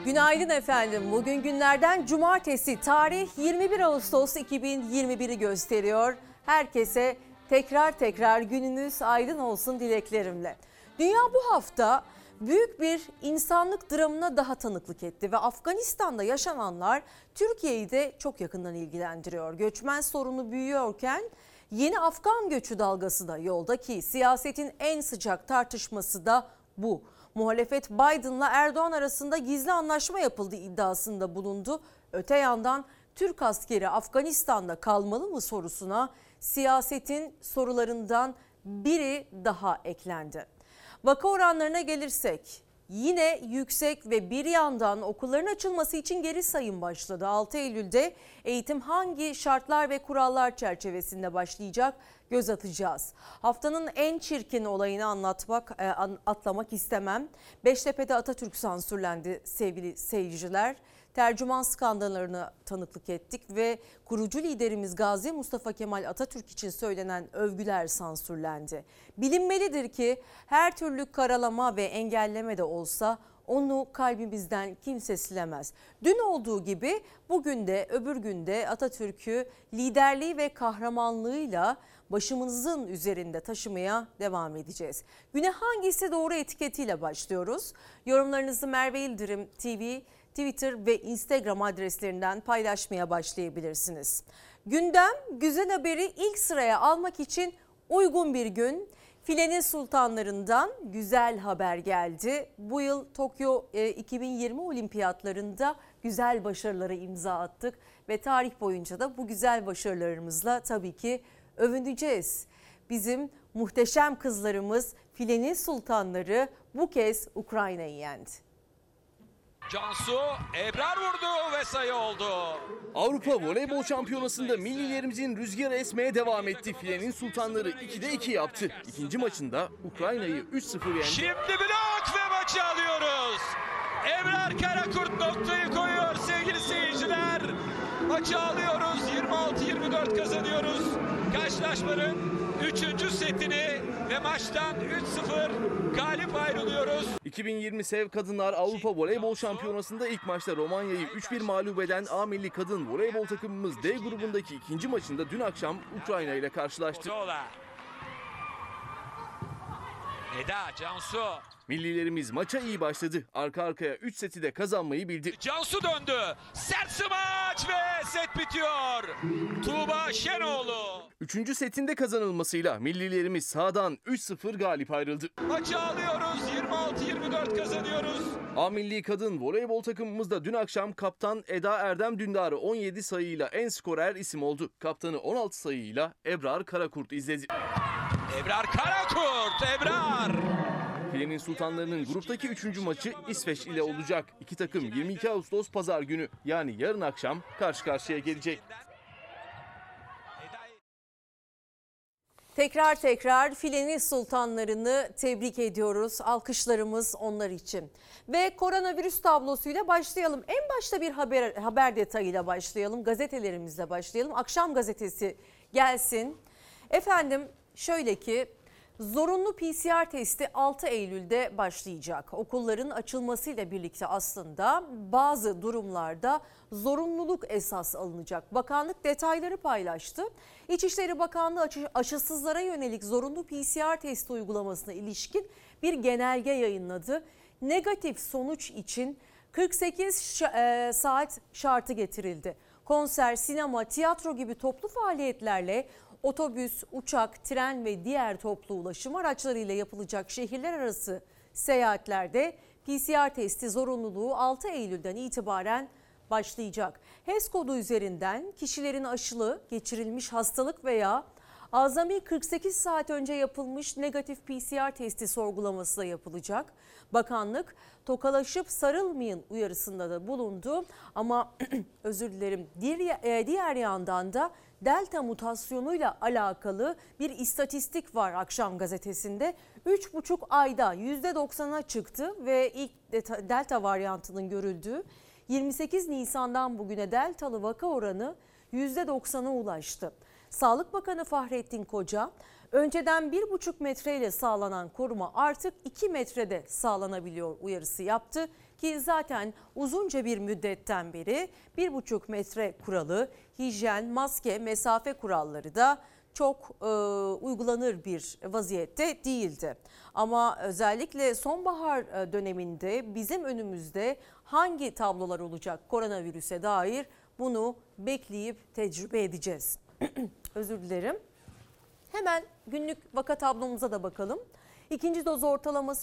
Günaydın efendim. Bugün günlerden cumartesi, tarih 21 Ağustos 2021'i gösteriyor. Herkese tekrar gününüz aydın olsun dileklerimle. Dünya bu hafta büyük bir insanlık dramına daha tanıklık etti ve Afganistan'da yaşananlar Türkiye'yi de çok yakından ilgilendiriyor. Göçmen sorunu büyüyorken yeni Afgan göçü dalgası da yolda ki siyasetin en sıcak tartışması da bu. Muhalefet Biden'la Erdoğan arasında gizli anlaşma yapıldığı iddiasında bulundu. Öte yandan Türk askeri Afganistan'da kalmalı mı sorusuna siyasetin sorularından biri daha eklendi. Vaka oranlarına gelirsek yine yüksek ve bir yandan okulların açılması için geri sayım başladı. 6 Eylül'de eğitim hangi şartlar ve kurallar çerçevesinde başlayacak göz atacağız. Haftanın en çirkin olayını atlamak istemem. Beştepe'de Atatürk sansürlendi sevgili seyirciler. Tercüman skandallarına tanıklık ettik ve kurucu liderimiz Gazi Mustafa Kemal Atatürk için söylenen övgüler sansürlendi. Bilinmelidir ki her türlü karalama ve engelleme de olsa onu kalbimizden kimse silemez. Dün olduğu gibi bugün de öbür günde Atatürk'ü liderliği ve kahramanlığıyla başımızın üzerinde taşımaya devam edeceğiz. Güne hangisi doğru etiketiyle başlıyoruz? Yorumlarınızı Merve İldirim TV, Twitter ve Instagram adreslerinden paylaşmaya başlayabilirsiniz. Gündem güzel haberi ilk sıraya almak için uygun bir gün. Filenin sultanlarından güzel haber geldi. Bu yıl Tokyo 2020 olimpiyatlarında güzel başarılara imza attık ve tarih boyunca da bu güzel başarılarımızla tabii ki övüneceğiz. Bizim muhteşem kızlarımız filenin sultanları bu kez Ukrayna'yı yendi. Cansu Ebrar vurdu ve sayı oldu. Avrupa Voleybol Şampiyonası'nda millilerimizin rüzgarı esmeye devam etti. Filenin sultanları 2'de 2 yaptı. İkinci maçında Ukrayna'yı 3-0 yendi. Şimdi blok ve maçı alıyoruz. Ebrar Karakurt noktayı koyuyor sevgili seyirciler. Maçı alıyoruz. 26-24 kazanıyoruz. Karşılaşmanın 3. setini ve maçtan 3-0 galip ayrılıyoruz. 2020 Sev Kadınlar Avrupa Voleybol Şampiyonası'nda ilk maçta Romanya'yı 3-1 mağlup eden A milli kadın voleybol takımımız D grubundaki ikinci maçında dün akşam Ukrayna ile karşılaştı. Eda, Cansu. Millilerimiz maça iyi başladı. Arka arkaya 3 seti de kazanmayı bildi. Cansu döndü. Sert smaç ve set bitiyor. Tuğba Şenoğlu. 3. setinde kazanılmasıyla millilerimiz sahadan 3-0 galip ayrıldı. Maçı alıyoruz. 26-24 kazanıyoruz. A milli kadın voleybol takımımız da dün akşam kaptan Eda Erdem Dündar'ı 17 sayıyla en skorer isim oldu. Kaptanı 16 sayıyla Ebrar Karakurt izledi. Ebrar Karakurt, Ebrar. Filenin sultanlarının gruptaki 3. maçı İsveç ile olacak. İki takım 22 Ağustos Pazar günü yani yarın akşam karşı karşıya gelecek. Tekrar filenin sultanlarını tebrik ediyoruz. Alkışlarımız onlar için. Ve koronavirüs tablosuyla başlayalım. En başta bir haber detayıyla başlayalım. Gazetelerimizle başlayalım. Akşam gazetesi gelsin. Efendim şöyle ki zorunlu PCR testi 6 Eylül'de başlayacak. Okulların açılmasıyla birlikte aslında bazı durumlarda zorunluluk esas alınacak. Bakanlık detayları paylaştı. İçişleri Bakanlığı aşısızlara yönelik zorunlu PCR testi uygulamasına ilişkin bir genelge yayınladı. Negatif sonuç için 48 saat şartı getirildi. Konser, sinema, tiyatro gibi toplu faaliyetlerle otobüs, uçak, tren ve diğer toplu ulaşım araçlarıyla yapılacak şehirler arası seyahatlerde PCR testi zorunluluğu 6 Eylül'den itibaren başlayacak. HES kodu üzerinden kişilerin aşılı, geçirilmiş hastalık veya azami 48 saat önce yapılmış negatif PCR testi sorgulaması da yapılacak. Bakanlık tokalaşıp sarılmayın uyarısında da bulundu ama özür dilerim diğer yandan da Delta mutasyonuyla alakalı bir istatistik var Akşam gazetesinde. 3,5 ayda %90'a çıktı ve ilk Delta varyantının görüldüğü 28 Nisan'dan bugüne Deltalı vaka oranı %90'a ulaştı. Sağlık Bakanı Fahrettin Koca, önceden 1,5 metreyle sağlanan koruma artık 2 metrede sağlanabiliyor uyarısı yaptı. Ki zaten uzunca bir müddetten beri 1,5 metre kuralı, hijyen, maske, mesafe kuralları da çok uygulanır bir vaziyette değildi. Ama özellikle sonbahar döneminde bizim önümüzde hangi tablolar olacak koronavirüse dair bunu bekleyip tecrübe edeceğiz. Özür dilerim. Hemen günlük vaka tablomuza da bakalım. İkinci doz ortalaması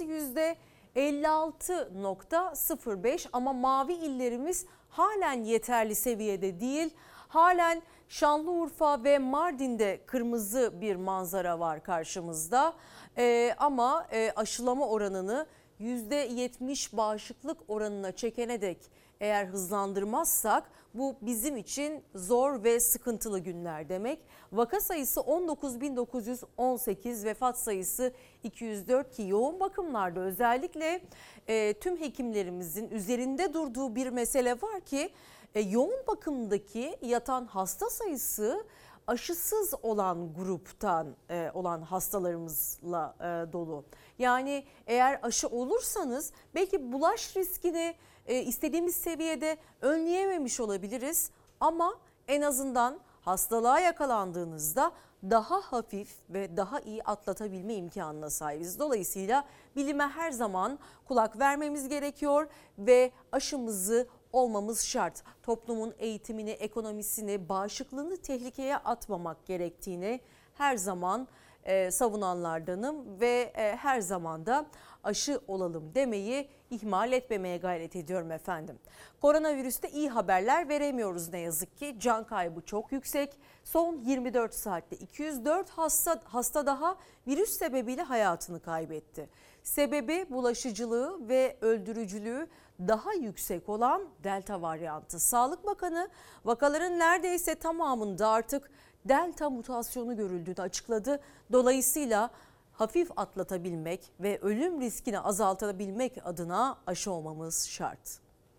%56,05 ama mavi illerimiz halen yeterli seviyede değil. Halen Şanlıurfa ve Mardin'de kırmızı bir manzara var karşımızda. Ama aşılama oranını %70 bağışıklık oranına çekene dek eğer hızlandırmazsak bu bizim için zor ve sıkıntılı günler demek. Vaka sayısı 19.918, vefat sayısı 204 ki yoğun bakımlarda özellikle tüm hekimlerimizin üzerinde durduğu bir mesele var ki yoğun bakımdaki yatan hasta sayısı aşısız olan gruptan olan hastalarımızla dolu. Yani eğer aşı olursanız belki bulaş riskini istediğimiz seviyede önleyememiş olabiliriz ama en azından hastalığa yakalandığınızda daha hafif ve daha iyi atlatabilme imkanına sahibiz. Dolayısıyla bilime her zaman kulak vermemiz gerekiyor ve aşımızı olmamız şart. Toplumun eğitimini, ekonomisini, bağışıklığını tehlikeye atmamak gerektiğini her zaman savunanlardanım ve her zaman da aşı olalım demeyi ihmal etmemeye gayret ediyorum efendim. Koronavirüste iyi haberler veremiyoruz ne yazık ki. Can kaybı çok yüksek. Son 24 saatte 204 hasta daha virüs sebebiyle hayatını kaybetti. Sebebi bulaşıcılığı ve öldürücülüğü daha yüksek olan Delta varyantı. Sağlık Bakanı vakaların neredeyse tamamında artık Delta mutasyonu görüldüğünü açıkladı. Dolayısıyla hafif atlatabilmek ve ölüm riskini azaltabilmek adına aşı olmamız şart.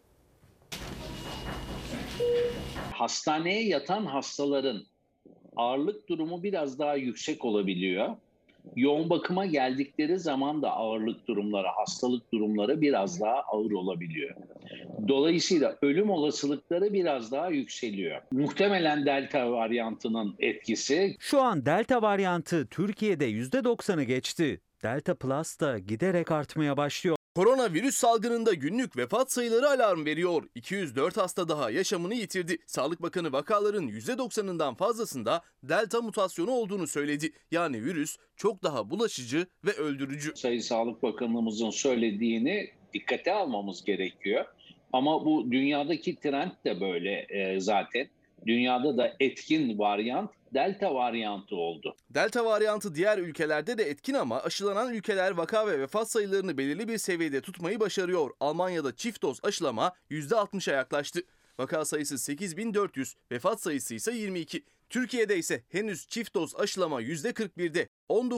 Hastaneye yatan hastaların ağırlık durumu biraz daha yüksek olabiliyor. Yoğun bakıma geldikleri zaman da ağırlık durumları, hastalık durumları biraz daha ağır olabiliyor. Dolayısıyla ölüm olasılıkları biraz daha yükseliyor. Muhtemelen Delta varyantının etkisi. Şu an Delta varyantı Türkiye'de %90'ı geçti. Delta Plus da giderek artmaya başlıyor. Koronavirüs salgınında günlük vefat sayıları alarm veriyor. 204 hasta daha yaşamını yitirdi. Sağlık Bakanı vakaların %90'ından fazlasında Delta mutasyonu olduğunu söyledi. Yani virüs çok daha bulaşıcı ve öldürücü. Sayın Sağlık Bakanımızın söylediğini dikkate almamız gerekiyor. Ama bu dünyadaki trend de böyle zaten. Dünyada da etkin varyant Delta varyantı oldu. Delta varyantı diğer ülkelerde de etkin ama aşılanan ülkeler vaka ve vefat sayılarını belirli bir seviyede tutmayı başarıyor. Almanya'da çift doz aşılama %60'a yaklaştı. Vaka sayısı 8.400, vefat sayısı ise 22. Türkiye'de ise henüz çift doz aşılama %41'de.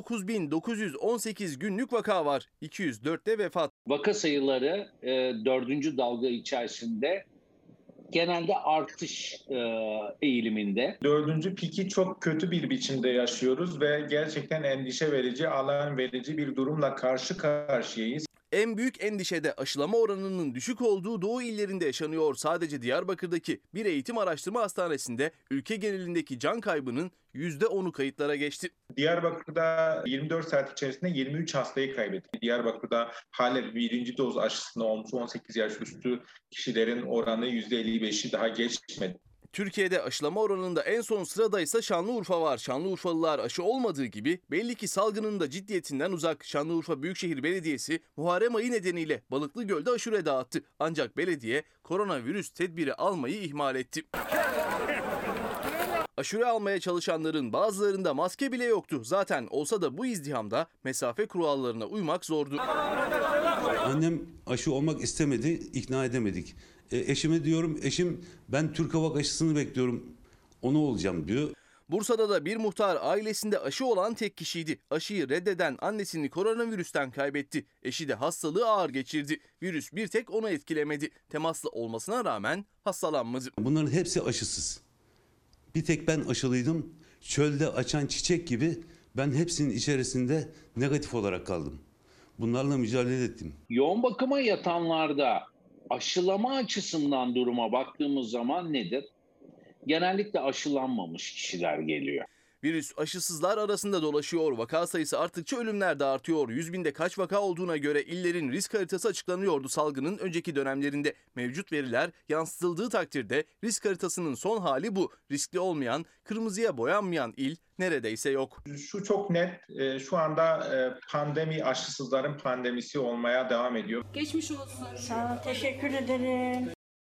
19.918 günlük vaka var. 204'te vefat. Vaka sayıları 4. dalga içerisinde genelde artış eğiliminde. 4. piki çok kötü bir biçimde yaşıyoruz ve gerçekten endişe verici, alarm verici bir durumla karşı karşıyayız. En büyük endişe de aşılama oranının düşük olduğu Doğu illerinde yaşanıyor. Sadece Diyarbakır'daki bir eğitim araştırma hastanesinde ülke genelindeki can kaybının %10'u kayıtlara geçti. Diyarbakır'da 24 saat içerisinde 23 hastayı kaybettik. Diyarbakır'da halen 1. doz aşısına olmuş 18 yaş üstü kişilerin oranı %55'i daha geçmedi. Türkiye'de aşılama oranında en son sırada ise Şanlıurfa var. Şanlıurfalılar aşı olmadığı gibi belli ki salgının da ciddiyetinden uzak. Şanlıurfa Büyükşehir Belediyesi Muharrem ayı nedeniyle Balıklıgöl'de aşure dağıttı. Ancak belediye koronavirüs tedbiri almayı ihmal etti. Aşure almaya çalışanların bazılarında maske bile yoktu. Zaten olsa da bu izdihamda mesafe kurallarına uymak zordu. Annem aşı olmak istemedi, ikna edemedik. Eşime diyorum, eşim ben Türkavak aşısını bekliyorum, onu olacağım diyor. Bursa'da da bir muhtar ailesinde aşı olan tek kişiydi. Aşıyı reddeden annesini koronavirüsten kaybetti. Eşi de hastalığı ağır geçirdi. Virüs bir tek onu etkilemedi. Temaslı olmasına rağmen hastalanmadı. Bunların hepsi aşısız. Bir tek ben aşılıydım. Çölde açan çiçek gibi ben hepsinin içerisinde negatif olarak kaldım. Bunlarla mücadele ettim. Yoğun bakıma yatanlarda Aşılama açısından duruma baktığımız zaman nedir? Genellikle aşılanmamış kişiler geliyor. Virüs aşısızlar arasında dolaşıyor. Vaka sayısı arttıkça ölümler de artıyor. 100 binde kaç vaka olduğuna göre illerin risk haritası açıklanıyordu salgının önceki dönemlerinde. Mevcut veriler yansıtıldığı takdirde risk haritasının son hali bu. Riskli olmayan, kırmızıya boyanmayan il neredeyse yok. Şu çok net, şu anda pandemi aşısızların pandemisi olmaya devam ediyor. Geçmiş olsun. Sağ ol, teşekkür ederim.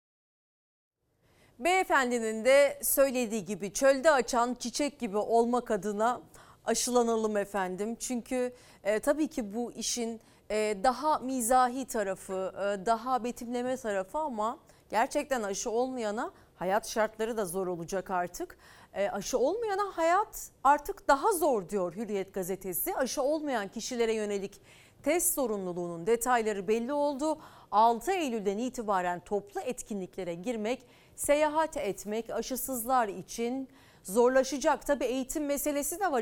Beyefendinin de söylediği gibi çölde açan çiçek gibi olmak adına aşılanalım efendim. Çünkü tabii ki bu işin daha mizahi tarafı, daha betimleme tarafı ama gerçekten aşı olmayana hayat şartları da zor olacak artık. Aşı olmayana hayat artık daha zor diyor Hürriyet gazetesi. Aşı olmayan kişilere yönelik test zorunluluğunun detayları belli oldu. 6 Eylül'den itibaren toplu etkinliklere girmek, seyahat etmek aşısızlar için zorlaşacak. Tabii eğitim meselesi de var.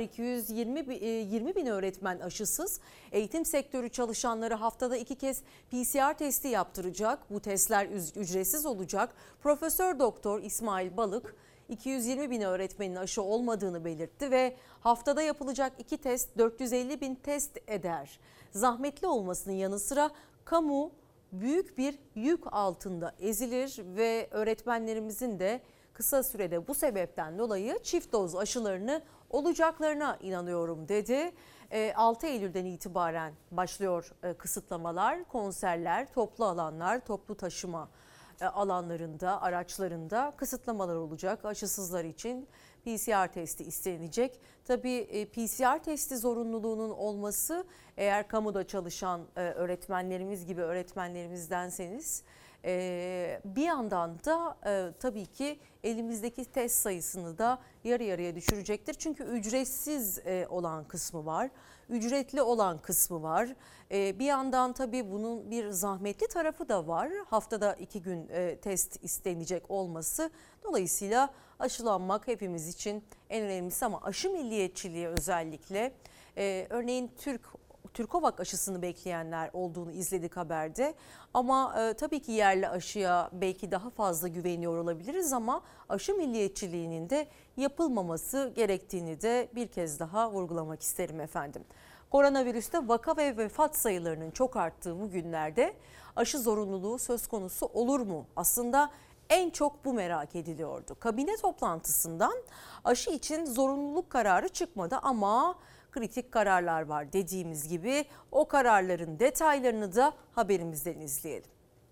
220 bin öğretmen aşısız. Eğitim sektörü çalışanları haftada 2 kez PCR testi yaptıracak. Bu testler ücretsiz olacak. Profesör Doktor İsmail Balık 220 bin öğretmenin aşı olmadığını belirtti ve haftada yapılacak 2 test 450 bin test eder. Zahmetli olmasının yanı sıra kamu büyük bir yük altında ezilir ve öğretmenlerimizin de kısa sürede bu sebepten dolayı çift doz aşılarını olacaklarına inanıyorum dedi. 6 Eylül'den itibaren başlıyor kısıtlamalar, konserler, toplu alanlar, toplu taşıma alanlarında, araçlarında kısıtlamalar olacak. Aşısızlar için PCR testi istenecek. Tabii PCR testi zorunluluğunun olması eğer kamuda çalışan öğretmenlerimiz gibi öğretmenlerimizdenseniz bir yandan da tabii ki elimizdeki test sayısını da yarı yarıya düşürecektir. Çünkü ücretsiz olan kısmı var, ücretli olan kısmı var. Bir yandan tabii bunun bir zahmetli tarafı da var. Haftada 2 gün test istenecek olması. Dolayısıyla aşılanmak hepimiz için en önemlisi ama aşı milliyetçiliği özellikle örneğin Türkovak aşısını bekleyenler olduğunu izledik haberde. Ama tabii ki yerli aşıya belki daha fazla güveniyor olabiliriz ama aşı milliyetçiliğinin de yapılmaması gerektiğini de bir kez daha vurgulamak isterim efendim. Koronavirüste vaka ve vefat sayılarının çok arttığı bu günlerde aşı zorunluluğu söz konusu olur mu? Aslında en çok bu merak ediliyordu. Kabine toplantısından aşı için zorunluluk kararı çıkmadı ama kritik kararlar var dediğimiz gibi. O kararların detaylarını da haberimizden izleyelim.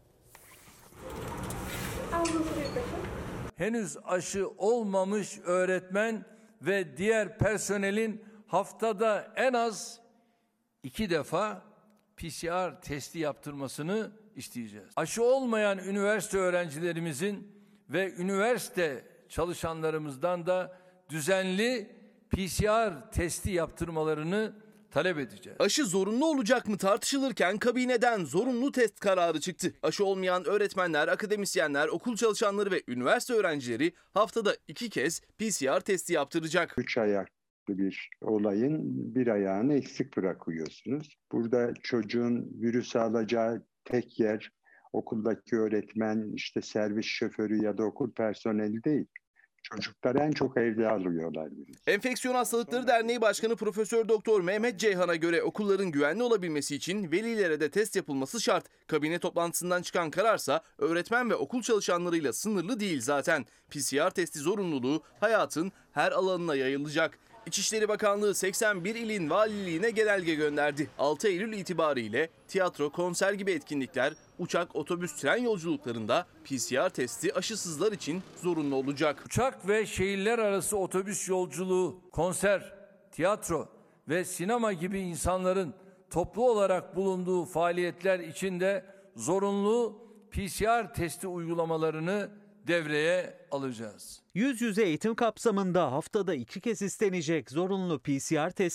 Henüz aşı olmamış öğretmen ve diğer personelin haftada en az 2 defa PCR testi yaptırmasını isteyeceğiz. Aşı olmayan üniversite öğrencilerimizin ve üniversite çalışanlarımızdan da düzenli PCR testi yaptırmalarını talep edeceğiz. Aşı zorunlu olacak mı tartışılırken kabineden zorunlu test kararı çıktı. Aşı olmayan öğretmenler, akademisyenler, okul çalışanları ve üniversite öğrencileri haftada 2 kez PCR testi yaptıracak. 3 ayaklı bir olayın bir ayağını eksik bırakıyorsunuz. Burada çocuğun virüs alacağı tek yer okuldaki öğretmen, işte servis şoförü ya da okul personeli değil. Çocuklar en çok evde alıyorlar. Enfeksiyon Hastalıkları Derneği Başkanı Profesör Doktor Mehmet Ceyhan'a göre okulların güvenli olabilmesi için velilere de test yapılması şart. Kabine toplantısından çıkan kararsa öğretmen ve okul çalışanlarıyla sınırlı değil zaten. PCR testi zorunluluğu hayatın her alanına yayılacak. İçişleri Bakanlığı 81 ilin valiliğine genelge gönderdi. 6 Eylül itibariyle tiyatro, konser gibi etkinlikler, uçak, otobüs, tren yolculuklarında PCR testi aşısızlar için zorunlu olacak. Uçak ve şehirler arası otobüs yolculuğu, konser, tiyatro ve sinema gibi insanların toplu olarak bulunduğu faaliyetler için de zorunlu PCR testi uygulamalarını devreye alacağız. Yüz yüze eğitim kapsamında haftada 2 kez istenecek zorunlu PCR testi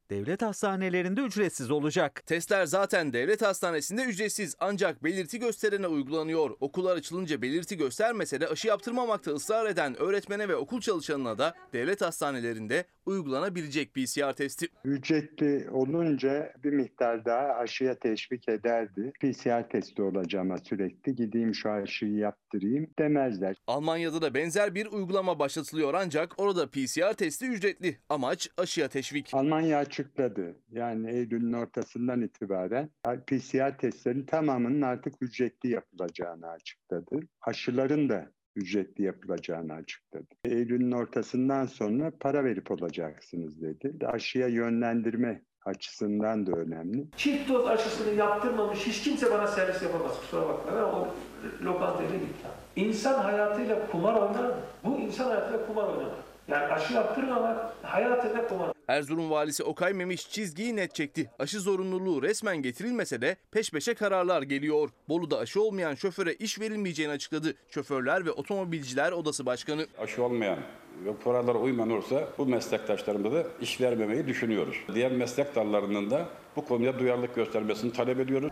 devlet hastanelerinde ücretsiz olacak. Testler zaten devlet hastanesinde ücretsiz ancak belirti gösterene uygulanıyor. Okullar açılınca belirti göstermese de aşı yaptırmamakta ısrar eden öğretmene ve okul çalışanına da devlet hastanelerinde uygulanabilecek PCR testi. Ücretli olunca bir miktar daha aşıya teşvik ederdi. PCR testi olacağıma sürekli gideyim şu aşıyı yaptırayım demezler. Almanya'da da benzer bir uygulama başlatılıyor ancak orada PCR testi ücretli. Amaç aşıya teşvik. Almanya açıkladı. Yani Eylül'ün ortasından itibaren PCR testlerin tamamının artık ücretli yapılacağını açıkladı. Aşıların da ücretli yapılacağını açıkladı. Eylül'ün ortasından sonra para verip olacaksınız dedi. Aşıya yönlendirme açısından da önemli. Çift doz aşısını yaptırmamış hiç kimse bana servis yapamaz. Kusura bakma. Ben o lokantaya gittim. İnsan hayatıyla kumar oynar mı? Bu insan hayatıyla kumar oynar. Yani aşı yaptırmamak hayatıyla kumar. Erzurum valisi Okay Memiş çizgiyi net çekti. Aşı zorunluluğu resmen getirilmese de peş peşe kararlar geliyor. Bolu'da aşı olmayan şoföre iş verilmeyeceğini açıkladı. Şoförler ve Otomobilciler Odası Başkanı. Aşı olmayan ve kurallara uymayan olursa bu meslektaşlarımıza da iş vermemeyi düşünüyoruz. Diğer meslek dallarının da bu konuda duyarlılık göstermesini talep ediyoruz.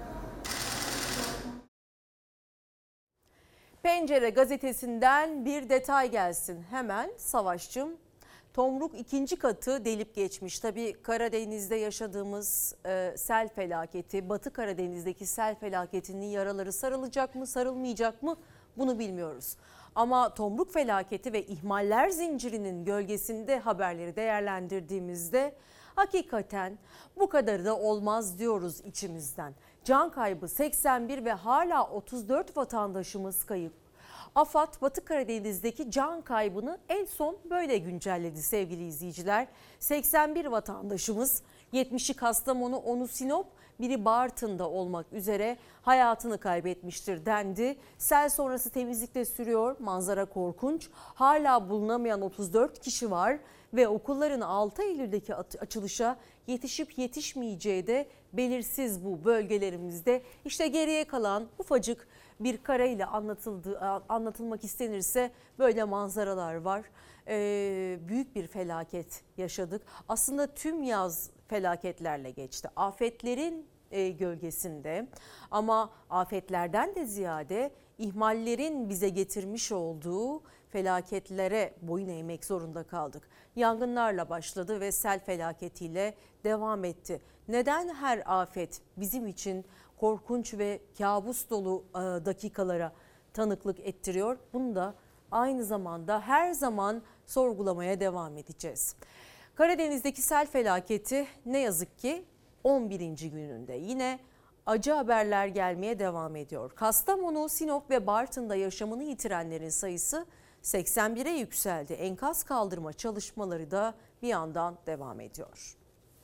Pencere gazetesinden bir detay gelsin. Hemen Savaş'cığım. Tomruk 2. katı delip geçmiş. Tabii Karadeniz'de yaşadığımız sel felaketi, Batı Karadeniz'deki sel felaketinin yaraları sarılacak mı, sarılmayacak mı bunu bilmiyoruz. Ama Tomruk felaketi ve ihmaller zincirinin gölgesinde haberleri değerlendirdiğimizde hakikaten bu kadarı da olmaz diyoruz içimizden. Can kaybı 81 ve hala 34 vatandaşımız kayıp. AFAD Batı Karadeniz'deki can kaybını en son böyle güncelledi sevgili izleyiciler. 81 vatandaşımız, 70'i Kastamonu, 10'u Sinop, biri Bartın'da olmak üzere hayatını kaybetmiştir dendi. Sel sonrası temizlikte sürüyor, manzara korkunç. Hala bulunamayan 34 kişi var ve okulların 6 Eylül'deki açılışa yetişip yetişmeyeceği de belirsiz bu bölgelerimizde. İşte geriye kalan ufacık bir kareyle anlatılmak istenirse böyle manzaralar var. Büyük bir felaket yaşadık. Aslında tüm yaz felaketlerle geçti. Afetlerin gölgesinde ama afetlerden de ziyade ihmallerin bize getirmiş olduğu felaketlere boyun eğmek zorunda kaldık. Yangınlarla başladı ve sel felaketiyle devam etti. Neden her afet bizim için korkunç ve kabus dolu dakikalara tanıklık ettiriyor? Bunu da aynı zamanda her zaman sorgulamaya devam edeceğiz. Karadeniz'deki sel felaketi ne yazık ki 11. gününde yine acı haberler gelmeye devam ediyor. Kastamonu, Sinop ve Bartın'da yaşamını yitirenlerin sayısı 81'e yükseldi. Enkaz kaldırma çalışmaları da bir yandan devam ediyor.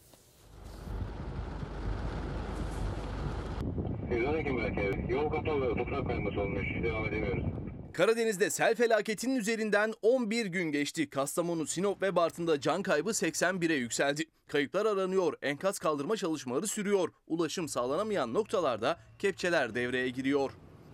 112 merkez. Yol kapalı. Toprak kayması olmuş. Devam edemiyoruz. Karadeniz'de sel felaketinin üzerinden 11 gün geçti. Kastamonu, Sinop ve Bartın'da can kaybı 81'e yükseldi. Kayıplar aranıyor, enkaz kaldırma çalışmaları sürüyor. Ulaşım sağlanamayan noktalarda kepçeler devreye giriyor.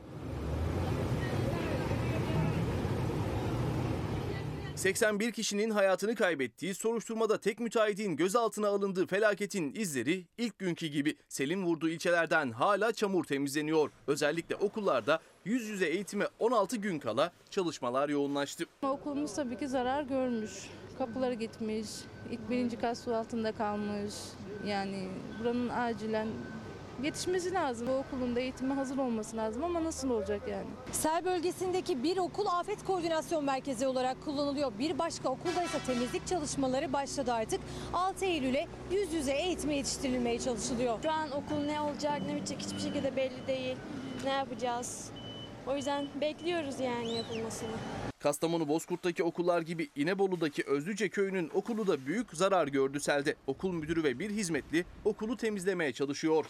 ...81 kişinin hayatını kaybettiği, soruşturmada tek müteahhitin gözaltına alındığı felaketin izleri ilk günkü gibi selin vurduğu ilçelerden hala çamur temizleniyor. Özellikle okullarda yüz yüze eğitime 16 gün kala çalışmalar yoğunlaştı. Okulumuz tabii ki zarar görmüş. Kapıları gitmiş, ilk 1. kat su altında kalmış. Yani buranın acilen yetişmesi lazım. Bu okulun da eğitime hazır olması lazım ama nasıl olacak yani? Sel bölgesindeki bir okul afet koordinasyon merkezi olarak kullanılıyor. Bir başka okulda ise temizlik çalışmaları başladı artık. 6 Eylül'e yüz yüze eğitime yetiştirilmeye çalışılıyor. Şu an okul ne olacak ne bitecek hiçbir şekilde belli değil. Ne yapacağız? O yüzden bekliyoruz yani yapılmasını. Kastamonu Bozkurt'taki okullar gibi İnebolu'daki Özlüce köyünün okulu da büyük zarar gördü selde. Okul müdürü ve bir hizmetli okulu temizlemeye çalışıyor.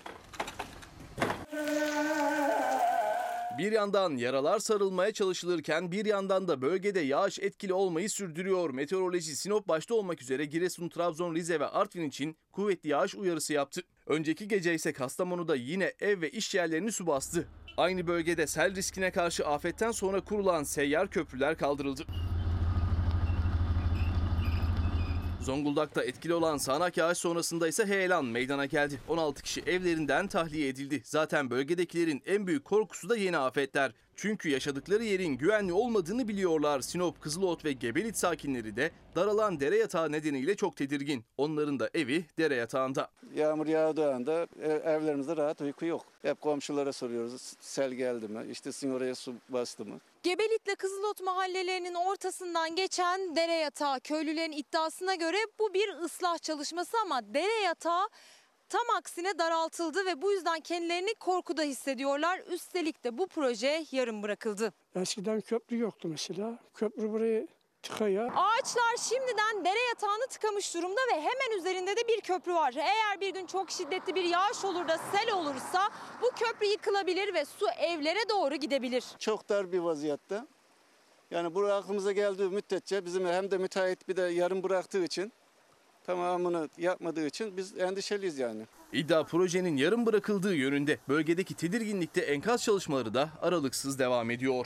Bir yandan yaralar sarılmaya çalışılırken bir yandan da bölgede yağış etkili olmayı sürdürüyor. Meteoroloji Sinop başta olmak üzere Giresun, Trabzon, Rize ve Artvin için kuvvetli yağış uyarısı yaptı. Önceki gece ise Kastamonu'da yine ev ve iş yerlerini su bastı. Aynı bölgede sel riskine karşı afetten sonra kurulan seyyar köprüler kaldırıldı. Zonguldak'ta etkili olan sağanak yağış sonrasında ise heyelan meydana geldi. 16 kişi evlerinden tahliye edildi. Zaten bölgedekilerin en büyük korkusu da yeni afetler. Çünkü yaşadıkları yerin güvenli olmadığını biliyorlar. Sinop, Kızılot ve Gebelit sakinleri de daralan dere yatağı nedeniyle çok tedirgin. Onların da evi dere yatağında. Yağmur yağdığı anda evlerimizde rahat uyku yok. Hep komşulara soruyoruz, sel geldi mi, işte sizin oraya su bastı mı? Gebelit'le Kızılot mahallelerinin ortasından geçen dere yatağı, köylülerin iddiasına göre bu bir ıslah çalışması ama dere yatağı tam aksine daraltıldı ve bu yüzden kendilerini korkuda hissediyorlar. Üstelik de bu proje yarım bırakıldı. Eskiden köprü yoktu mesela. Köprü burayı tıkaya. Ağaçlar şimdiden dere yatağını tıkamış durumda ve hemen üzerinde de bir köprü var. Eğer bir gün çok şiddetli bir yağış olur da sel olursa bu köprü yıkılabilir ve su evlere doğru gidebilir. Çok dar bir vaziyette. Yani buraya aklımıza geldiği müddetçe bizim hem de müteahhit bir de yarım bıraktığı için, tamamını yapmadığı için biz endişeliyiz yani. İddia projenin yarım bırakıldığı yönünde. Bölgedeki tedirginlikte enkaz çalışmaları da aralıksız devam ediyor.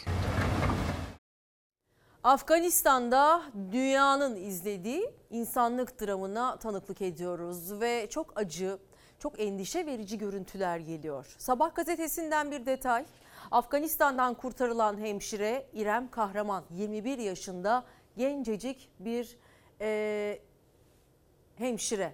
Afganistan'da dünyanın izlediği insanlık dramına tanıklık ediyoruz ve çok acı, çok endişe verici görüntüler geliyor. Sabah gazetesinden bir detay. Afganistan'dan kurtarılan hemşire İrem Kahraman, 21 yaşında gencecik bir hemşire.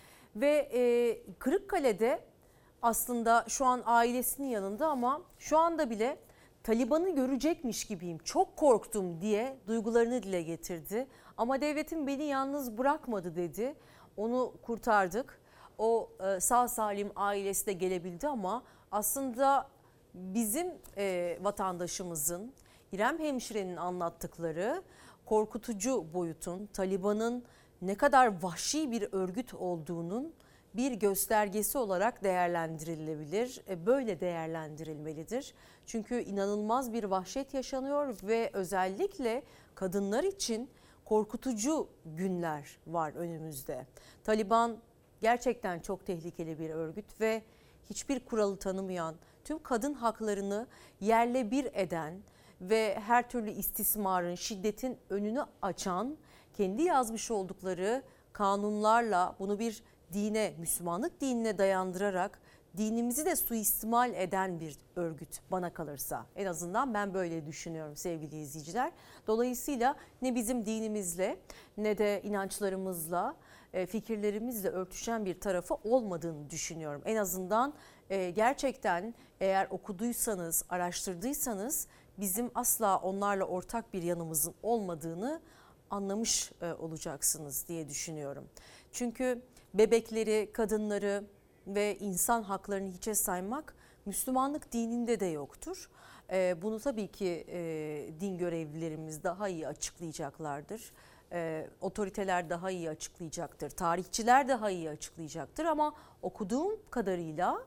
Ve Kırıkkale'de aslında şu an ailesinin yanında ama şu anda bile Taliban'ı görecekmiş gibiyim, çok korktum diye duygularını dile getirdi. Ama devletim beni yalnız bırakmadı dedi. Onu kurtardık. O sağ salim ailesi de gelebildi ama aslında bizim vatandaşımızın, İrem hemşirenin anlattıkları korkutucu boyutun, Taliban'ın ne kadar vahşi bir örgüt olduğunun bir göstergesi olarak değerlendirilebilir. Böyle değerlendirilmelidir. Çünkü inanılmaz bir vahşet yaşanıyor ve özellikle kadınlar için korkutucu günler var önümüzde. Taliban gerçekten çok tehlikeli bir örgüt ve hiçbir kuralı tanımayan, tüm kadın haklarını yerle bir eden ve her türlü istismarın, şiddetin önünü açan, kendi yazmış oldukları kanunlarla bunu bir dine, Müslümanlık dinine dayandırarak dinimizi de suistimal eden bir örgüt bana kalırsa. En azından ben böyle düşünüyorum sevgili izleyiciler. Dolayısıyla ne bizim dinimizle ne de inançlarımızla, fikirlerimizle örtüşen bir tarafı olmadığını düşünüyorum. En azından gerçekten eğer okuduysanız, araştırdıysanız bizim asla onlarla ortak bir yanımızın olmadığını anlamış olacaksınız diye düşünüyorum. Çünkü bebekleri, kadınları ve insan haklarını hiçe saymak Müslümanlık dininde de yoktur. Bunu tabii ki din görevlilerimiz daha iyi açıklayacaklardır. Otoriteler daha iyi açıklayacaktır. Tarihçiler daha iyi açıklayacaktır ama okuduğum kadarıyla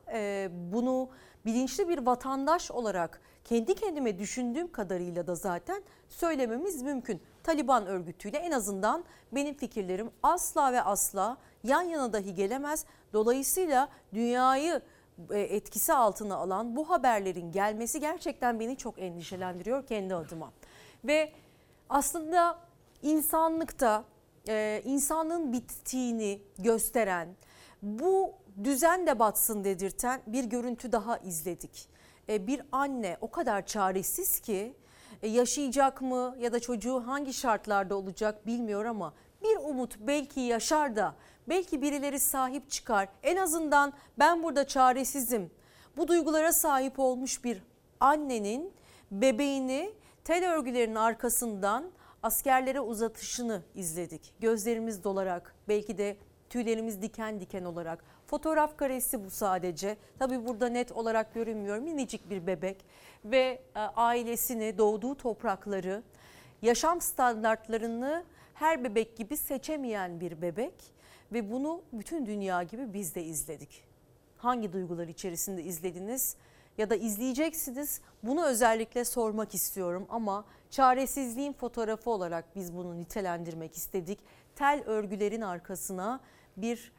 bunu bilinçli bir vatandaş olarak kendi kendime düşündüğüm kadarıyla da zaten söylememiz mümkün. Taliban örgütüyle en azından benim fikirlerim asla ve asla yan yana dahi gelemez. Dolayısıyla dünyayı etkisi altına alan bu haberlerin gelmesi gerçekten beni çok endişelendiriyor kendi adıma. Ve aslında insanlıkta insanlığın bittiğini gösteren, bu düzen de batsın dedirten bir görüntü daha izledik. Bir anne o kadar çaresiz ki yaşayacak mı ya da çocuğu hangi şartlarda olacak bilmiyor ama bir umut belki yaşar da belki birileri sahip çıkar. En azından ben burada çaresizim. Bu duygulara sahip olmuş bir annenin bebeğini tel örgülerinin arkasından askerlere uzatışını izledik. Gözlerimiz dolarak, belki de tüylerimiz diken diken olarak. Fotoğraf karesi bu sadece. Tabii burada net olarak görünmüyor. Minicik bir bebek ve ailesini, doğduğu toprakları, yaşam standartlarını her bebek gibi seçemeyen bir bebek ve bunu bütün dünya gibi biz de izledik. Hangi duygular içerisinde izlediniz ya da izleyeceksiniz? Bunu özellikle sormak istiyorum ama çaresizliğin fotoğrafı olarak biz bunu nitelendirmek istedik. Tel örgülerin arkasına bir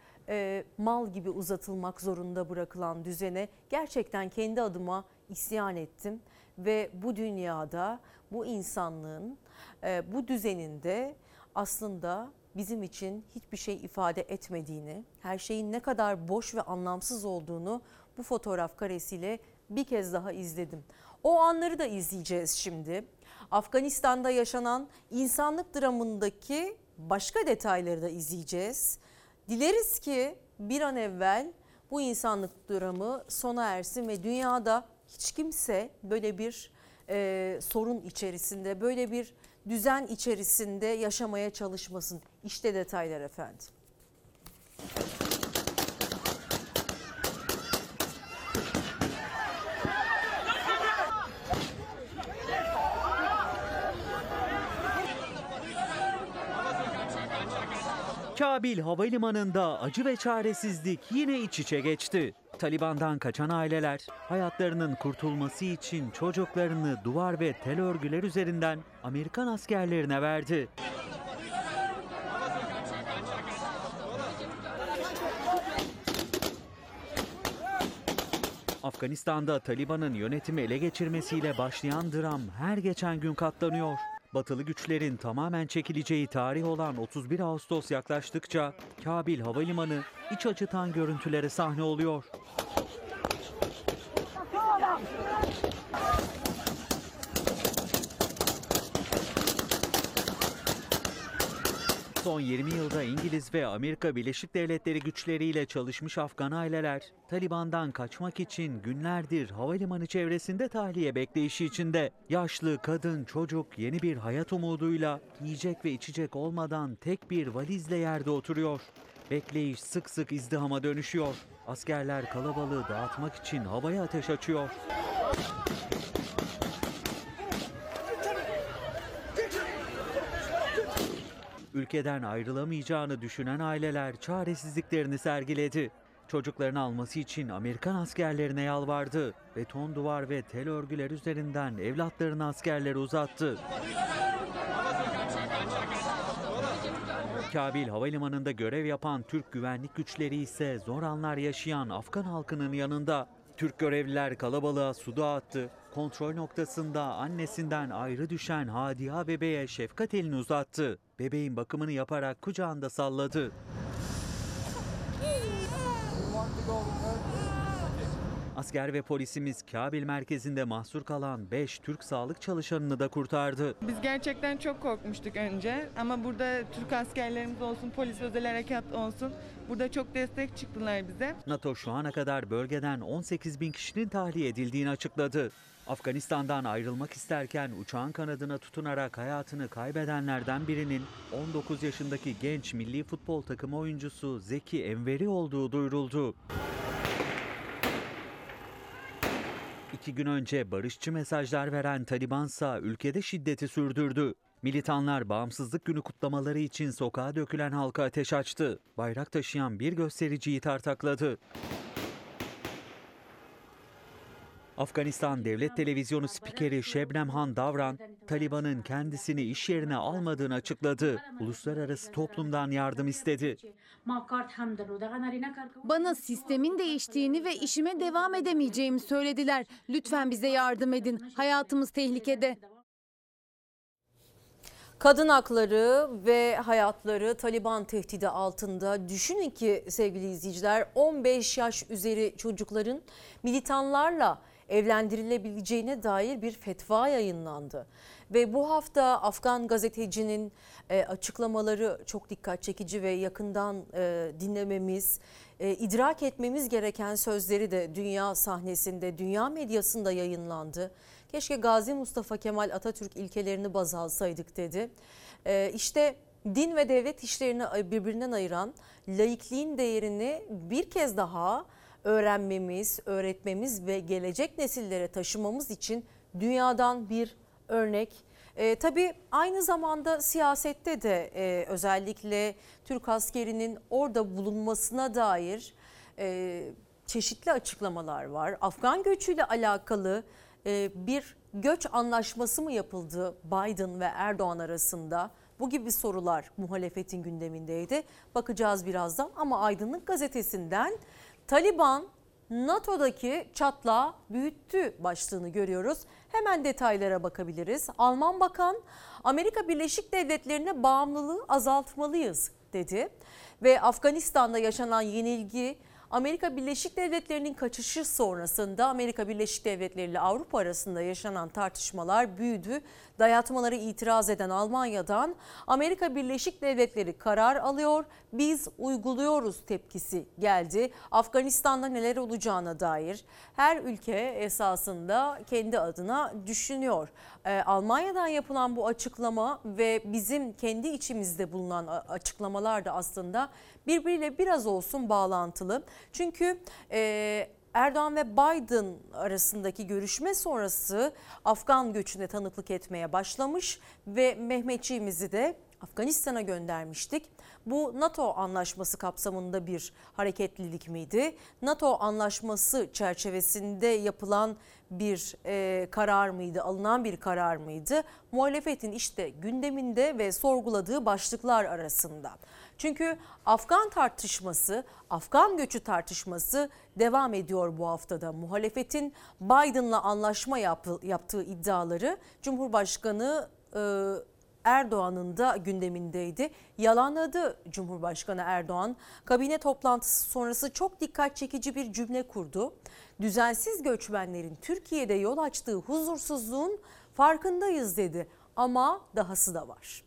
mal gibi uzatılmak zorunda bırakılan düzene gerçekten kendi adıma isyan ettim. Ve bu dünyada bu insanlığın bu düzeninde aslında bizim için hiçbir şey ifade etmediğini, her şeyin ne kadar boş ve anlamsız olduğunu bu fotoğraf karesiyle bir kez daha izledim. O anları da izleyeceğiz şimdi. Afganistan'da yaşanan insanlık dramındaki başka detayları da izleyeceğiz. Dileriz ki bir an evvel bu insanlık dramı sona ersin ve dünyada hiç kimse böyle bir sorun içerisinde, böyle bir düzen içerisinde yaşamaya çalışmasın. İşte detaylar efendim. Kabil Havalimanı'nda acı ve çaresizlik yine iç içe geçti. Taliban'dan kaçan aileler hayatlarının kurtulması için çocuklarını duvar ve tel örgüler üzerinden Amerikan askerlerine verdi. Afganistan'da Taliban'ın yönetimi ele geçirmesiyle başlayan dram her geçen gün katlanıyor. Batılı güçlerin tamamen çekileceği tarih olan 31 Ağustos yaklaştıkça Kabil Havalimanı iç acıtan görüntülere sahne oluyor. Son 20 yılda İngiliz ve Amerika Birleşik Devletleri güçleriyle çalışmış Afgan aileler, Taliban'dan kaçmak için günlerdir havalimanı çevresinde tahliye bekleyişi içinde. Yaşlı, kadın, çocuk yeni bir hayat umuduyla yiyecek ve içecek olmadan tek bir valizle yerde oturuyor. Bekleyiş sık sık izdihama dönüşüyor. Askerler kalabalığı dağıtmak için havaya ateş açıyor. Ülkeden ayrılamayacağını düşünen aileler çaresizliklerini sergiledi. Çocuklarını alması için Amerikan askerlerine yalvardı. Beton duvar ve tel örgüler üzerinden evlatlarını askerlere uzattı. Kabil Havalimanı'nda görev yapan Türk güvenlik güçleri ise zor anlar yaşayan Afgan halkının yanında. Türk görevliler kalabalığa su dağıttı. Kontrol noktasında annesinden ayrı düşen Hadiya bebeğe şefkat elini uzattı. Bebeğin bakımını yaparak kucağında salladı. Asker ve polisimiz Kabil merkezinde mahsur kalan 5 Türk sağlık çalışanını da kurtardı. Biz gerçekten çok korkmuştuk önce ama burada Türk askerlerimiz olsun, polis özel harekat olsun burada çok destek çıktılar bize. NATO şu ana kadar bölgeden 18.000 kişinin tahliye edildiğini açıkladı. Afganistan'dan ayrılmak isterken uçağın kanadına tutunarak hayatını kaybedenlerden birinin 19 yaşındaki genç milli futbol takımı oyuncusu Zeki Enveri olduğu duyuruldu. 2 gün önce barışçı mesajlar veren Talibansa ülkede şiddeti sürdürdü. Militanlar Bağımsızlık Günü kutlamaları için sokağa dökülen halka ateş açtı. Bayrak taşıyan bir göstericiyi tartakladı. Afganistan Devlet Televizyonu spikeri Şebnem Han Davran, Taliban'ın kendisini iş yerine almadığını açıkladı. Uluslararası toplumdan yardım istedi. Bana sistemin değiştiğini ve işime devam edemeyeceğimi söylediler. Lütfen bize yardım edin. Hayatımız tehlikede. Kadın hakları ve hayatları Taliban tehdidi altında. Düşünün ki sevgili izleyiciler, 15 yaş üzeri çocukların militanlarla evlendirilebileceğine dair bir fetva yayınlandı. Ve bu hafta Afgan gazetecinin açıklamaları çok dikkat çekici ve yakından dinlememiz, idrak etmemiz gereken sözleri de dünya sahnesinde, dünya medyasında yayınlandı. Keşke Gazi Mustafa Kemal Atatürk ilkelerini baz alsaydık dedi. İşte din ve devlet işlerini birbirinden ayıran laikliğin değerini bir kez daha öğrenmemiz, öğretmemiz ve gelecek nesillere taşımamız için dünyadan bir örnek. Tabii aynı zamanda siyasette de özellikle Türk askerinin orada bulunmasına dair çeşitli açıklamalar var. Afgan göçüyle alakalı bir göç anlaşması mı yapıldı Biden ve Erdoğan arasında? Bu gibi sorular muhalefetin gündemindeydi. Bakacağız birazdan ama Aydınlık Gazetesi'nden Taliban NATO'daki çatlağı büyüttü başlığını görüyoruz. Hemen detaylara bakabiliriz. Alman Bakan, Amerika Birleşik Devletleri'ne bağımlılığı azaltmalıyız dedi. Ve Afganistan'da yaşanan yenilgi, Amerika Birleşik Devletleri'nin kaçışı sonrasında Amerika Birleşik Devletleri ile Avrupa arasında yaşanan tartışmalar büyüdü. Dayatmaları itiraz eden Almanya'dan Amerika Birleşik Devletleri karar alıyor, biz uyguluyoruz tepkisi geldi. Afganistan'da neler olacağına dair her ülke esasında kendi adına düşünüyor. Almanya'dan yapılan bu açıklama ve bizim kendi içimizde bulunan açıklamalar da aslında birbiriyle biraz olsun bağlantılı. Çünkü Erdoğan ve Biden arasındaki görüşme sonrası Afgan göçüne tanıklık etmeye başlamış ve Mehmetçiğimizi de Afganistan'a göndermiştik. Bu NATO anlaşması kapsamında bir hareketlilik miydi? NATO anlaşması çerçevesinde yapılan bir karar mıydı, alınan bir karar mıydı? Muhalefetin işte gündeminde ve sorguladığı başlıklar arasında. Çünkü Afgan tartışması, Afgan göçü tartışması devam ediyor bu haftada. Muhalefetin Biden'la anlaşma yaptığı iddiaları Cumhurbaşkanı Erdoğan'ın da gündemindeydi. Yalanladı Cumhurbaşkanı Erdoğan. Kabine toplantısı sonrası çok dikkat çekici bir cümle kurdu. Düzensiz göçmenlerin Türkiye'de yol açtığı huzursuzluğun farkındayız dedi. Ama dahası da var.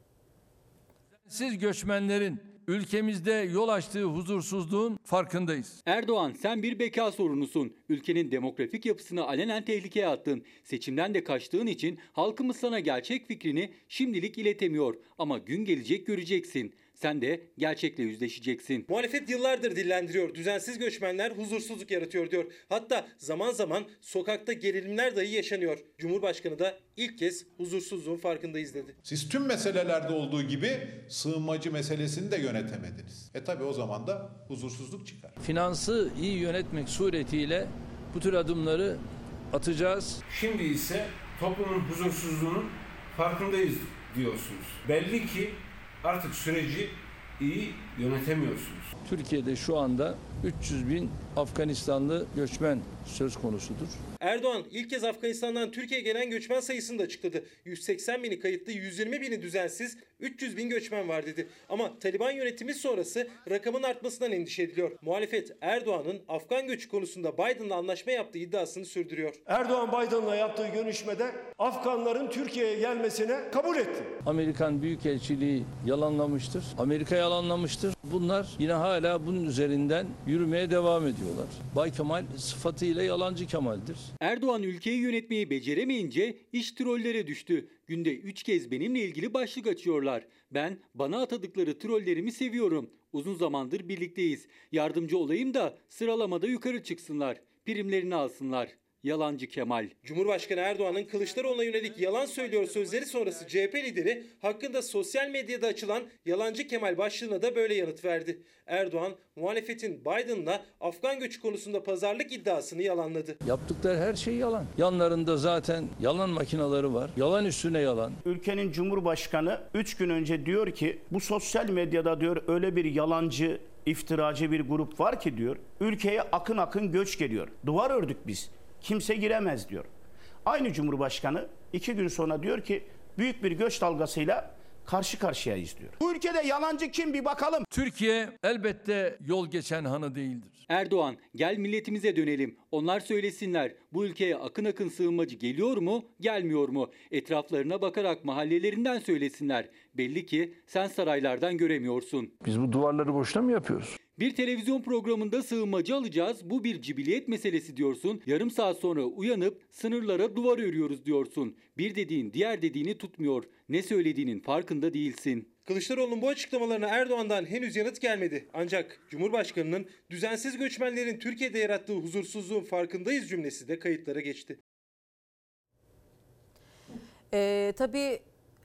Siz göçmenlerin ülkemizde yol açtığı huzursuzluğun farkındayız. Erdoğan, sen bir beka sorunusun. Ülkenin demografik yapısını alenen tehlikeye attın. Seçimden de kaçtığın için halkımız sana gerçek fikrini şimdilik iletemiyor. Ama gün gelecek göreceksin. Sen de gerçekle yüzleşeceksin. Muhalefet yıllardır dillendiriyor. Düzensiz göçmenler huzursuzluk yaratıyor diyor. Hatta zaman zaman sokakta gerilimler dahi yaşanıyor. Cumhurbaşkanı da ilk kez huzursuzluğun farkındayız dedi. Siz tüm meselelerde olduğu gibi sığınmacı meselesini de yönetemediniz. Tabii o zaman da huzursuzluk çıkar. Finansı iyi yönetmek suretiyle bu tür adımları atacağız. Şimdi ise toplumun huzursuzluğunun farkındayız diyorsunuz. Belli ki artık süreci iyi yönetemiyorsunuz. Türkiye'de şu anda 300 bin Afganistanlı göçmen söz konusudur. Erdoğan ilk kez Afganistan'dan Türkiye'ye gelen göçmen sayısını da açıkladı. 180 bini kayıtlı, 120 bini düzensiz, 300 bin göçmen var dedi. Ama Taliban yönetimi sonrası rakamın artmasından endişe ediliyor. Muhalefet Erdoğan'ın Afgan göçü konusunda Biden'la anlaşma yaptığı iddiasını sürdürüyor. Erdoğan Biden'la yaptığı görüşmede Afganların Türkiye'ye gelmesine kabul etti. Amerikan Büyükelçiliği yalanlamıştır. Amerika yalanlamıştır. Bunlar yine hala bunun üzerinden yürümeye devam ediyorlar. Bay Kemal sıfatıyla yalancı Kemal'dir. Erdoğan ülkeyi yönetmeyi beceremeyince iş trollere düştü. Günde 3 kez benimle ilgili başlık açıyorlar. Ben bana atadıkları trollerimi seviyorum. Uzun zamandır birlikteyiz. Yardımcı olayım da sıralamada yukarı çıksınlar. Primlerini alsınlar. Yalancı Kemal. Cumhurbaşkanı Erdoğan'ın Kılıçdaroğlu'na yönelik yalan söylüyor sözleri sonrası CHP lideri hakkında sosyal medyada açılan Yalancı Kemal başlığına da böyle yanıt verdi. Erdoğan, muhalefetin Biden'la Afgan göçü konusunda pazarlık iddiasını yalanladı. Yaptıkları her şey yalan. Yanlarında zaten yalan makineleri var. Yalan üstüne yalan. Ülkenin Cumhurbaşkanı 3 gün önce diyor ki bu sosyal medyada diyor öyle bir yalancı, iftiracı bir grup var ki diyor ülkeye akın akın göç geliyor. Duvar ördük biz. Kimse giremez diyor. Aynı Cumhurbaşkanı 2 gün sonra diyor ki büyük bir göç dalgasıyla karşı karşıyayız diyor. Bu ülkede yalancı kim bir bakalım. Türkiye elbette yol geçen hanı değildir. Erdoğan, gel milletimize dönelim. Onlar söylesinler. Bu ülkeye akın akın sığınmacı geliyor mu, gelmiyor mu? Etraflarına bakarak mahallelerinden söylesinler. Belli ki sen saraylardan göremiyorsun. Biz bu duvarları boşuna mı yapıyoruz? Bir televizyon programında sığınmacı alacağız, bu bir cibiliyet meselesi diyorsun. Yarım saat sonra uyanıp sınırlara duvar örüyoruz diyorsun. Bir dediğin diğer dediğini tutmuyor. Ne söylediğinin farkında değilsin. Kılıçdaroğlu'nun bu açıklamalarına Erdoğan'dan henüz yanıt gelmedi. Ancak Cumhurbaşkanı'nın düzensiz göçmenlerin Türkiye'de yarattığı huzursuzluğun farkındayız cümlesi de kayıtlara geçti. Tabii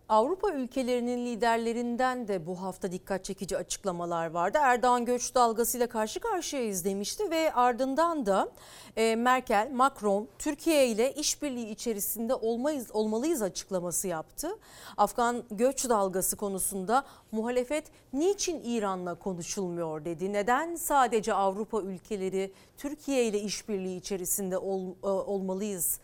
Avrupa ülkelerinin liderlerinden de bu hafta dikkat çekici açıklamalar vardı. Erdoğan göç dalgasıyla karşı karşıyayız demişti ve ardından da Merkel, Macron Türkiye ile işbirliği içerisinde olmalıyız açıklaması yaptı. Afgan göç dalgası konusunda muhalefet niçin İran'la konuşulmuyor dedi. Neden sadece Avrupa ülkeleri Türkiye ile işbirliği içerisinde olmalıyız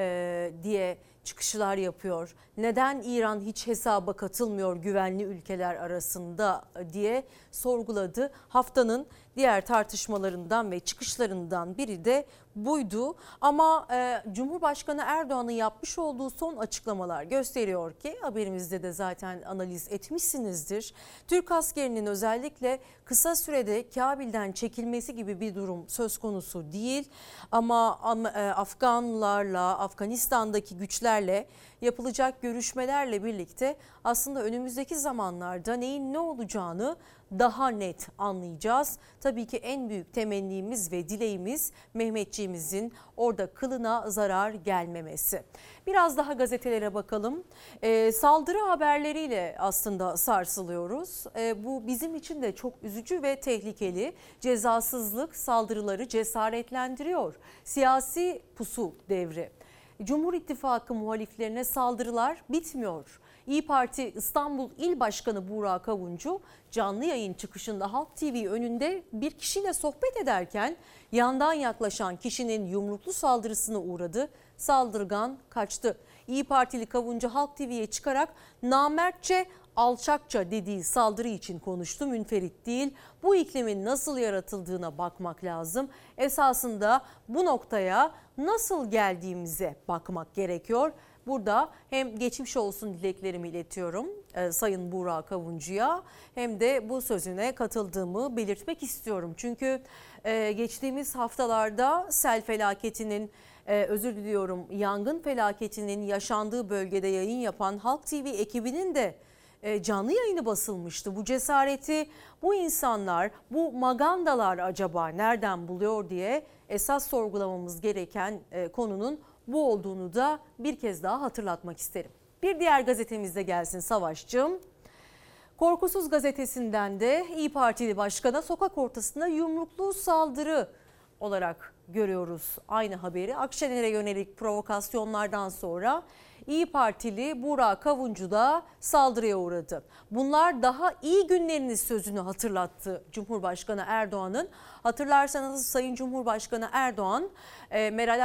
diye çıkışlar yapıyor. Neden İran hiç hesaba katılmıyor güvenli ülkeler arasında diye sorguladı. Haftanın diğer tartışmalarından ve çıkışlarından biri de buydu. Ama Cumhurbaşkanı Erdoğan'ın yapmış olduğu son açıklamalar gösteriyor ki haberimizde de zaten analiz etmişsinizdir. Türk askerinin özellikle kısa sürede Kabil'den çekilmesi gibi bir durum söz konusu değil. Ama Afganlarla, Afganistan'daki güçlerle yapılacak görüşmelerle birlikte aslında önümüzdeki zamanlarda neyin ne olacağını daha net anlayacağız. Tabii ki en büyük temennimiz ve dileğimiz Mehmetçiğimizin orada kılına zarar gelmemesi. Biraz daha gazetelere bakalım. Saldırı haberleriyle aslında sarsılıyoruz. Bu bizim için de çok üzücü ve tehlikeli. Cezasızlık saldırıları cesaretlendiriyor. Siyasi pusu devri. Cumhur İttifakı muhaliflerine saldırılar bitmiyor. İYİ Parti İstanbul İl Başkanı Burak Kavuncu canlı yayın çıkışında Halk TV önünde bir kişiyle sohbet ederken yandan yaklaşan kişinin yumruklu saldırısına uğradı. Saldırgan kaçtı. İYİ Partili Kavuncu Halk TV'ye çıkarak namertçe, alçakça dediği saldırı için konuştu. Münferit değil. Bu iklimin nasıl yaratıldığına bakmak lazım. Esasında bu noktaya nasıl geldiğimize bakmak gerekiyor. Burada hem geçmiş olsun dileklerimi iletiyorum Sayın Burak Kavuncu'ya hem de bu sözüne katıldığımı belirtmek istiyorum. Çünkü geçtiğimiz haftalarda sel felaketinin yangın felaketinin yaşandığı bölgede yayın yapan Halk TV ekibinin de canlı yayını basılmıştı. Bu cesareti bu insanlar, bu magandalar acaba nereden buluyor diye esas sorgulamamız gereken konunun bu olduğunu da bir kez daha hatırlatmak isterim. Bir diğer gazetemizde gelsin Savaş'cığım. Korkusuz gazetesinden de İYİ Partili Başkan'a sokak ortasında yumruklu saldırı olarak görüyoruz aynı haberi. Akşener'e yönelik provokasyonlardan sonra İYİ Partili Burak Kavuncu da saldırıya uğradı. Bunlar daha iyi günlerinin sözünü hatırlattı Cumhurbaşkanı Erdoğan'ın. Hatırlarsanız Sayın Cumhurbaşkanı Erdoğan Meral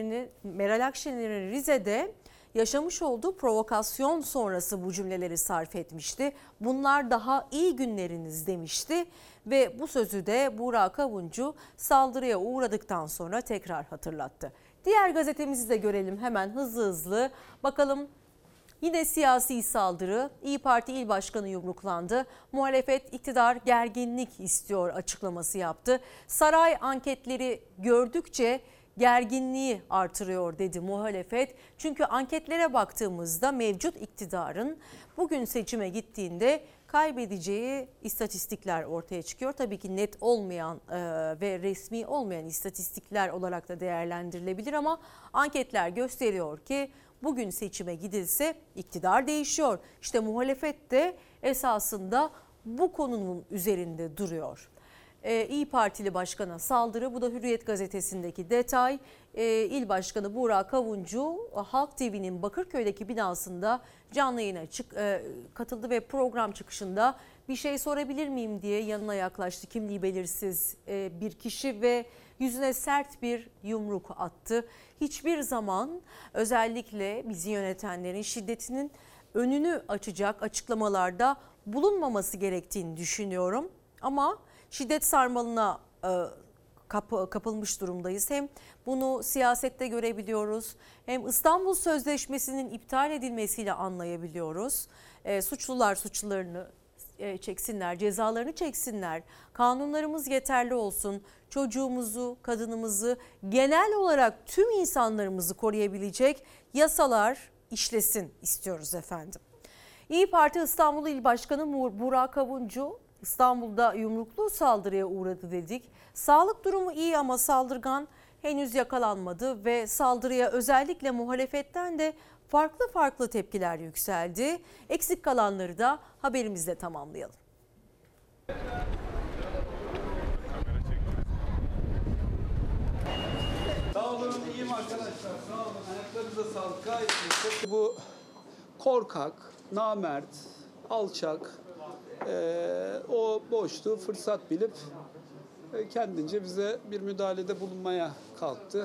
Akşener'in Rize'de yaşamış olduğu provokasyon sonrası bu cümleleri sarf etmişti. Bunlar daha iyi günleriniz demişti ve bu sözü de Burak Kavuncu saldırıya uğradıktan sonra tekrar hatırlattı. Diğer gazetemizi de görelim hemen hızlı. Bakalım yine siyasi saldırı. İYİ Parti İl Başkanı yumruklandı. Muhalefet iktidar gerginlik istiyor açıklaması yaptı. Saray anketleri gördükçe gerginliği artırıyor dedi muhalefet. Çünkü anketlere baktığımızda mevcut iktidarın bugün seçime gittiğinde kaybedeceği istatistikler ortaya çıkıyor. Tabii ki net olmayan ve resmi olmayan istatistikler olarak da değerlendirilebilir ama anketler gösteriyor ki bugün seçime gidilse iktidar değişiyor. İşte muhalefet de esasında bu konunun üzerinde duruyor. İYİ Partili Başkan'a saldırı, bu da Hürriyet gazetesindeki detay. İl Başkanı Burak Kavuncu Halk TV'nin Bakırköy'deki binasında canlı yayına katıldı ve program çıkışında bir şey sorabilir miyim diye yanına yaklaştı. Kimliği belirsiz bir kişi ve yüzüne sert bir yumruk attı. Hiçbir zaman özellikle bizi yönetenlerin şiddetinin önünü açacak açıklamalarda bulunmaması gerektiğini düşünüyorum. Ama şiddet sarmalına kapılmış durumdayız. Hem bunu siyasette görebiliyoruz hem İstanbul Sözleşmesi'nin iptal edilmesiyle anlayabiliyoruz. Suçlular suçlarını çeksinler, cezalarını çeksinler. Kanunlarımız yeterli olsun. Çocuğumuzu, kadınımızı, genel olarak tüm insanlarımızı koruyabilecek yasalar işlesin istiyoruz efendim. İYİ Parti İstanbul İl Başkanı Burak Kavuncu İstanbul'da yumruklu saldırıya uğradı dedik. Sağlık durumu iyi ama saldırgan henüz yakalanmadı ve saldırıya özellikle muhalefetten de farklı tepkiler yükseldi. Eksik kalanları da haberimizle tamamlayalım. Sağ olun, iyiyim arkadaşlar. Sağ olun, ayaklarınıza sağlık. Gayet iyi. Bu korkak, namert, alçak, o boşluğu fırsat bilip kendince bize bir müdahalede bulunmaya kalktı.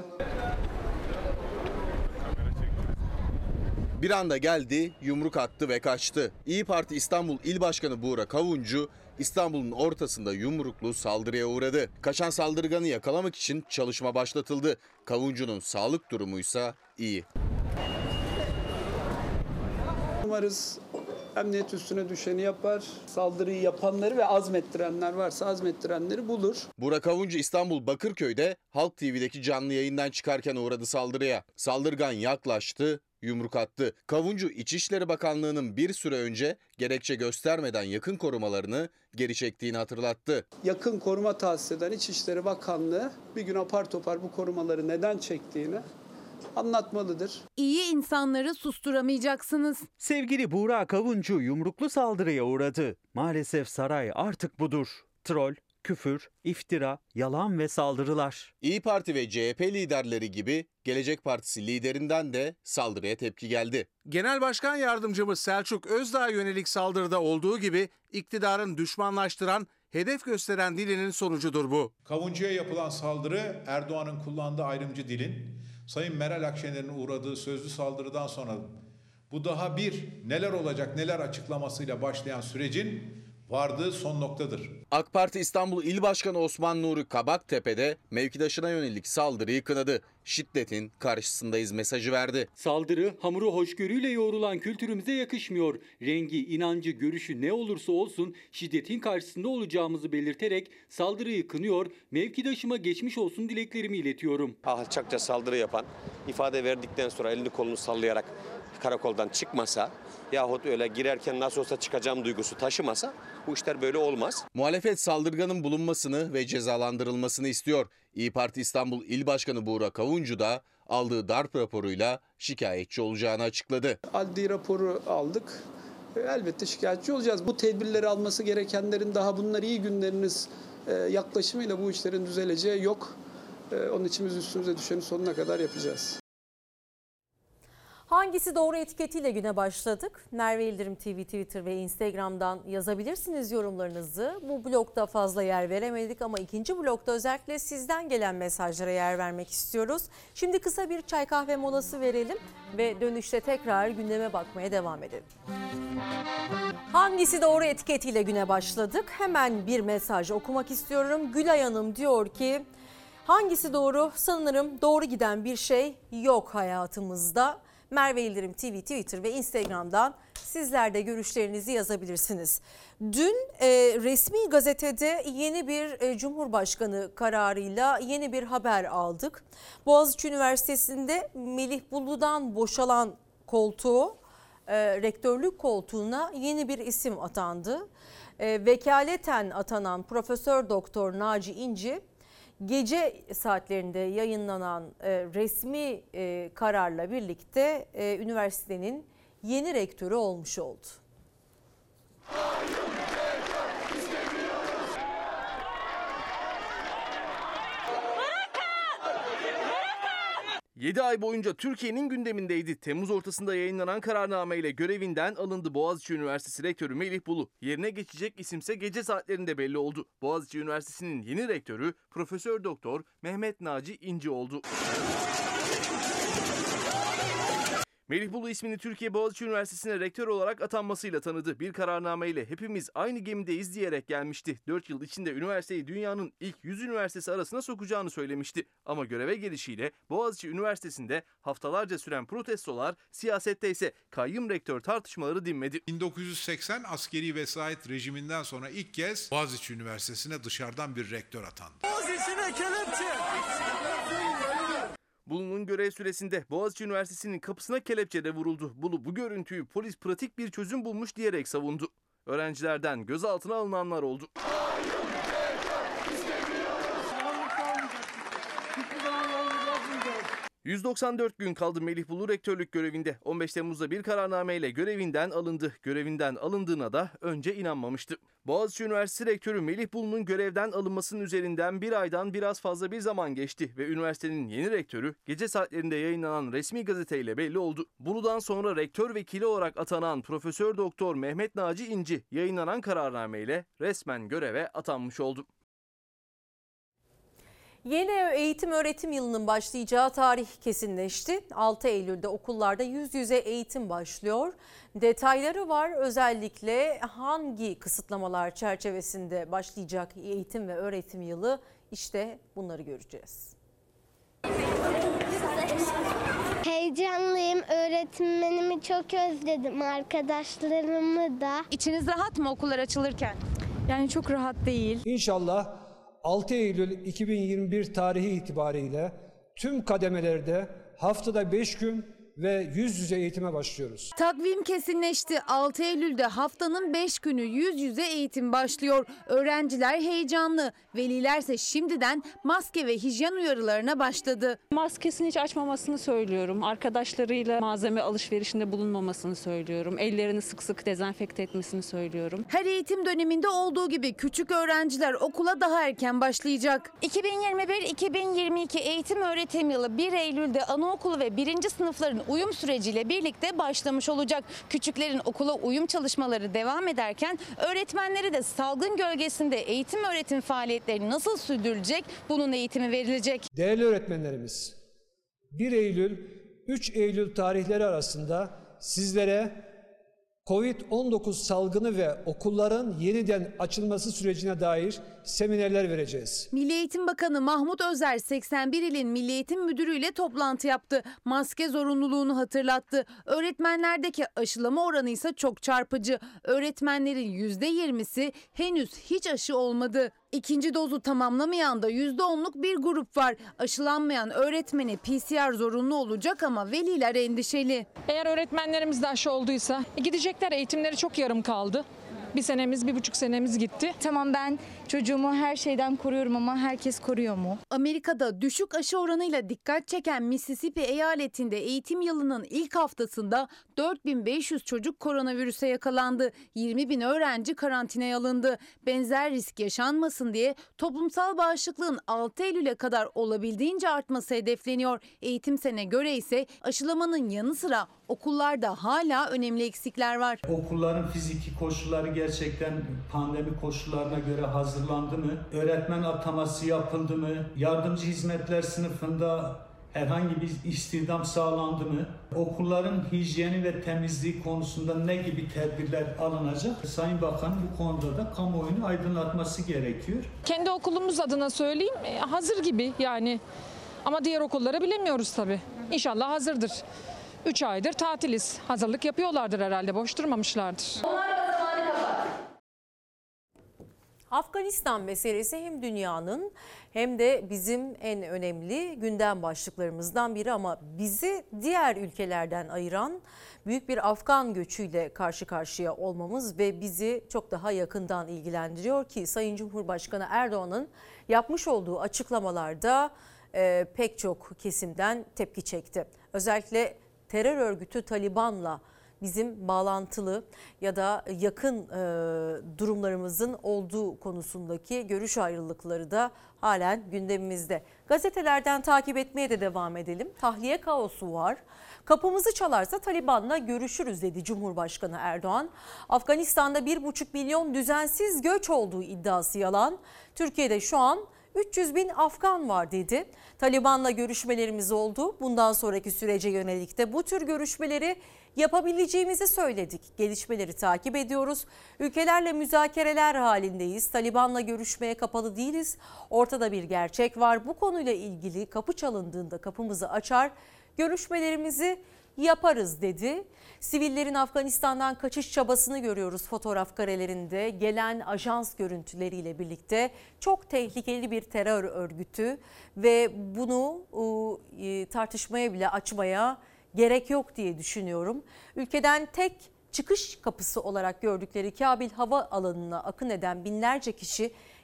Bir anda geldi, yumruk attı ve kaçtı. İyi Parti İstanbul İl Başkanı Buğra Kavuncu, İstanbul'un ortasında yumruklu saldırıya uğradı. Kaçan saldırganı yakalamak için çalışma başlatıldı. Kavuncu'nun sağlık durumuysa iyi. Umarız emniyet üstüne düşeni yapar. Saldırıyı yapanları ve azmettirenler varsa azmettirenleri bulur. Buğra Kavuncu İstanbul Bakırköy'de Halk TV'deki canlı yayından çıkarken uğradı saldırıya. Saldırgan yaklaştı, yumruk attı. Kavuncu İçişleri Bakanlığı'nın bir süre önce gerekçe göstermeden yakın korumalarını geri çektiğini hatırlattı. Yakın koruma tahsis eden İçişleri Bakanlığı bir gün apar topar bu korumaları neden çektiğini anlatmalıdır. İyi insanları susturamayacaksınız. Sevgili Buğra Kavuncu yumruklu saldırıya uğradı. Maalesef saray artık budur. Troll, küfür, iftira, yalan ve saldırılar. İyi Parti ve CHP liderleri gibi Gelecek Partisi liderinden de saldırıya tepki geldi. Genel Başkan Yardımcımız Selçuk Özdağ'a yönelik saldırıda olduğu gibi iktidarın düşmanlaştıran, hedef gösteren dilinin sonucudur bu. Kavuncu'ya yapılan saldırı Erdoğan'ın kullandığı ayrımcı dilin, Sayın Meral Akşener'in uğradığı sözlü saldırıdan sonra bu daha bir neler olacak neler açıklamasıyla başlayan sürecin vardığı son noktadır. AK Parti İstanbul İl Başkanı Osman Nuri Kabaktepe'de mevkidaşına yönelik saldırıyı kınadı. Şiddetin karşısındayız mesajı verdi. Saldırı hamuru hoşgörüyle yoğrulan kültürümüze yakışmıyor. Rengi, inancı, görüşü ne olursa olsun şiddetin karşısında olacağımızı belirterek saldırıyı kınıyor, mevkidaşıma geçmiş olsun dileklerimi iletiyorum. Alçakça saldırı yapan, ifade verdikten sonra elini kolunu sallayarak karakoldan çıkmasa yahut öyle girerken nasıl olsa çıkacağım duygusu taşımasa bu işler böyle olmaz. Muhalefet saldırganın bulunmasını ve cezalandırılmasını istiyor. İyi Parti İstanbul İl Başkanı Buğra Kavuncu da aldığı darp raporuyla şikayetçi olacağını açıkladı. Adli raporu aldık. Elbette şikayetçi olacağız. Bu tedbirleri alması gerekenlerin daha bunlar iyi günleriniz yaklaşımıyla bu işlerin düzeleceği yok. Onun için biz üstümüze düşeni sonuna kadar yapacağız. Hangisi doğru etiketiyle güne başladık? Merve İldirim TV Twitter ve Instagram'dan yazabilirsiniz yorumlarınızı. Bu blokta fazla yer veremedik ama ikinci blokta özellikle sizden gelen mesajlara yer vermek istiyoruz. Şimdi kısa bir çay kahve molası verelim ve dönüşte tekrar gündeme bakmaya devam edelim. Hangisi doğru etiketiyle güne başladık? Hemen bir mesaj okumak istiyorum. Gülay Hanım diyor ki hangisi doğru? Sanırım doğru giden bir şey yok hayatımızda. Merve İldirim TV Twitter ve Instagram'dan sizler de görüşlerinizi yazabilirsiniz. Dün resmi gazetede yeni bir Cumhurbaşkanı kararıyla yeni bir haber aldık. Boğaziçi Üniversitesi'nde Melih Bulu'dan boşalan koltuğu, rektörlük koltuğuna yeni bir isim atandı. Vekaleten atanan Profesör Doktor Naci İnci, gece saatlerinde yayınlanan resmi kararla birlikte üniversitenin yeni rektörü olmuş oldu. 7 ay boyunca Türkiye'nin gündemindeydi. Temmuz ortasında yayınlanan kararnameyle görevinden alındı Boğaziçi Üniversitesi Rektörü Melih Bulu. Yerine geçecek isimse gece saatlerinde belli oldu. Boğaziçi Üniversitesi'nin yeni rektörü Profesör Doktor Mehmet Naci İnci oldu. Melih Bulu ismini Türkiye Boğaziçi Üniversitesi'ne rektör olarak atanmasıyla tanıdı. Bir kararnameyle hepimiz aynı gemideyiz diyerek gelmişti. 4 yıl içinde üniversiteyi dünyanın ilk 100 üniversitesi arasına sokacağını söylemişti. Ama göreve gelişiyle Boğaziçi Üniversitesi'nde haftalarca süren protestolar, siyasette ise kayyum rektör tartışmaları dinmedi. 1980 askeri vesayet rejiminden sonra ilk kez Boğaziçi Üniversitesi'ne dışarıdan bir rektör atandı. Boğaziçi'ne kelepçe! Bulu'nun görev süresinde Boğaziçi Üniversitesi'nin kapısına kelepçeyle vuruldu. Bulu bu görüntüyü polis pratik bir çözüm bulmuş diyerek savundu. Öğrencilerden gözaltına alınanlar oldu. 194 gün kaldı Melih Bulu rektörlük görevinde. 15 Temmuz'da bir kararnameyle görevinden alındı. Görevinden alındığına da önce inanmamıştı. Boğaziçi Üniversitesi Rektörü Melih Bulu'nun görevden alınmasının üzerinden bir aydan biraz fazla bir zaman geçti ve üniversitenin yeni rektörü gece saatlerinde yayınlanan resmi gazeteyle belli oldu. Bulu'dan sonra rektör vekili olarak atanan Profesör Doktor Mehmet Naci İnci yayınlanan kararnameyle resmen göreve atanmış oldu. Yeni eğitim öğretim yılının başlayacağı tarih kesinleşti. 6 Eylül'de okullarda yüz yüze eğitim başlıyor. Detayları var. Özellikle hangi kısıtlamalar çerçevesinde başlayacak eğitim ve öğretim yılı, işte bunları göreceğiz. Heyecanlıyım. Öğretmenimi çok özledim. Arkadaşlarımı da. İçiniz rahat mı okullar açılırken? Yani çok rahat değil. İnşallah 6 Eylül 2021 tarihi itibariyle tüm kademelerde haftada 5 gün ve yüz yüze eğitime başlıyoruz. Takvim kesinleşti. 6 Eylül'de haftanın 5 günü yüz yüze eğitim başlıyor. Öğrenciler heyecanlı. Velilerse şimdiden maske ve hijyen uyarılarına başladı. Maskesini hiç açmamasını söylüyorum. Arkadaşlarıyla malzeme alışverişinde bulunmamasını söylüyorum. Ellerini sık sık dezenfekte etmesini söylüyorum. Her eğitim döneminde olduğu gibi küçük öğrenciler okula daha erken başlayacak. 2021-2022 eğitim öğretim yılı 1 Eylül'de anaokulu ve 1. sınıfların uyum süreciyle birlikte başlamış olacak. Küçüklerin okula uyum çalışmaları devam ederken öğretmenleri de salgın gölgesinde eğitim öğretim faaliyetleri nasıl sürdürülecek, bunun eğitimi verilecek. Değerli öğretmenlerimiz, 1 Eylül 3 Eylül tarihleri arasında sizlere Covid-19 salgını ve okulların yeniden açılması sürecine dair seminerler vereceğiz. Milli Eğitim Bakanı Mahmut Özer 81 ilin Milli Eğitim Müdürü ile toplantı yaptı. Maske zorunluluğunu hatırlattı. Öğretmenlerdeki aşılama oranı ise çok çarpıcı. Öğretmenlerin %20'si henüz hiç aşı olmadı. İkinci dozu tamamlamayan da %10'luk bir grup var. Aşılanmayan öğretmeni PCR zorunlu olacak ama veliler endişeli. Eğer öğretmenlerimiz de aşı olduysa gidecekler, eğitimleri çok yarım kaldı. Bir senemiz, 1,5 senemiz gitti. Tamam, ben çocuğumu her şeyden koruyorum ama herkes koruyor mu? Amerika'da düşük aşı oranıyla dikkat çeken Mississippi eyaletinde eğitim yılının ilk haftasında 4500 çocuk koronavirüse yakalandı. 20.000 öğrenci karantinaya alındı. Benzer risk yaşanmasın diye toplumsal bağışıklığın 6 Eylül'e kadar olabildiğince artması hedefleniyor. Eğitim Sen'e göre ise aşılamanın yanı sıra okullarda hala önemli eksikler var. Okulların fiziki koşulları gerçekten pandemi koşullarına göre hazırlandı mı? Öğretmen ataması yapıldı mı? Yardımcı hizmetler sınıfında herhangi bir istihdam sağlandı mı? Okulların hijyeni ve temizliği konusunda ne gibi tedbirler alınacak? Sayın Bakan bu konuda da kamuoyunu aydınlatması gerekiyor. Kendi okulumuz adına söyleyeyim, hazır gibi yani. Ama diğer okulları bilemiyoruz tabii. İnşallah hazırdır. 3 aydır tatiliz. Hazırlık yapıyorlardır herhalde, boş durmamışlardır. Afganistan meselesi hem dünyanın hem de bizim en önemli gündem başlıklarımızdan biri ama bizi diğer ülkelerden ayıran büyük bir Afgan göçüyle karşı karşıya olmamız ve bizi çok daha yakından ilgilendiriyor ki Sayın Cumhurbaşkanı Erdoğan'ın yapmış olduğu açıklamalarda pek çok kesimden tepki çekti. Özellikle terör örgütü Taliban'la bizim bağlantılı ya da yakın durumlarımızın olduğu konusundaki görüş ayrılıkları da halen gündemimizde. Gazetelerden takip etmeye de devam edelim. Tahliye kaosu var. Kapımızı çalarsa Taliban'la görüşürüz dedi Cumhurbaşkanı Erdoğan. Afganistan'da 1,5 milyon düzensiz göç olduğu iddiası yalan. Türkiye'de şu an 300.000 Afgan var dedi. Taliban'la görüşmelerimiz oldu. Bundan sonraki sürece yönelik de bu tür görüşmeleri yapabileceğimizi söyledik. Gelişmeleri takip ediyoruz. Ülkelerle müzakereler halindeyiz. Taliban'la görüşmeye kapalı değiliz. Ortada bir gerçek var. Bu konuyla ilgili kapı çalındığında kapımızı açar, görüşmelerimizi yaparız dedi. Sivillerin Afganistan'dan kaçış çabasını görüyoruz fotoğraf karelerinde. Gelen ajans görüntüleriyle birlikte çok tehlikeli bir terör örgütü ve bunu tartışmaya bile açmaya gerek yok diye düşünüyorum. Ülkeden tek çıkış kapısı olarak gördükleri Kabil Havaalanı'na akın eden binlerce kişi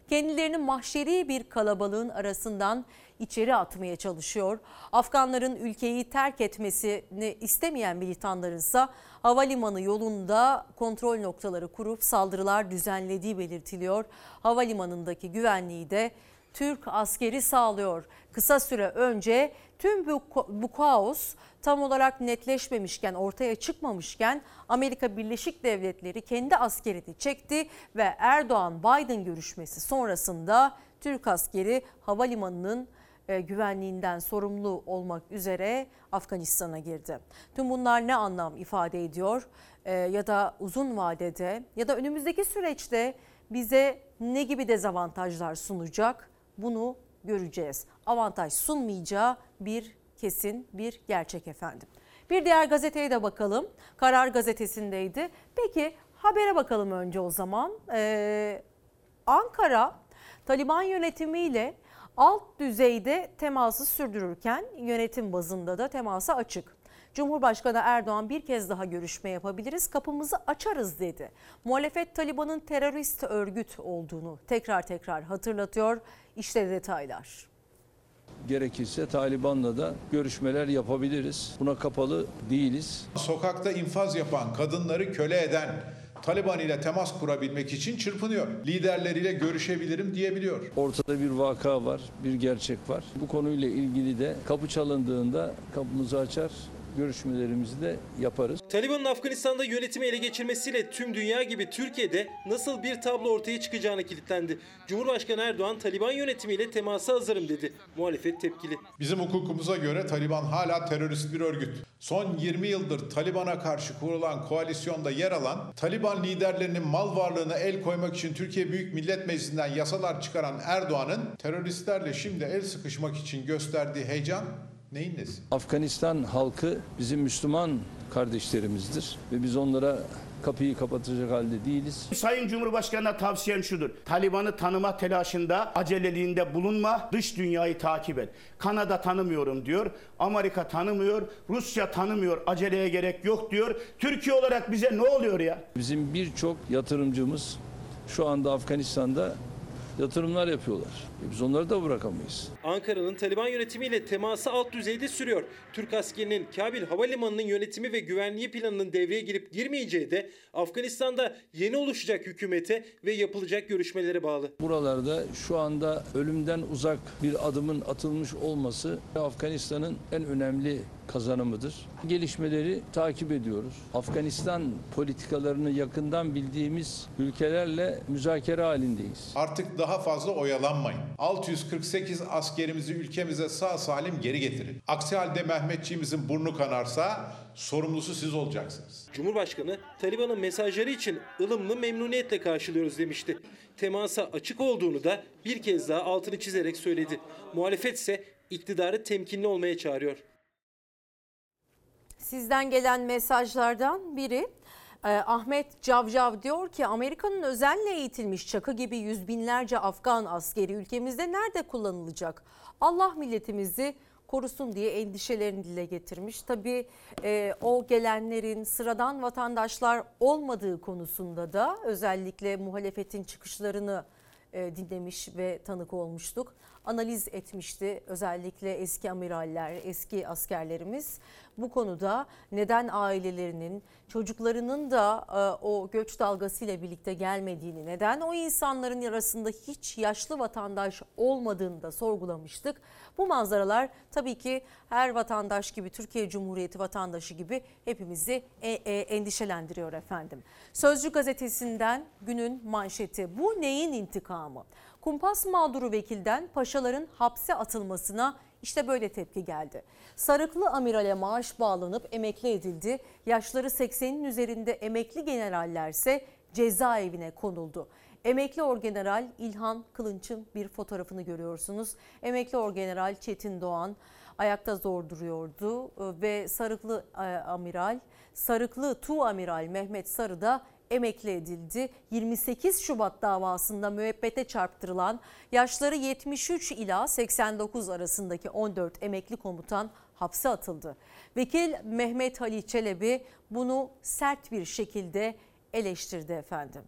kendilerini mahşeri bir kalabalığın arasından içeri atmaya çalışıyor. Afganların ülkeyi terk etmesini istemeyen militanlarınsa havalimanı yolunda kontrol noktaları kurup saldırılar düzenlediği belirtiliyor. Havalimanındaki güvenliği de Türk askeri sağlıyor. Kısa süre önce tüm bu kaos tam olarak netleşmemişken, ortaya çıkmamışken Amerika Birleşik Devletleri kendi askerini çekti ve Erdoğan-Biden görüşmesi sonrasında Türk askeri havalimanının güvenliğinden sorumlu olmak üzere Afganistan'a girdi. Tüm bunlar ne anlam ifade ediyor ya da uzun vadede ya da önümüzdeki süreçte bize ne gibi dezavantajlar sunacak, bunu göreceğiz. Avantaj sunmayacağı bir kesin, bir gerçek efendim. Bir diğer gazeteye de bakalım. Karar Gazetesi'ndeydi. Peki habere bakalım önce o zaman. Ankara Taliban yönetimiyle alt düzeyde teması sürdürürken yönetim bazında da temasa açık. Cumhurbaşkanı Erdoğan bir kez daha görüşme yapabiliriz, kapımızı açarız dedi. Muhalefet Taliban'ın terörist örgüt olduğunu tekrar hatırlatıyor. İşte detaylar. Gerekirse Taliban'la da görüşmeler yapabiliriz. Buna kapalı değiliz. Sokakta infaz yapan, kadınları köle eden, Taliban ile temas kurabilmek için çırpınıyor. Liderleriyle görüşebilirim diyebiliyor. Ortada bir vaka var, bir gerçek var. Bu konuyla ilgili de kapı çalındığında kapımızı açar, görüşmelerimizi de yaparız. Taliban'ın Afganistan'da yönetimi ele geçirmesiyle tüm dünya gibi Türkiye'de nasıl bir tablo ortaya çıkacağına kilitlendi. Cumhurbaşkanı Erdoğan Taliban yönetimiyle temasa hazırım dedi. Muhalefet tepkili. Bizim hukukumuza göre Taliban hala terörist bir örgüt. Son 20 yıldır Taliban'a karşı kurulan koalisyonda yer alan, Taliban liderlerinin mal varlığına el koymak için Türkiye Büyük Millet Meclisi'nden yasalar çıkaran Erdoğan'ın teröristlerle şimdi el sıkışmak için gösterdiği heyecan neyin nesi? Afganistan halkı bizim Müslüman kardeşlerimizdir ve biz onlara kapıyı kapatacak halde değiliz. Sayın Cumhurbaşkanı'na tavsiyem şudur. Taliban'ı tanıma telaşında, aceleliğinde bulunma, dış dünyayı takip et. Kanada tanımıyorum diyor, Amerika tanımıyor, Rusya tanımıyor, aceleye gerek yok diyor. Türkiye olarak bize ne oluyor ya? Bizim birçok yatırımcımız şu anda Afganistan'da yatırımlar yapıyorlar. Biz onları da bırakamayız. Ankara'nın Taliban yönetimiyle teması alt düzeyde sürüyor. Türk askerinin Kabil Havalimanı'nın yönetimi ve güvenliği planının devreye girip girmeyeceği de Afganistan'da yeni oluşacak hükümete ve yapılacak görüşmelere bağlı. Buralarda şu anda ölümden uzak bir adımın atılmış olması Afganistan'ın en önemli kazanımıdır. Gelişmeleri takip ediyoruz. Afganistan politikalarını yakından bildiğimiz ülkelerle müzakere halindeyiz. Artık daha fazla oyalanmayın. 648 askerimizi ülkemize sağ salim geri getirin. Aksi halde Mehmetçiğimizin burnu kanarsa sorumlusu siz olacaksınız. Cumhurbaşkanı Taliban'ın mesajları için ılımlı memnuniyetle karşılıyoruz demişti. Temasa açık olduğunu da bir kez daha altını çizerek söyledi. Muhalefet ise iktidarı temkinli olmaya çağırıyor. Sizden gelen mesajlardan biri Ahmet Cavcav diyor ki Amerika'nın özenle eğitilmiş Çakı gibi yüz binlerce Afgan askeri ülkemizde nerede kullanılacak? Allah milletimizi korusun diye endişelerini dile getirmiş. Tabii o gelenlerin sıradan vatandaşlar olmadığı konusunda da özellikle muhalefetin çıkışlarını dinlemiş ve tanık olmuştuk. Analiz etmişti özellikle eski amiraller, eski askerlerimiz. Bu konuda neden ailelerinin, çocuklarının da o göç dalgasıyla birlikte gelmediğini, neden o insanların arasında hiç yaşlı vatandaş olmadığını da sorgulamıştık. Bu manzaralar tabii ki her vatandaş gibi, Türkiye Cumhuriyeti vatandaşı gibi hepimizi endişelendiriyor efendim. Sözcü gazetesinden günün manşeti: bu neyin intikamı? Kumpas mağduru vekilden paşaların hapse atılmasına işte böyle tepki geldi. Sarıklı amirale maaş bağlanıp emekli edildi. Yaşları 80'in üzerinde emekli generallerse cezaevine konuldu. Emekli orgeneral İlhan Kılınç'ın bir fotoğrafını görüyorsunuz. Emekli orgeneral Çetin Doğan ayakta zor duruyordu ve Sarıklı Tuğamiral Mehmet Sarı da emekli edildi. 28 Şubat davasında müebbete çarptırılan yaşları 73 ila 89 arasındaki 14 emekli komutan hapse atıldı. Vekil Mehmet Halil Çelebi bunu sert bir şekilde eleştirdi efendim.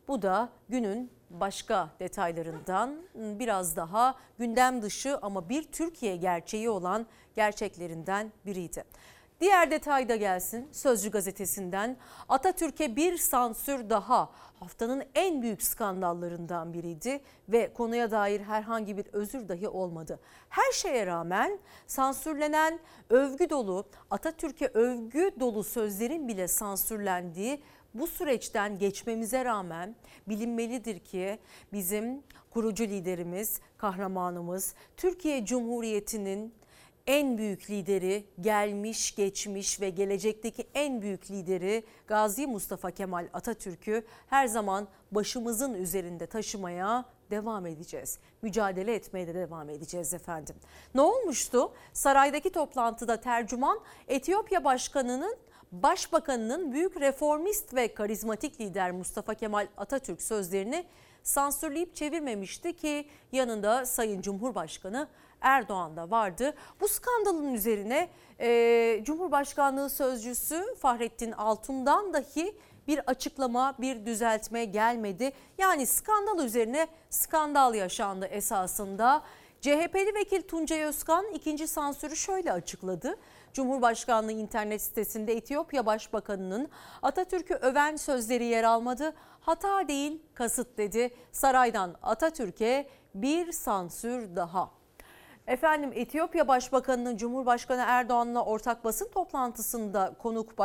Bu da günün başka detaylarından, biraz daha gündem dışı ama bir Türkiye gerçeği olan gerçeklerinden biriydi. Diğer detay da gelsin Sözcü gazetesinden. Atatürk'e bir sansür daha, haftanın en büyük skandallarından biriydi ve konuya dair herhangi bir özür dahi olmadı. Her şeye rağmen sansürlenen, övgü dolu, Atatürk'e övgü dolu sözlerin bile sansürlendiği bu süreçten geçmemize rağmen bilinmelidir ki bizim kurucu liderimiz, kahramanımız, Türkiye Cumhuriyeti'nin en büyük lideri, gelmiş, geçmiş ve gelecekteki en büyük lideri Gazi Mustafa Kemal Atatürk'ü her zaman başımızın üzerinde taşımaya devam edeceğiz. Mücadele etmeye de devam edeceğiz efendim. Ne olmuştu? Saraydaki toplantıda tercüman Etiyopya Başbakanının büyük reformist ve karizmatik lider Mustafa Kemal Atatürk sözlerini sansürleyip çevirmemişti ki yanında Sayın Cumhurbaşkanı Erdoğan da vardı. Bu skandalın üzerine Cumhurbaşkanlığı Sözcüsü Fahrettin Altun'dan dahi bir açıklama, bir düzeltme gelmedi. Yani skandal üzerine skandal yaşandı esasında. CHP'li vekil Tuncay Özkan ikinci sansürü şöyle açıkladı. Cumhurbaşkanlığı internet sitesinde Etiyopya Başbakanı'nın Atatürk'ü öven sözleri yer almadı. Hata değil, kasıt dedi. Saraydan Atatürk'e bir sansür daha. Efendim Etiyopya Başbakanı'nın Cumhurbaşkanı Erdoğan'la ortak basın toplantısında konuk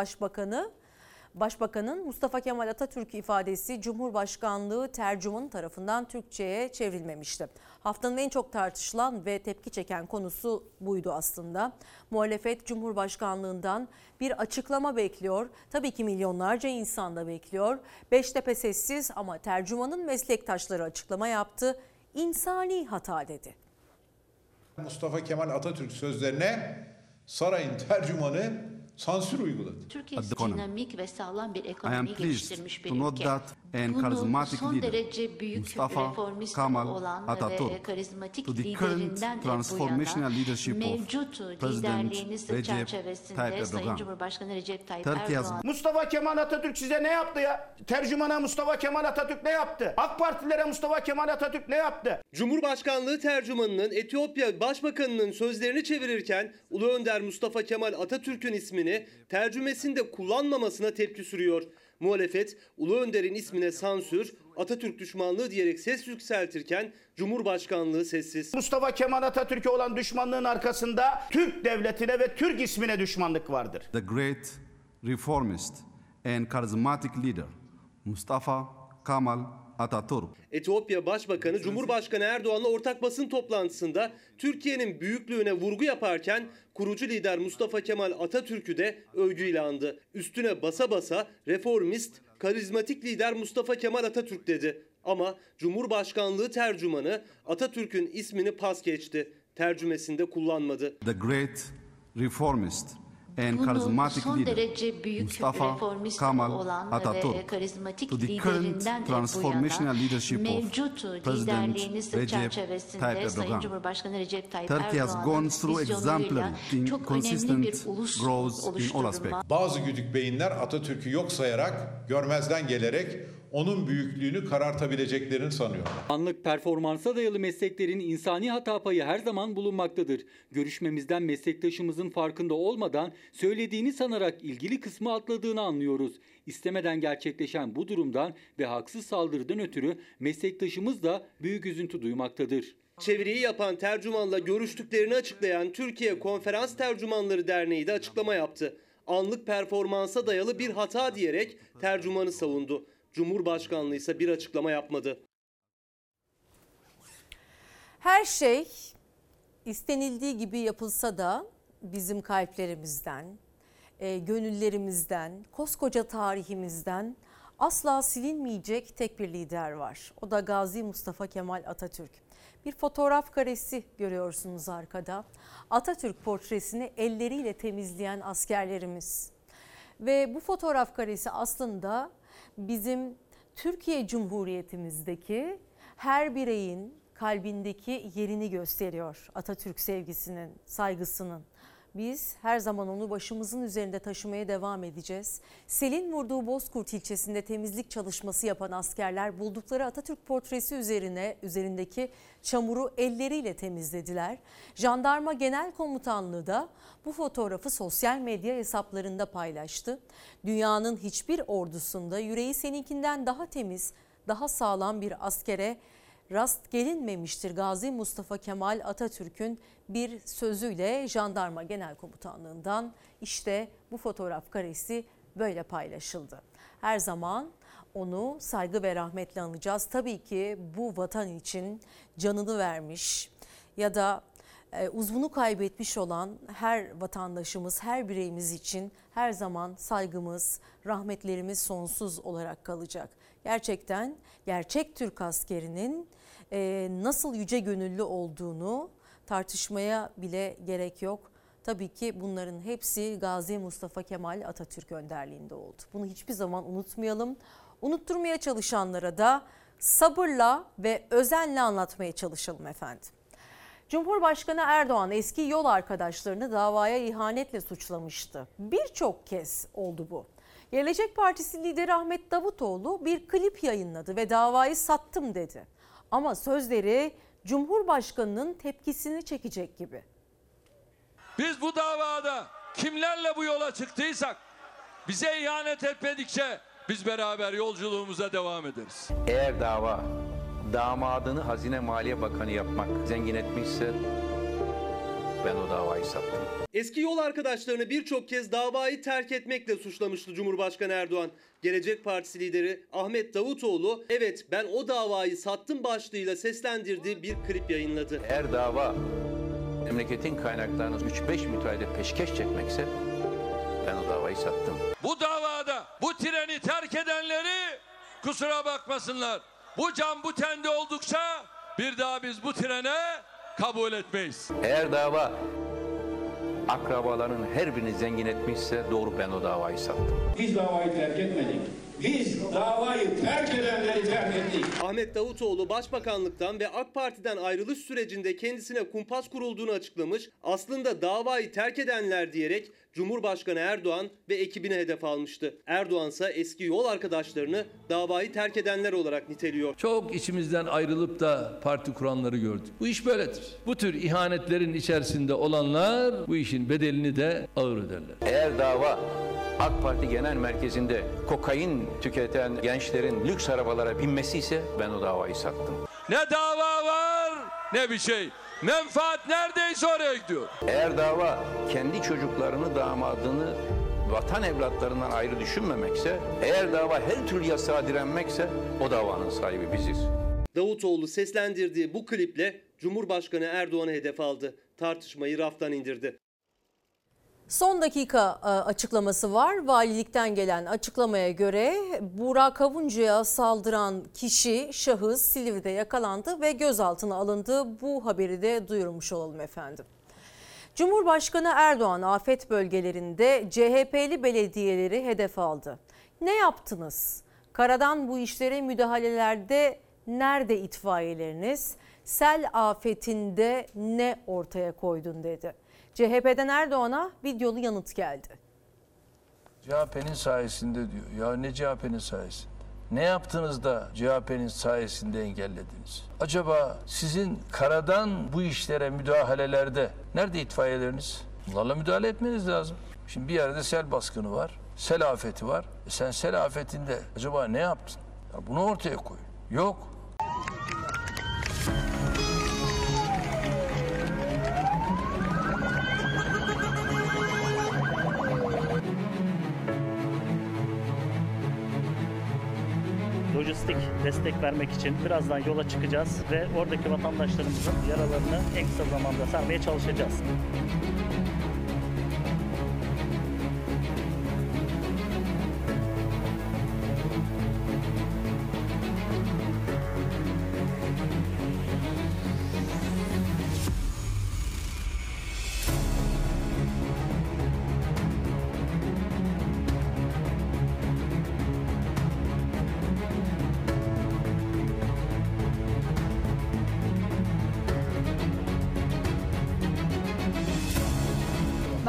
Başbakanın Mustafa Kemal Atatürk ifadesi Cumhurbaşkanlığı tercümanı tarafından Türkçe'ye çevrilmemişti. Haftanın en çok tartışılan ve tepki çeken konusu buydu aslında. Muhalefet Cumhurbaşkanlığından bir açıklama bekliyor. Tabii ki milyonlarca insan da bekliyor. Beştepe sessiz ama tercümanın meslektaşları açıklama yaptı. İnsani hata dedi. Mustafa Kemal Atatürk sözlerine sarayın tercümanı sansür uyguladı. Türkiye dinamik ve sağlam bir ekonomi geliştirmiş bir ülke. Bunu son derece büyük reformist olan ve karizmatik liderinden bu yana mevcut liderliğiniz çerçevesinde Sayın Cumhurbaşkanı Recep Tayyip Erdoğan. Mustafa Kemal Atatürk size ne yaptı ya? Tercümana Mustafa Kemal Atatürk ne yaptı? AK Partililere Mustafa Kemal Atatürk ne yaptı? Cumhurbaşkanlığı tercümanının Etiyopya Başbakanı'nın sözlerini çevirirken Ulu Önder Mustafa Kemal Atatürk'ün ismini tercümesinde kullanmamasına tepki sürüyor. Muhalefet Ulu Önder'in ismine sansür, Atatürk düşmanlığı diyerek ses yükseltirken Cumhurbaşkanlığı sessiz. Mustafa Kemal Atatürk'e olan düşmanlığın arkasında Türk devletine ve Türk ismine düşmanlık vardır. The great reformist and charismatic leader Mustafa Kemal Atatürk. Etiyopya Başbakanı Cumhurbaşkanı Erdoğan'la ortak basın toplantısında Türkiye'nin büyüklüğüne vurgu yaparken kurucu lider Mustafa Kemal Atatürk'ü de övgüyle andı. Üstüne basa basa reformist, karizmatik lider Mustafa Kemal Atatürk dedi. Ama Cumhurbaşkanlığı tercümanı Atatürk'ün ismini pas geçti. Tercümesinde kullanmadı. The great reformist and charismatic son leader derece büyük Mustafa reformist Kemal olan Atatürk. ve karizmatik To the liderinden current bu yana transformational leadership of mevcut President liderliğiniz Recep çerçevesinde Tayyip Sayın Erdoğan. Cumhurbaşkanı Recep Tayyip Turkey has Erdoğan'ın gone through exemplary vizyonuyla çok önemli bir consistent ulus growth in all oluşturma. aspects. Bazı güdük beyinler Atatürk'ü yok sayarak, görmezden gelerek onun büyüklüğünü karartabileceklerini sanıyorlar. Anlık performansa dayalı mesleklerin insani hata payı her zaman bulunmaktadır. Görüşmemizden meslektaşımızın farkında olmadan söylediğini sanarak ilgili kısmı atladığını anlıyoruz. İstemeden gerçekleşen bu durumdan ve haksız saldırıdan ötürü meslektaşımız da büyük üzüntü duymaktadır. Çeviriyi yapan tercümanla görüştüklerini açıklayan Türkiye Konferans Tercümanları Derneği de açıklama yaptı. Anlık performansa dayalı bir hata diyerek tercümanı savundu. Cumhurbaşkanlığı ise bir açıklama yapmadı. Her şey istenildiği gibi yapılsa da bizim kalplerimizden, gönüllerimizden, koskoca tarihimizden asla silinmeyecek tek bir lider var. O da Gazi Mustafa Kemal Atatürk. Bir fotoğraf karesi görüyorsunuz arkada. Atatürk portresini elleriyle temizleyen askerlerimiz. Ve bu fotoğraf karesi aslında bizim Türkiye Cumhuriyetimizdeki her bireyin kalbindeki yerini gösteriyor. Atatürk sevgisinin, saygısının Biz her zaman onu başımızın üzerinde taşımaya devam edeceğiz. Selin vurduğu Bozkurt ilçesinde temizlik çalışması yapan askerler buldukları Atatürk portresi üzerindeki çamuru elleriyle temizlediler. Jandarma Genel Komutanlığı da bu fotoğrafı sosyal medya hesaplarında paylaştı. Dünyanın hiçbir ordusunda yüreği seninkinden daha temiz, daha sağlam bir askere rast gelinmemiştir. Gazi Mustafa Kemal Atatürk'ün bir sözüyle Jandarma Genel Komutanlığı'ndan işte bu fotoğraf karesi böyle paylaşıldı. Her zaman onu saygı ve rahmetle anacağız. Tabii ki bu vatan için canını vermiş ya da uzvunu kaybetmiş olan her vatandaşımız, her bireyimiz için her zaman saygımız, rahmetlerimiz sonsuz olarak kalacak. Gerçekten gerçek Türk askerinin nasıl yüce gönüllü olduğunu tartışmaya bile gerek yok. Tabii ki bunların hepsi Gazi Mustafa Kemal Atatürk önderliğinde oldu. Bunu hiçbir zaman unutmayalım. Unutturmaya çalışanlara da sabırla ve özenle anlatmaya çalışalım efendim. Cumhurbaşkanı Erdoğan eski yol arkadaşlarını davaya ihanetle suçlamıştı. Birçok kez oldu bu. Gelecek Partisi lideri Ahmet Davutoğlu bir klip yayınladı ve davayı sattım dedi. Ama sözleri Cumhurbaşkanı'nın tepkisini çekecek gibi. Biz bu davada kimlerle bu yola çıktıysak bize ihanet etmedikçe biz beraber yolculuğumuza devam ederiz. Eğer dava damadını Hazine Maliye Bakanı yapmak zengin etmişse ben o davayı sattım. Eski yol arkadaşlarını birçok kez davayı terk etmekle suçlamıştı Cumhurbaşkanı Erdoğan. Gelecek Partisi lideri Ahmet Davutoğlu, evet ben o davayı sattım başlığıyla seslendirdiği bir klip yayınladı. Eğer dava memleketin kaynaklarını 3-5 müteahhide peşkeş çekmekse ben o davayı sattım. Bu davada bu treni terk edenleri kusura bakmasınlar. Bu can bu tende oldukça bir daha biz bu trene kabul etmeyiz. Eğer dava akrabaların her birini zengin etmişse doğru ben o davayı sattım. Biz davayı terk etmedik. Biz davayı terk edenleri terk ettik. Ahmet Davutoğlu Başbakanlıktan ve AK Parti'den ayrılış sürecinde kendisine kumpas kurulduğunu açıklamış. Aslında davayı terk edenler diyerek Cumhurbaşkanı Erdoğan ve ekibine hedef almıştı. Erdoğan ise eski yol arkadaşlarını davayı terk edenler olarak niteliyor. Çok içimizden ayrılıp da parti kuranları gördük. Bu iş böyledir. Bu tür ihanetlerin içerisinde olanlar bu işin bedelini de ağır öderler. Eğer dava AK Parti Genel Merkezi'nde kokain tüketen gençlerin lüks arabalara binmesi ise ben o davayı sattım. Ne dava var ne bir şey. Menfaat neredeyse oraya gidiyor. Eğer dava kendi çocuklarını, damadını vatan evlatlarından ayrı düşünmemekse, eğer dava her türlü yasağa direnmekse o davanın sahibi biziz. Davutoğlu seslendirdiği bu kliple Cumhurbaşkanı Erdoğan'ı hedef aldı. Tartışmayı raftan indirdi. Son dakika açıklaması var. Valilikten gelen açıklamaya göre Burak Avuncu'ya saldıran kişi, şahıs Silivri'de yakalandı ve gözaltına alındı. Bu haberi de duyurmuş olalım efendim. Cumhurbaşkanı Erdoğan afet bölgelerinde CHP'li belediyeleri hedef aldı. Ne yaptınız? Karadan bu işlere müdahalelerde nerede itfaiyeleriniz? Sel afetinde ne ortaya koydun dedi. CHP'den Erdoğan'a videolu yanıt geldi. CHP'nin sayesinde diyor. Ya ne CHP'nin sayesinde? Ne yaptınız da CHP'nin sayesinde engellediniz? Acaba sizin karadan bu işlere müdahalelerde nerede itfaiyeleriniz? Bunlarla müdahale etmeniz lazım. Şimdi bir yerde sel baskını var, sel afeti var. Sen sel afetinde acaba ne yaptın? Ya bunu ortaya koy. Yok. Lojistik destek vermek için birazdan yola çıkacağız ve oradaki vatandaşlarımızın yaralarını en kısa zamanda sarmaya çalışacağız.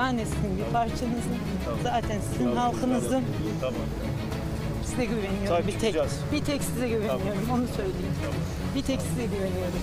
tanesiyim, bir parçanızım. Zaten sizin halkınızın. Size güveniyorum. Bir tek size güveniyorum, onu söyleyeyim. Bir tek size güveniyorum.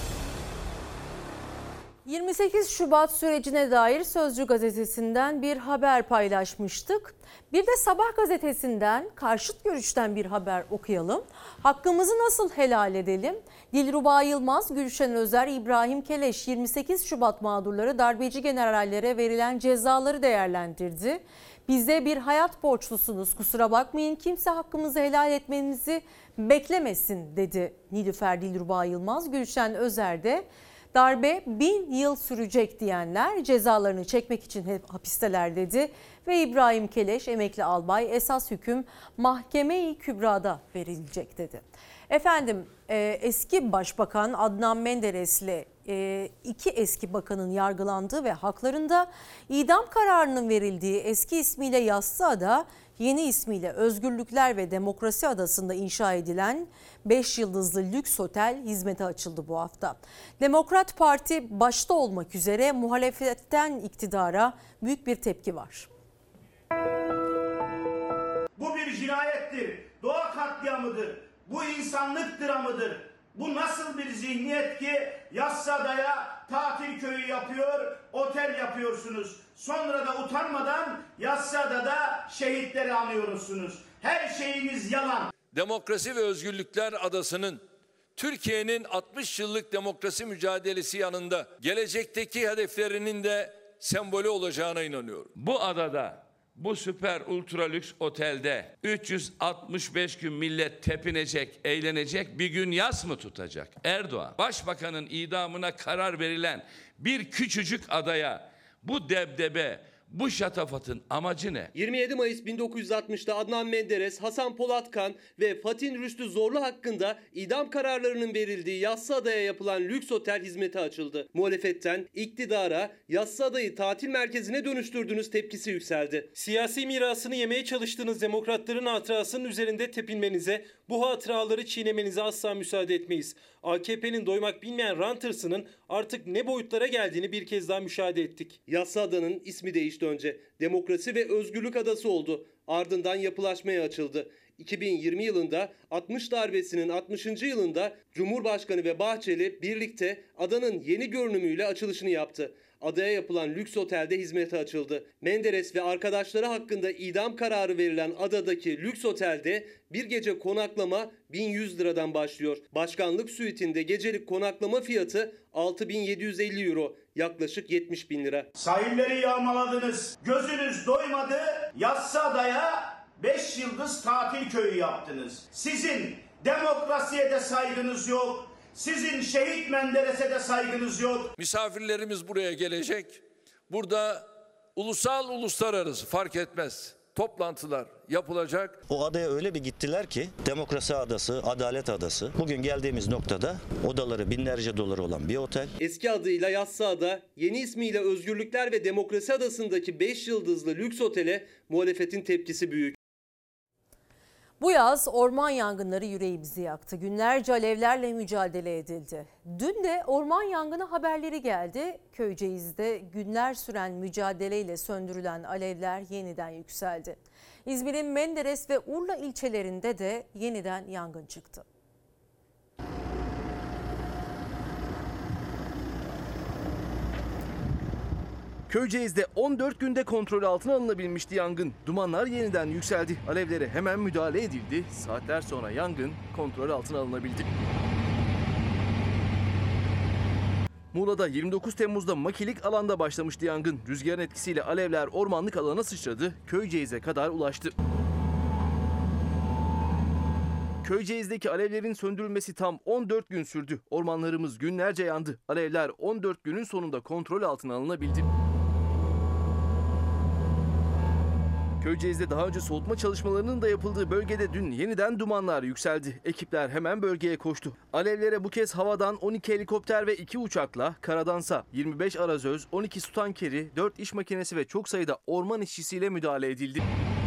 28 Şubat sürecine dair Sözcü gazetesinden bir haber paylaşmıştık. Bir de Sabah gazetesinden karşıt görüşten bir haber okuyalım. Hakkımızı nasıl helal edelim? Dilruba Yılmaz, Gülşen Özer, İbrahim Keleş 28 Şubat mağdurları darbeci generallere verilen cezaları değerlendirdi. Bize bir hayat borçlusunuz, kusura bakmayın, kimse hakkımızı helal etmenizi beklemesin dedi Nilüfer Dilruba Yılmaz. Gülşen Özer de darbe 1000 yıl sürecek diyenler cezalarını çekmek için hep hapisteler dedi. Ve İbrahim Keleş, emekli albay, esas hüküm Mahkeme-i Kübra'da verilecek dedi. Efendim, eski başbakan Adnan Menderes'le iki eski bakanın yargılandığı ve haklarında idam kararının verildiği eski ismiyle Yassıada, yeni ismiyle Özgürlükler ve Demokrasi Adası'nda inşa edilen 5 yıldızlı lüks otel hizmete açıldı bu hafta. Demokrat Parti başta olmak üzere muhalefetten iktidara büyük bir tepki var. Bu bir cinayettir, doğa katliamıdır, bu insanlık dramıdır. Bu nasıl bir zihniyet ki Yassıada'ya tatil köyü yapıyor, otel yapıyorsunuz. Sonra da utanmadan Yassıada'da şehitleri anıyorsunuz. Her şeyiniz yalan. Demokrasi ve Özgürlükler Adası'nın Türkiye'nin 60 yıllık demokrasi mücadelesi yanında gelecekteki hedeflerinin de sembolü olacağına inanıyorum. Bu adada, bu süper ultra lüks otelde 365 gün millet tepinecek, eğlenecek, bir gün yas mı tutacak? Erdoğan, başbakanın idamına karar verilen bir küçücük adaya bu debdebe, bu şatafatın amacı ne? 27 Mayıs 1960'da Adnan Menderes, Hasan Polatkan ve Fatih Rüştü Zorlu hakkında idam kararlarının verildiği Yassıada'ya yapılan lüks otel hizmete açıldı. Muhalefetten iktidara Yassıada'yı tatil merkezine dönüştürdüğünüz tepkisi yükseldi. Siyasi mirasını yemeye çalıştığınız demokratların hatırasının üzerinde tepinmenize, bu hatıraları çiğnemenize asla müsaade etmeyiz. AKP'nin doymak bilmeyen rant hırsının artık ne boyutlara geldiğini bir kez daha müşahede ettik. Yassıada'nın ismi değişti önce. Demokrasi ve Özgürlük Adası oldu. Ardından yapılaşmaya açıldı. 2020 yılında 60 darbesinin 60. yılında Cumhurbaşkanı ve Bahçeli birlikte adanın yeni görünümüyle açılışını yaptı. Adaya yapılan lüks otelde hizmete açıldı. Menderes ve arkadaşları hakkında idam kararı verilen adadaki lüks otelde bir gece konaklama 1100 liradan başlıyor. Başkanlık suitinde gecelik konaklama fiyatı 6750 euro, yaklaşık 70 bin lira. Sahilleri yağmaladınız, gözünüz doymadı, Yassıada'ya 5 yıldız tatil köyü yaptınız. Sizin demokrasiye de saygınız yok. Sizin şehit Menderes'e de saygınız yok. Misafirlerimiz buraya gelecek. Burada ulusal, uluslararası fark etmez toplantılar yapılacak. O adaya öyle bir gittiler ki Demokrasi Adası, Adalet Adası. Bugün geldiğimiz noktada odaları binlerce dolar olan bir otel. Eski adıyla Yassıada, yeni ismiyle Özgürlükler ve Demokrasi Adası'ndaki 5 yıldızlı lüks otele muhalefetin tepkisi büyük. Bu yaz orman yangınları yüreğimizi yaktı. Günlerce alevlerle mücadele edildi. Dün de orman yangını haberleri geldi. Köyceğiz'de günler süren mücadeleyle söndürülen alevler yeniden yükseldi. İzmir'in Menderes ve Urla ilçelerinde de yeniden yangın çıktı. Köyceğiz'de 14 günde kontrol altına alınabilmişti yangın. Dumanlar yeniden yükseldi. Alevlere hemen müdahale edildi. Saatler sonra yangın kontrol altına alınabildi. Muğla'da 29 Temmuz'da makilik alanda başlamıştı yangın. Rüzgarın etkisiyle alevler ormanlık alana sıçradı. Köyceğiz'e kadar ulaştı. Köyceğiz'deki alevlerin söndürülmesi tam 14 gün sürdü. Ormanlarımız günlerce yandı. Alevler 14 günün sonunda kontrol altına alınabildi. Köyceğiz'de daha önce soğutma çalışmalarının da yapıldığı bölgede dün yeniden dumanlar yükseldi. Ekipler hemen bölgeye koştu. Alevlere bu kez havadan 12 helikopter ve 2 uçakla, karadansa 25 arazöz, 12 su tankeri, 4 iş makinesi ve çok sayıda orman işçisiyle müdahale edildi.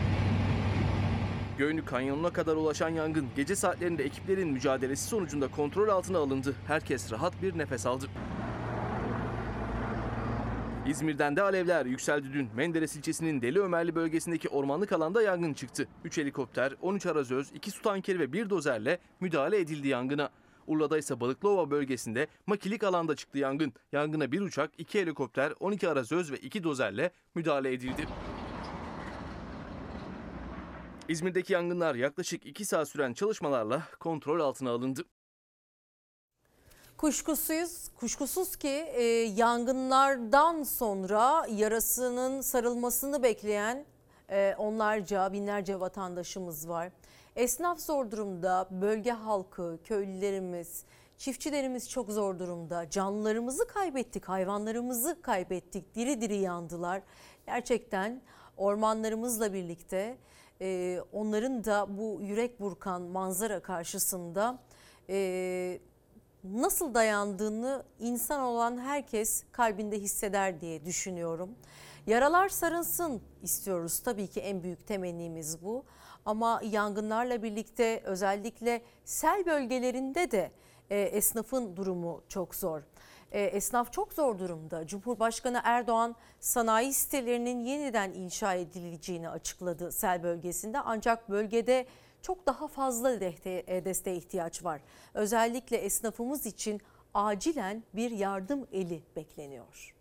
Göynük Kanyonu'na kadar ulaşan yangın gece saatlerinde ekiplerin mücadelesi sonucunda kontrol altına alındı. Herkes rahat bir nefes aldı. İzmir'den de alevler yükseldi dün. Menderes ilçesinin Deli Ömerli bölgesindeki ormanlık alanda yangın çıktı. 3 helikopter, 13 arazöz, 2 su tankeri ve 1 dozerle müdahale edildi yangına. Urla'da ise Balıklıova bölgesinde makilik alanda çıktı yangın. Yangına 1 uçak, 2 helikopter, 12 arazöz ve 2 dozerle müdahale edildi. İzmir'deki yangınlar yaklaşık 2 saat süren çalışmalarla kontrol altına alındı. Kuşkusuz ki yangınlardan sonra yarasının sarılmasını bekleyen onlarca, binlerce vatandaşımız var. Esnaf zor durumda, bölge halkı, köylülerimiz, çiftçilerimiz çok zor durumda. Canlılarımızı kaybettik, hayvanlarımızı kaybettik, diri diri yandılar. Gerçekten ormanlarımızla birlikte onların da bu yürek burkan manzara karşısında nasıl dayandığını insan olan herkes kalbinde hisseder diye düşünüyorum. Yaralar sarılsın istiyoruz, tabii ki en büyük temennimiz bu. Ama yangınlarla birlikte özellikle sel bölgelerinde de esnafın durumu çok zor. Esnaf çok zor durumda. Cumhurbaşkanı Erdoğan sanayi sitelerinin yeniden inşa edileceğini açıkladı sel bölgesinde. Ancak bölgede çok daha fazla desteğe ihtiyaç var. Özellikle esnafımız için acilen bir yardım eli bekleniyor.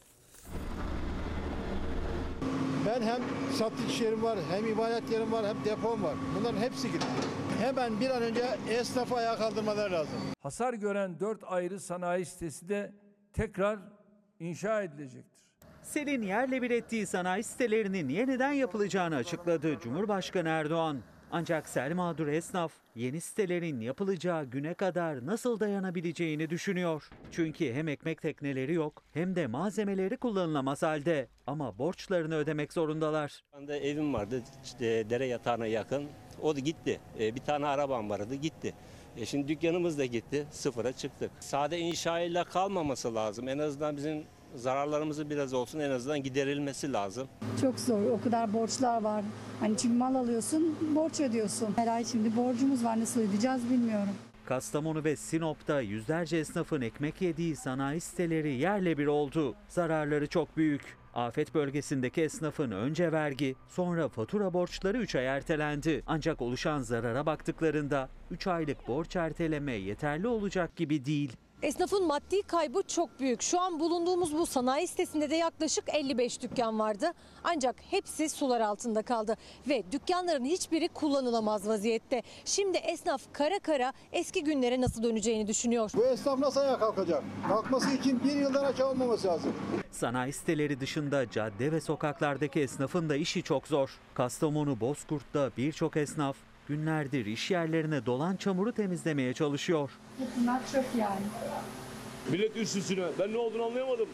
Ben hem satış yerim var, hem imalat yerim var, hem depom var. Bunların hepsi gitti. Hemen bir an önce esnafı ayağa kaldırmaları lazım. Hasar gören 4 ayrı sanayi sitesi de tekrar inşa edilecektir. Selin yerle bir ettiği sanayi sitelerinin yeniden yapılacağını açıkladı Cumhurbaşkanı Erdoğan. Ancak sel mağdur esnaf yeni sitelerin yapılacağı güne kadar nasıl dayanabileceğini düşünüyor. Çünkü hem ekmek tekneleri yok hem de malzemeleri kullanılamaz halde. Ama borçlarını ödemek zorundalar. Ben de evim vardı dere yatağına yakın. O da gitti. Bir tane arabam vardı gitti. Şimdi dükkanımız da gitti. Sıfıra çıktık. Sade inşayla kalmaması lazım. En azından bizim zararlarımızı biraz olsun en azından giderilmesi lazım. Çok zor. O kadar borçlar var. Hani çünkü mal alıyorsun, borç ödüyorsun. Her ay şimdi borcumuz var. Nasıl ödeyeceğiz bilmiyorum. Kastamonu ve Sinop'ta yüzlerce esnafın ekmek yediği sanayi siteleri yerle bir oldu. Zararları çok büyük. Afet bölgesindeki esnafın önce vergi, sonra fatura borçları 3 ay ertelendi. Ancak oluşan zarara baktıklarında 3 aylık borç erteleme yeterli olacak gibi değil. Esnafın maddi kaybı çok büyük. Şu an bulunduğumuz bu sanayi sitesinde de yaklaşık 55 dükkan vardı. Ancak hepsi sular altında kaldı ve dükkanların hiçbiri kullanılamaz vaziyette. Şimdi esnaf kara kara eski günlere nasıl döneceğini düşünüyor. Bu esnaf nasıl ayağa kalkacak? Kalkması için bir yıldan aşağı olmaması lazım. Sanayi siteleri dışında cadde ve sokaklardaki esnafın da işi çok zor. Kastamonu, Bozkurt'ta birçok esnaf günlerdir iş yerlerine dolan çamuru temizlemeye çalışıyor. Bunlar çöp yani. Millet üst üstüne. Ben ne olduğunu anlayamadım.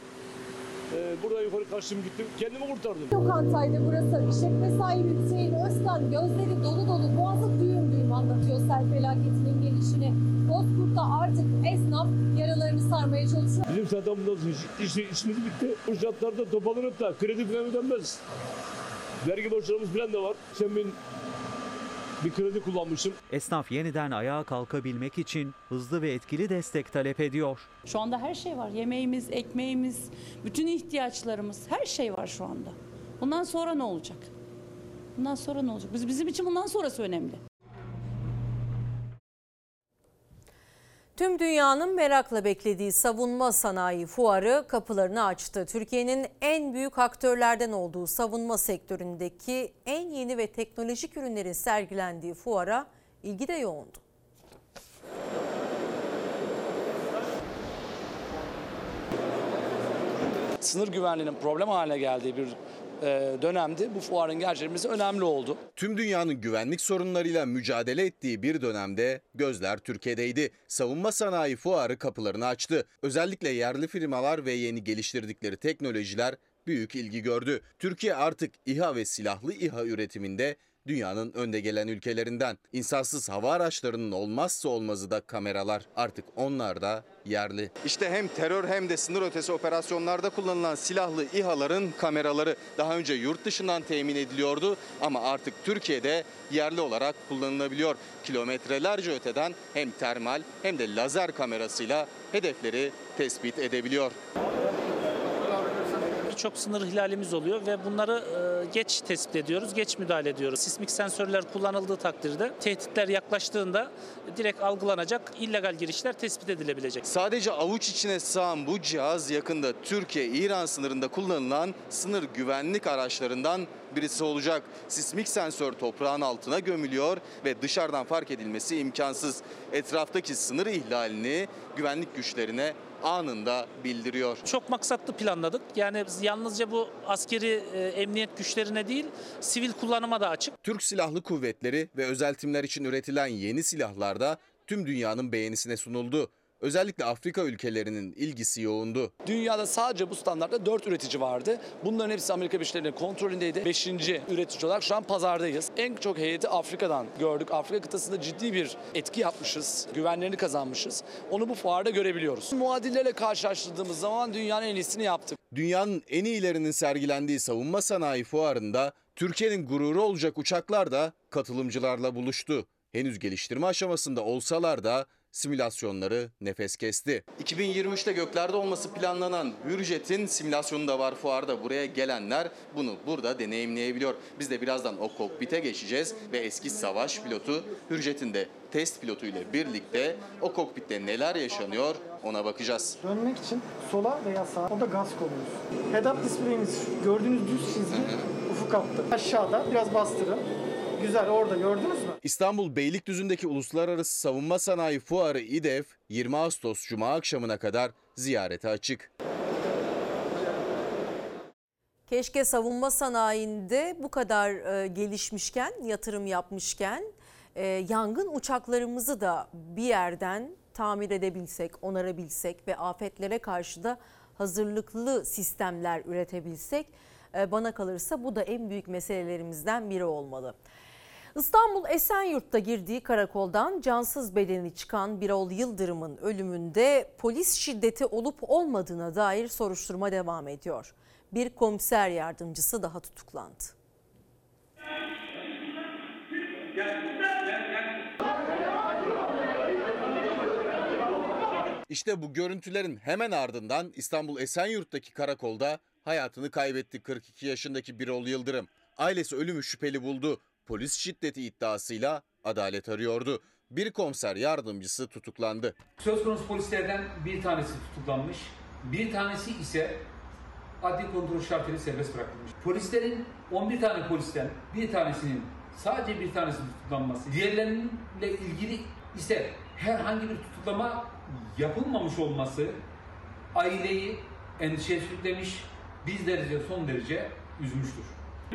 Burada yukarı kaçtım gittim. Kendimi kurtardım. Lokantaydı burası. İşletme sahibi Hüseyin Özkan gözleri dolu dolu boğazı düğüm düğüm anlatıyor sel felaketinin gelişini. Bozkurt'ta artık esnaf yaralarını sarmaya çalışıyor. Bizim zaten bundan işimiz bitti. Bu şartlarda toparlanıp da kredi falan ödenmez. Vergi borçlarımız falan da var. Bir kredi kullanmışım. Esnaf yeniden ayağa kalkabilmek için hızlı ve etkili destek talep ediyor. Şu anda her şey var. Yemeğimiz, ekmeğimiz, bütün ihtiyaçlarımız, her şey var şu anda. Bundan sonra ne olacak? Bundan sonra ne olacak? Bizim için bundan sonrası önemli. Tüm dünyanın merakla beklediği savunma sanayi fuarı kapılarını açtı. Türkiye'nin en büyük aktörlerden olduğu savunma sektöründeki en yeni ve teknolojik ürünlerin sergilendiği fuara ilgi de yoğundu. Sınır güvenliğinin problem haline geldiği bir dönemde bu fuarın gerçekten önemli oldu. Tüm dünyanın güvenlik sorunlarıyla mücadele ettiği bir dönemde gözler Türkiye'deydi. Savunma sanayi fuarı kapılarını açtı. Özellikle yerli firmalar ve yeni geliştirdikleri teknolojiler büyük ilgi gördü. Türkiye artık İHA ve silahlı İHA üretiminde dünyanın önde gelen ülkelerinden. İnsansız hava araçlarının olmazsa olmazı da kameralar. Artık onlar da yerli. İşte hem terör hem de sınır ötesi operasyonlarda kullanılan silahlı İHA'ların kameraları daha önce yurt dışından temin ediliyordu ama artık Türkiye'de yerli olarak kullanılabiliyor. Kilometrelerce öteden hem termal hem de lazer kamerasıyla hedefleri tespit edebiliyor. birçok sınır ihlalimiz oluyor ve bunları geç tespit ediyoruz, geç müdahale ediyoruz. Sismik sensörler kullanıldığı takdirde tehditler yaklaştığında direkt algılanacak, illegal girişler tespit edilebilecek. Sadece avuç içine sığan bu cihaz yakında Türkiye-İran sınırında kullanılan sınır güvenlik araçlarından birisi olacak. Sismik sensör toprağın altına gömülüyor ve dışarıdan fark edilmesi imkansız. Etraftaki sınır ihlalini güvenlik güçlerine anında bildiriyor. Çok maksatlı planladık. Yani yalnızca bu askeri emniyet güçlerine değil, sivil kullanıma da açık. Türk Silahlı Kuvvetleri ve özel timler için üretilen yeni silahlar da tüm dünyanın beğenisine sunuldu. Özellikle Afrika ülkelerinin ilgisi yoğundu. Dünyada sadece bu standartta 4 üretici vardı. Bunların hepsi Amerika Birleşik Devletleri'nin kontrolündeydi. 5. üretici olarak şu an pazardayız. En çok heyeti Afrika'dan gördük. Afrika kıtasında ciddi bir etki yapmışız. Güvenlerini kazanmışız. Onu bu fuarda görebiliyoruz. Muadillerle karşılaştırdığımız zaman dünyanın en iyisini yaptık. Dünyanın en iyilerinin sergilendiği savunma sanayi fuarında Türkiye'nin gururu olacak uçaklar da katılımcılarla buluştu. Henüz geliştirme aşamasında olsalar da simülasyonları nefes kesti. 2023'te göklerde olması planlanan Hürjet'in simülasyonu da var fuarda. Buraya gelenler bunu burada deneyimleyebiliyor. Biz de birazdan o kokpite geçeceğiz ve eski savaş pilotu Hürjet'in de test pilotu ile birlikte o kokpitte neler yaşanıyor ona bakacağız. Dönmek için sola veya sağa, o da gaz kolumuz. Head-up display'imiz, gördüğünüz düz çizgi ufuk hattı. Aşağıda biraz bastırın. Güzel, orada gördünüz mü? İstanbul Beylikdüzü'ndeki Uluslararası Savunma Sanayi Fuarı İDEF 20 Ağustos Cuma akşamına kadar ziyarete açık. Keşke savunma sanayinde bu kadar gelişmişken, yatırım yapmışken yangın uçaklarımızı da bir yerden tamir edebilsek, onarabilsek ve afetlere karşı da hazırlıklı sistemler üretebilsek, bana kalırsa bu da en büyük meselelerimizden biri olmalı. İstanbul Esenyurt'ta girdiği karakoldan cansız bedeni çıkan Birol Yıldırım'ın ölümünde polis şiddeti olup olmadığına dair soruşturma devam ediyor. Bir komiser yardımcısı daha tutuklandı. İşte bu görüntülerin hemen ardından İstanbul Esenyurt'taki karakolda hayatını kaybetti 42 yaşındaki Birol Yıldırım. Ailesi ölümü şüpheli buldu. Polis şiddeti iddiasıyla adalet arıyordu. Bir komiser yardımcısı tutuklandı. Söz konusu polislerden bir tanesi tutuklanmış, bir tanesi ise adli kontrol şartıyla serbest bırakılmış. Polislerin 11 tane polisten sadece bir tanesinin tutuklanması, diğerleriyle ilgili ise herhangi bir tutuklama yapılmamış olması aileyi endişeye sürüklemiş, bizleri son derece üzmüştür.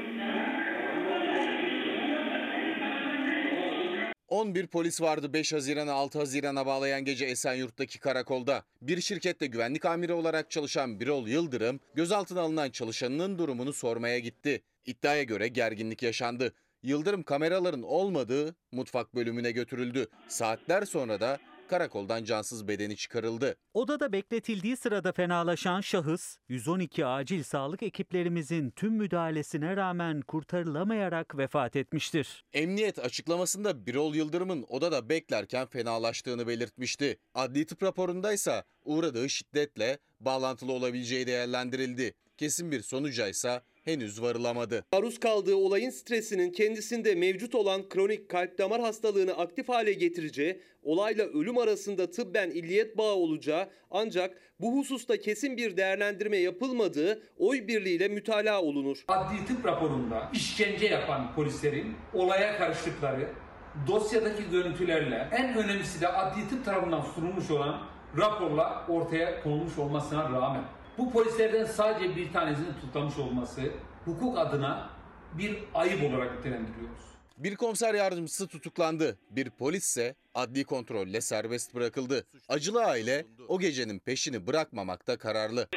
11 polis vardı 5 Haziran'a 6 Haziran'a bağlayan gece Esenyurt'taki karakolda. Bir şirkette güvenlik amiri olarak çalışan Birol Yıldırım, gözaltına alınan çalışanının durumunu sormaya gitti. İddiaya göre gerginlik yaşandı. Yıldırım kameraların olmadığı mutfak bölümüne götürüldü. Saatler sonra da karakoldan cansız bedeni çıkarıldı. Odada bekletildiği sırada fenalaşan şahıs, 112 acil sağlık ekiplerimizin tüm müdahalesine rağmen kurtarılamayarak vefat etmiştir. Emniyet açıklamasında Birol Yıldırım'ın odada beklerken fenalaştığını belirtmişti. Adli tıp raporundaysa uğradığı şiddetle bağlantılı olabileceği değerlendirildi. Kesin bir sonuca ise henüz varılamadı. Maruz kaldığı olayın stresinin kendisinde mevcut olan kronik kalp damar hastalığını aktif hale getireceği, olayla ölüm arasında tıbben illiyet bağı olacağı ancak bu hususta kesin bir değerlendirme yapılmadığı oy birliğiyle mütalaa olunur. Adli tıp raporunda işkence yapan polislerin olaya karıştıkları, dosyadaki görüntülerle en önemlisi de adli tıp tarafından sunulmuş olan raporla ortaya konulmuş olmasına rağmen bu polislerden sadece bir tanesinin tutuklanmış olması hukuk adına bir ayıp olarak nitelendiriyoruz. Bir komiser yardımcısı tutuklandı. Bir polis ise adli kontrolle serbest bırakıldı. Acılı aile o gecenin peşini bırakmamakta kararlı.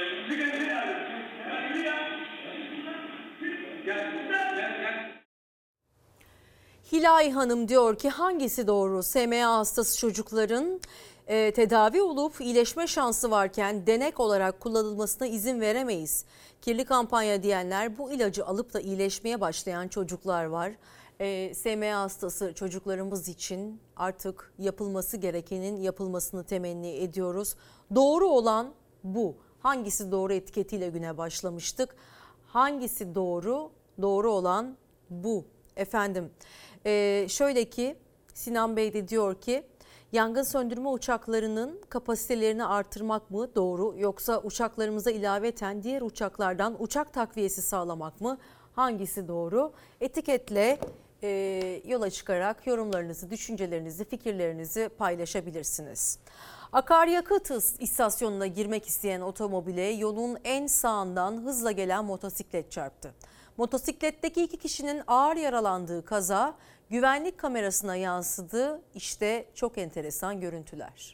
Hilal Hanım diyor ki hangisi doğru? SMA hastası çocukların tedavi olup iyileşme şansı varken denek olarak kullanılmasına izin veremeyiz. Kirli kampanya diyenler, bu ilacı alıp da iyileşmeye başlayan çocuklar var. SMA hastası çocuklarımız için artık yapılması gerekenin yapılmasını temenni ediyoruz. Doğru olan bu. Hangisi doğru etiketiyle güne başlamıştık. Hangisi doğru? Doğru olan bu. Efendim şöyle ki Sinan Bey de diyor ki yangın söndürme uçaklarının kapasitelerini artırmak mı doğru, yoksa uçaklarımıza ilaveten diğer uçaklardan uçak takviyesi sağlamak mı? Hangisi doğru? Etiketle yola çıkarak yorumlarınızı, düşüncelerinizi, fikirlerinizi paylaşabilirsiniz. Akaryakıt istasyonuna girmek isteyen otomobile yolun en sağından hızla gelen motosiklet çarptı. Motosikletteki 2 kişinin ağır yaralandığı kaza güvenlik kamerasına yansıdı. İşte çok enteresan görüntüler.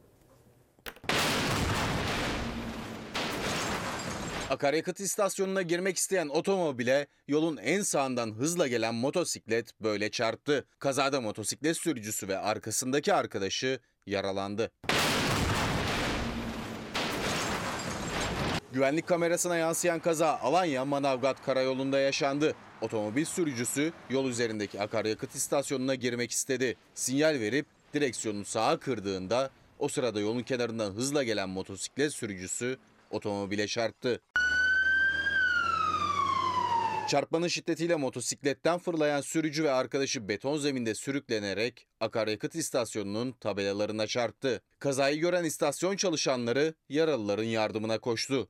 Akaryakıt istasyonuna girmek isteyen otomobile yolun en sağından hızla gelen motosiklet böyle çarptı. Kazada motosiklet sürücüsü ve arkasındaki arkadaşı yaralandı. Güvenlik kamerasına yansıyan kaza Alanya-Manavgat karayolunda yaşandı. Otomobil sürücüsü yol üzerindeki akaryakıt istasyonuna girmek istedi. Sinyal verip direksiyonu sağa kırdığında o sırada yolun kenarından hızla gelen motosiklet sürücüsü otomobile çarptı. Çarpmanın şiddetiyle motosikletten fırlayan sürücü ve arkadaşı beton zeminde sürüklenerek akaryakıt istasyonunun tabelalarına çarptı. Kazayı gören istasyon çalışanları yaralıların yardımına koştu.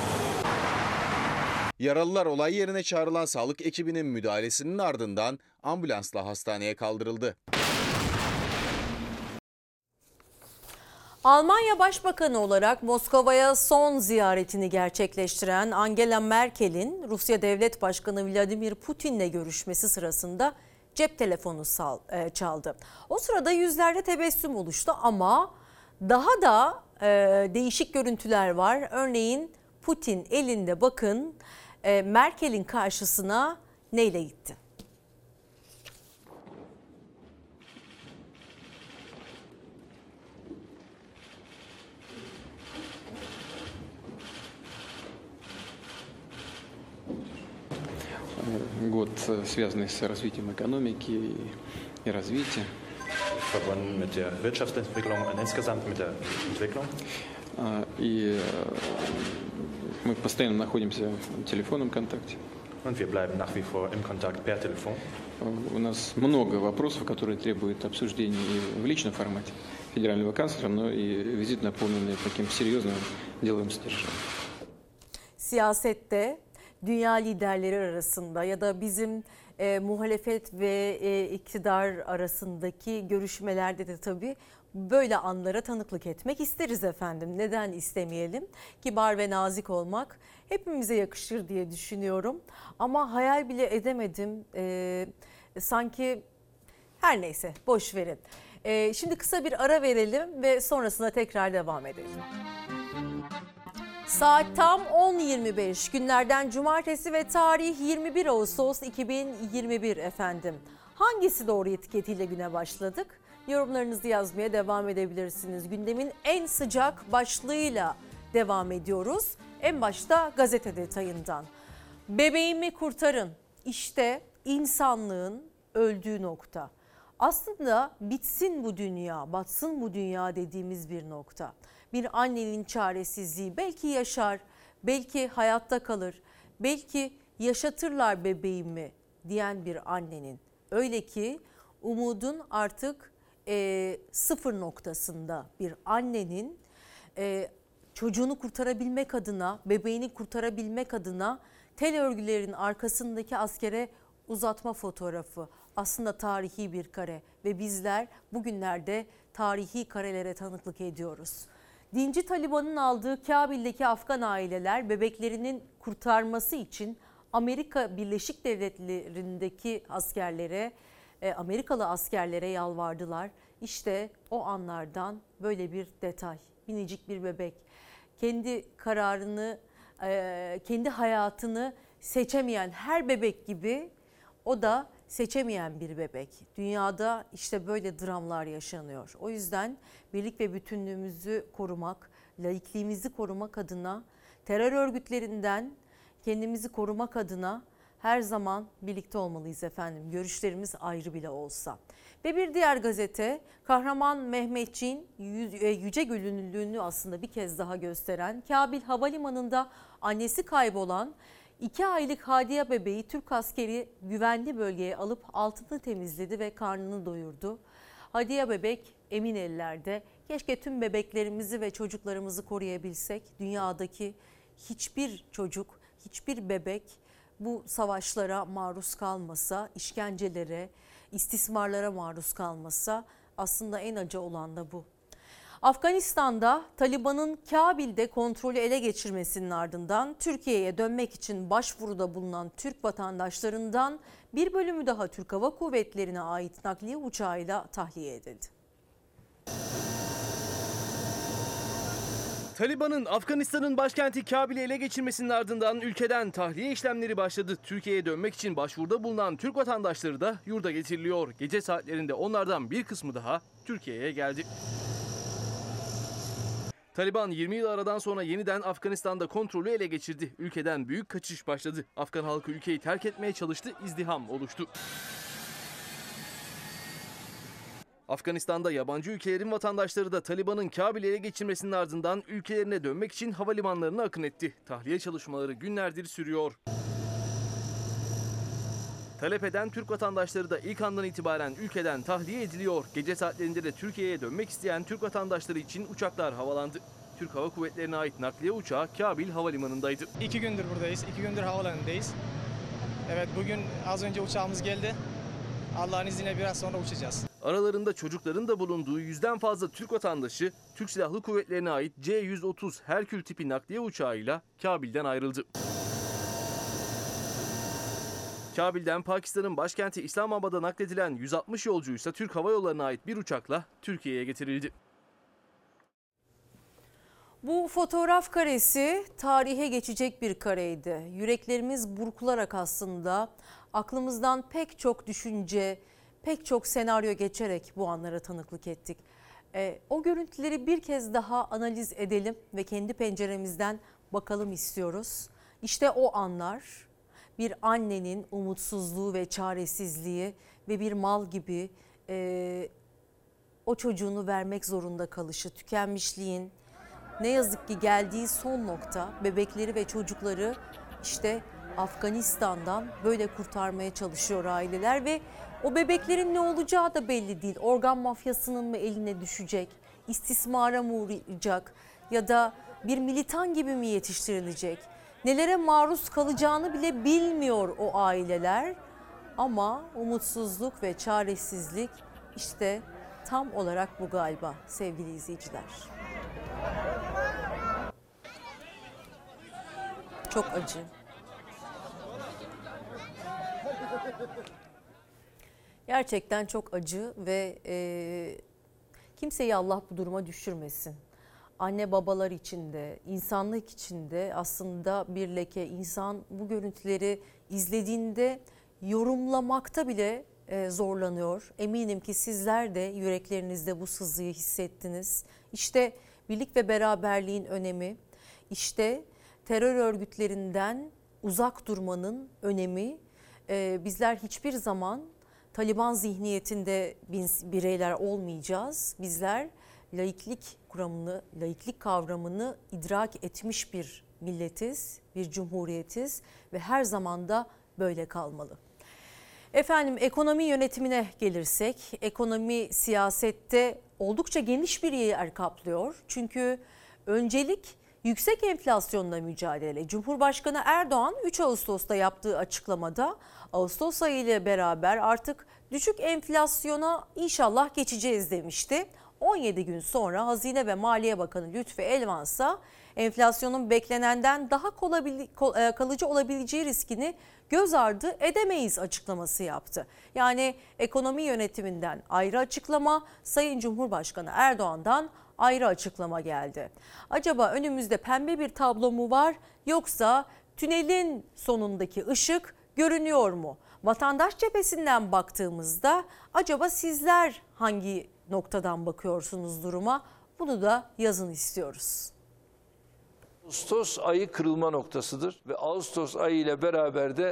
Yaralılar olay yerine çağrılan sağlık ekibinin müdahalesinin ardından ambulansla hastaneye kaldırıldı. Almanya Başbakanı olarak Moskova'ya son ziyaretini gerçekleştiren Angela Merkel'in Rusya Devlet Başkanı Vladimir Putin'le görüşmesi sırasında cep telefonu çaldı. O sırada yüzlerde tebessüm oluştu ama daha da değişik görüntüler var. Örneğin Putin elinde bakın Merkel'in karşısına neyle gitti? Год, связанный с развитием экономики и развития. Verbunden mit der Wirtschaftsentwicklung und insgesamt mit der Entwicklung. И мы постоянно находимся в телефонном контакте. Und wir bleiben nach wie vor im Kontakt per Telefon. У нас много вопросов, которые требуют обсуждения и в личном формате федерального канцлера, но и визит наполненный таким серьезным деловым содержанием. Siyasette dünya liderleri arasında ya da bizim muhalefet ve iktidar arasındaki görüşmelerde de tabii böyle anlara tanıklık etmek isteriz efendim. Neden istemeyelim? Kibar ve nazik olmak hepimize yakışır diye düşünüyorum. Ama hayal bile edemedim. Sanki her neyse boş verin. Şimdi kısa bir ara verelim ve sonrasında tekrar devam edelim. Saat tam 10.25, günlerden cumartesi ve tarih 21 Ağustos 2021 efendim. Hangisi doğru etiketiyle güne başladık? Yorumlarınızı yazmaya devam edebilirsiniz. Gündemin en sıcak başlığıyla devam ediyoruz. En başta gazete detayından. Bebeğimi kurtarın. İşte insanlığın öldüğü nokta. Aslında bitsin bu dünya, batsın bu dünya dediğimiz bir nokta. Bir annenin çaresizliği, belki yaşar, belki hayatta kalır, belki yaşatırlar bebeğimi diyen bir annenin. Öyle ki umudun artık sıfır noktasında bir annenin çocuğunu kurtarabilmek adına, bebeğini kurtarabilmek adına tel örgülerin arkasındaki askere uzatma fotoğrafı. Aslında tarihi bir kare ve bizler bugünlerde tarihi karelere tanıklık ediyoruz. Dinci Taliban'ın aldığı Kabil'deki Afgan aileler bebeklerinin kurtarması için Amerika Birleşik Devletleri'ndeki askerlere, Amerikalı askerlere yalvardılar. İşte o anlardan böyle bir detay. Minicik bir bebek. Kendi kararını, kendi hayatını seçemeyen her bebek gibi o da seçemeyen bir bebek. Dünyada işte böyle dramlar yaşanıyor. O yüzden birlik ve bütünlüğümüzü korumak, laikliğimizi korumak adına, terör örgütlerinden kendimizi korumak adına her zaman birlikte olmalıyız efendim. Görüşlerimiz ayrı bile olsa. Ve bir diğer gazete Kahraman Mehmetçiğin yüce gönüllülüğünü aslında bir kez daha gösteren, Kabil Havalimanı'nda annesi kaybolan 2 aylık Hadiye bebeği Türk askeri güvenli bölgeye alıp altını temizledi ve karnını doyurdu. Hadiye bebek emin ellerde. Keşke tüm bebeklerimizi ve çocuklarımızı koruyabilsek. Dünyadaki hiçbir çocuk, hiçbir bebek bu savaşlara maruz kalmasa, işkencelere, istismarlara maruz kalmasa, aslında en acı olan da bu. Afganistan'da Taliban'ın Kabil'de kontrolü ele geçirmesinin ardından Türkiye'ye dönmek için başvuruda bulunan Türk vatandaşlarından bir bölümü daha Türk Hava Kuvvetleri'ne ait nakliye uçağıyla tahliye edildi. Taliban'ın Afganistan'ın başkenti Kabil'i ele geçirmesinin ardından ülkeden tahliye işlemleri başladı. Türkiye'ye dönmek için başvuruda bulunan Türk vatandaşları da yurda getiriliyor. Gece saatlerinde onlardan bir kısmı daha Türkiye'ye geldi. Taliban 20 yıl aradan sonra yeniden Afganistan'da kontrolü ele geçirdi. Ülkeden büyük kaçış başladı. Afgan halkı ülkeyi terk etmeye çalıştı, izdiham oluştu. Afganistan'da yabancı ülkelerin vatandaşları da Taliban'ın Kabil'i ele geçirmesinin ardından ülkelerine dönmek için havalimanlarına akın etti. Tahliye çalışmaları günlerdir sürüyor. Talep eden Türk vatandaşları da ilk andan itibaren ülkeden tahliye ediliyor. Gece saatlerinde de Türkiye'ye dönmek isteyen Türk vatandaşları için uçaklar havalandı. Türk Hava Kuvvetleri'ne ait nakliye uçağı Kabil Havalimanı'ndaydı. 2 gündür buradayız, 2 gündür havalanındayız. Evet, bugün az önce uçağımız geldi. Allah'ın izniyle biraz sonra uçacağız. Aralarında çocukların da bulunduğu 100'den fazla Türk vatandaşı Türk Silahlı Kuvvetleri'ne ait C-130 Herkül tipi nakliye uçağıyla Kabil'den ayrıldı. Kabil'den Pakistan'ın başkenti İslamabad'a nakledilen 160 yolcuysa Türk Hava Yolları'na ait bir uçakla Türkiye'ye getirildi. Bu fotoğraf karesi tarihe geçecek bir kareydi. Yüreklerimiz burkularak aslında aklımızdan pek çok düşünce, pek çok senaryo geçerek bu anlara tanıklık ettik. O görüntüleri bir kez daha analiz edelim ve kendi penceremizden bakalım istiyoruz. İşte o anlar, bir annenin umutsuzluğu ve çaresizliği ve bir mal gibi o çocuğunu vermek zorunda kalışı, tükenmişliğin ne yazık ki geldiği son nokta, bebekleri ve çocukları işte Afganistan'dan böyle kurtarmaya çalışıyor aileler ve o bebeklerin ne olacağı da belli değil. Organ mafyasının mı eline düşecek, istismara mı uğrayacak ya da bir militan gibi mi yetiştirilecek? Nelere maruz kalacağını bile bilmiyor o aileler ama umutsuzluk ve çaresizlik işte tam olarak bu galiba sevgili izleyiciler. Çok acı. Gerçekten çok acı ve kimseyi Allah bu duruma düşürmesin. Anne babalar için de, insanlık için de aslında bir leke. İnsan bu görüntüleri izlediğinde yorumlamakta bile zorlanıyor. Eminim ki sizler de yüreklerinizde bu sızıyı hissettiniz. İşte birlik ve beraberliğin önemi, işte terör örgütlerinden uzak durmanın önemi. Bizler hiçbir zaman Taliban zihniyetinde bireyler olmayacağız. Bizler laiklik kavramını idrak etmiş bir milletiz, bir cumhuriyetiz ve her zaman da böyle kalmalı. Efendim ekonomi yönetimine gelirsek, ekonomi siyasette oldukça geniş bir yer kaplıyor. Çünkü öncelik yüksek enflasyonla mücadele. Cumhurbaşkanı Erdoğan 3 Ağustos'ta yaptığı açıklamada Ağustos ayı ile beraber artık düşük enflasyona inşallah geçeceğiz demişti. 17 gün sonra Hazine ve Maliye Bakanı Lütfi Elvansa enflasyonun beklenenden daha kalıcı olabileceği riskini göz ardı edemeyiz açıklaması yaptı. Yani ekonomi yönetiminden ayrı açıklama, Sayın Cumhurbaşkanı Erdoğan'dan ayrı açıklama geldi. Acaba önümüzde pembe bir tablo mu var yoksa tünelin sonundaki ışık görünüyor mu? Vatandaş cephesinden baktığımızda acaba sizler hangi noktadan bakıyorsunuz duruma? Bunu da yazın istiyoruz. Ağustos ayı kırılma noktasıdır ve Ağustos ayı ile beraber de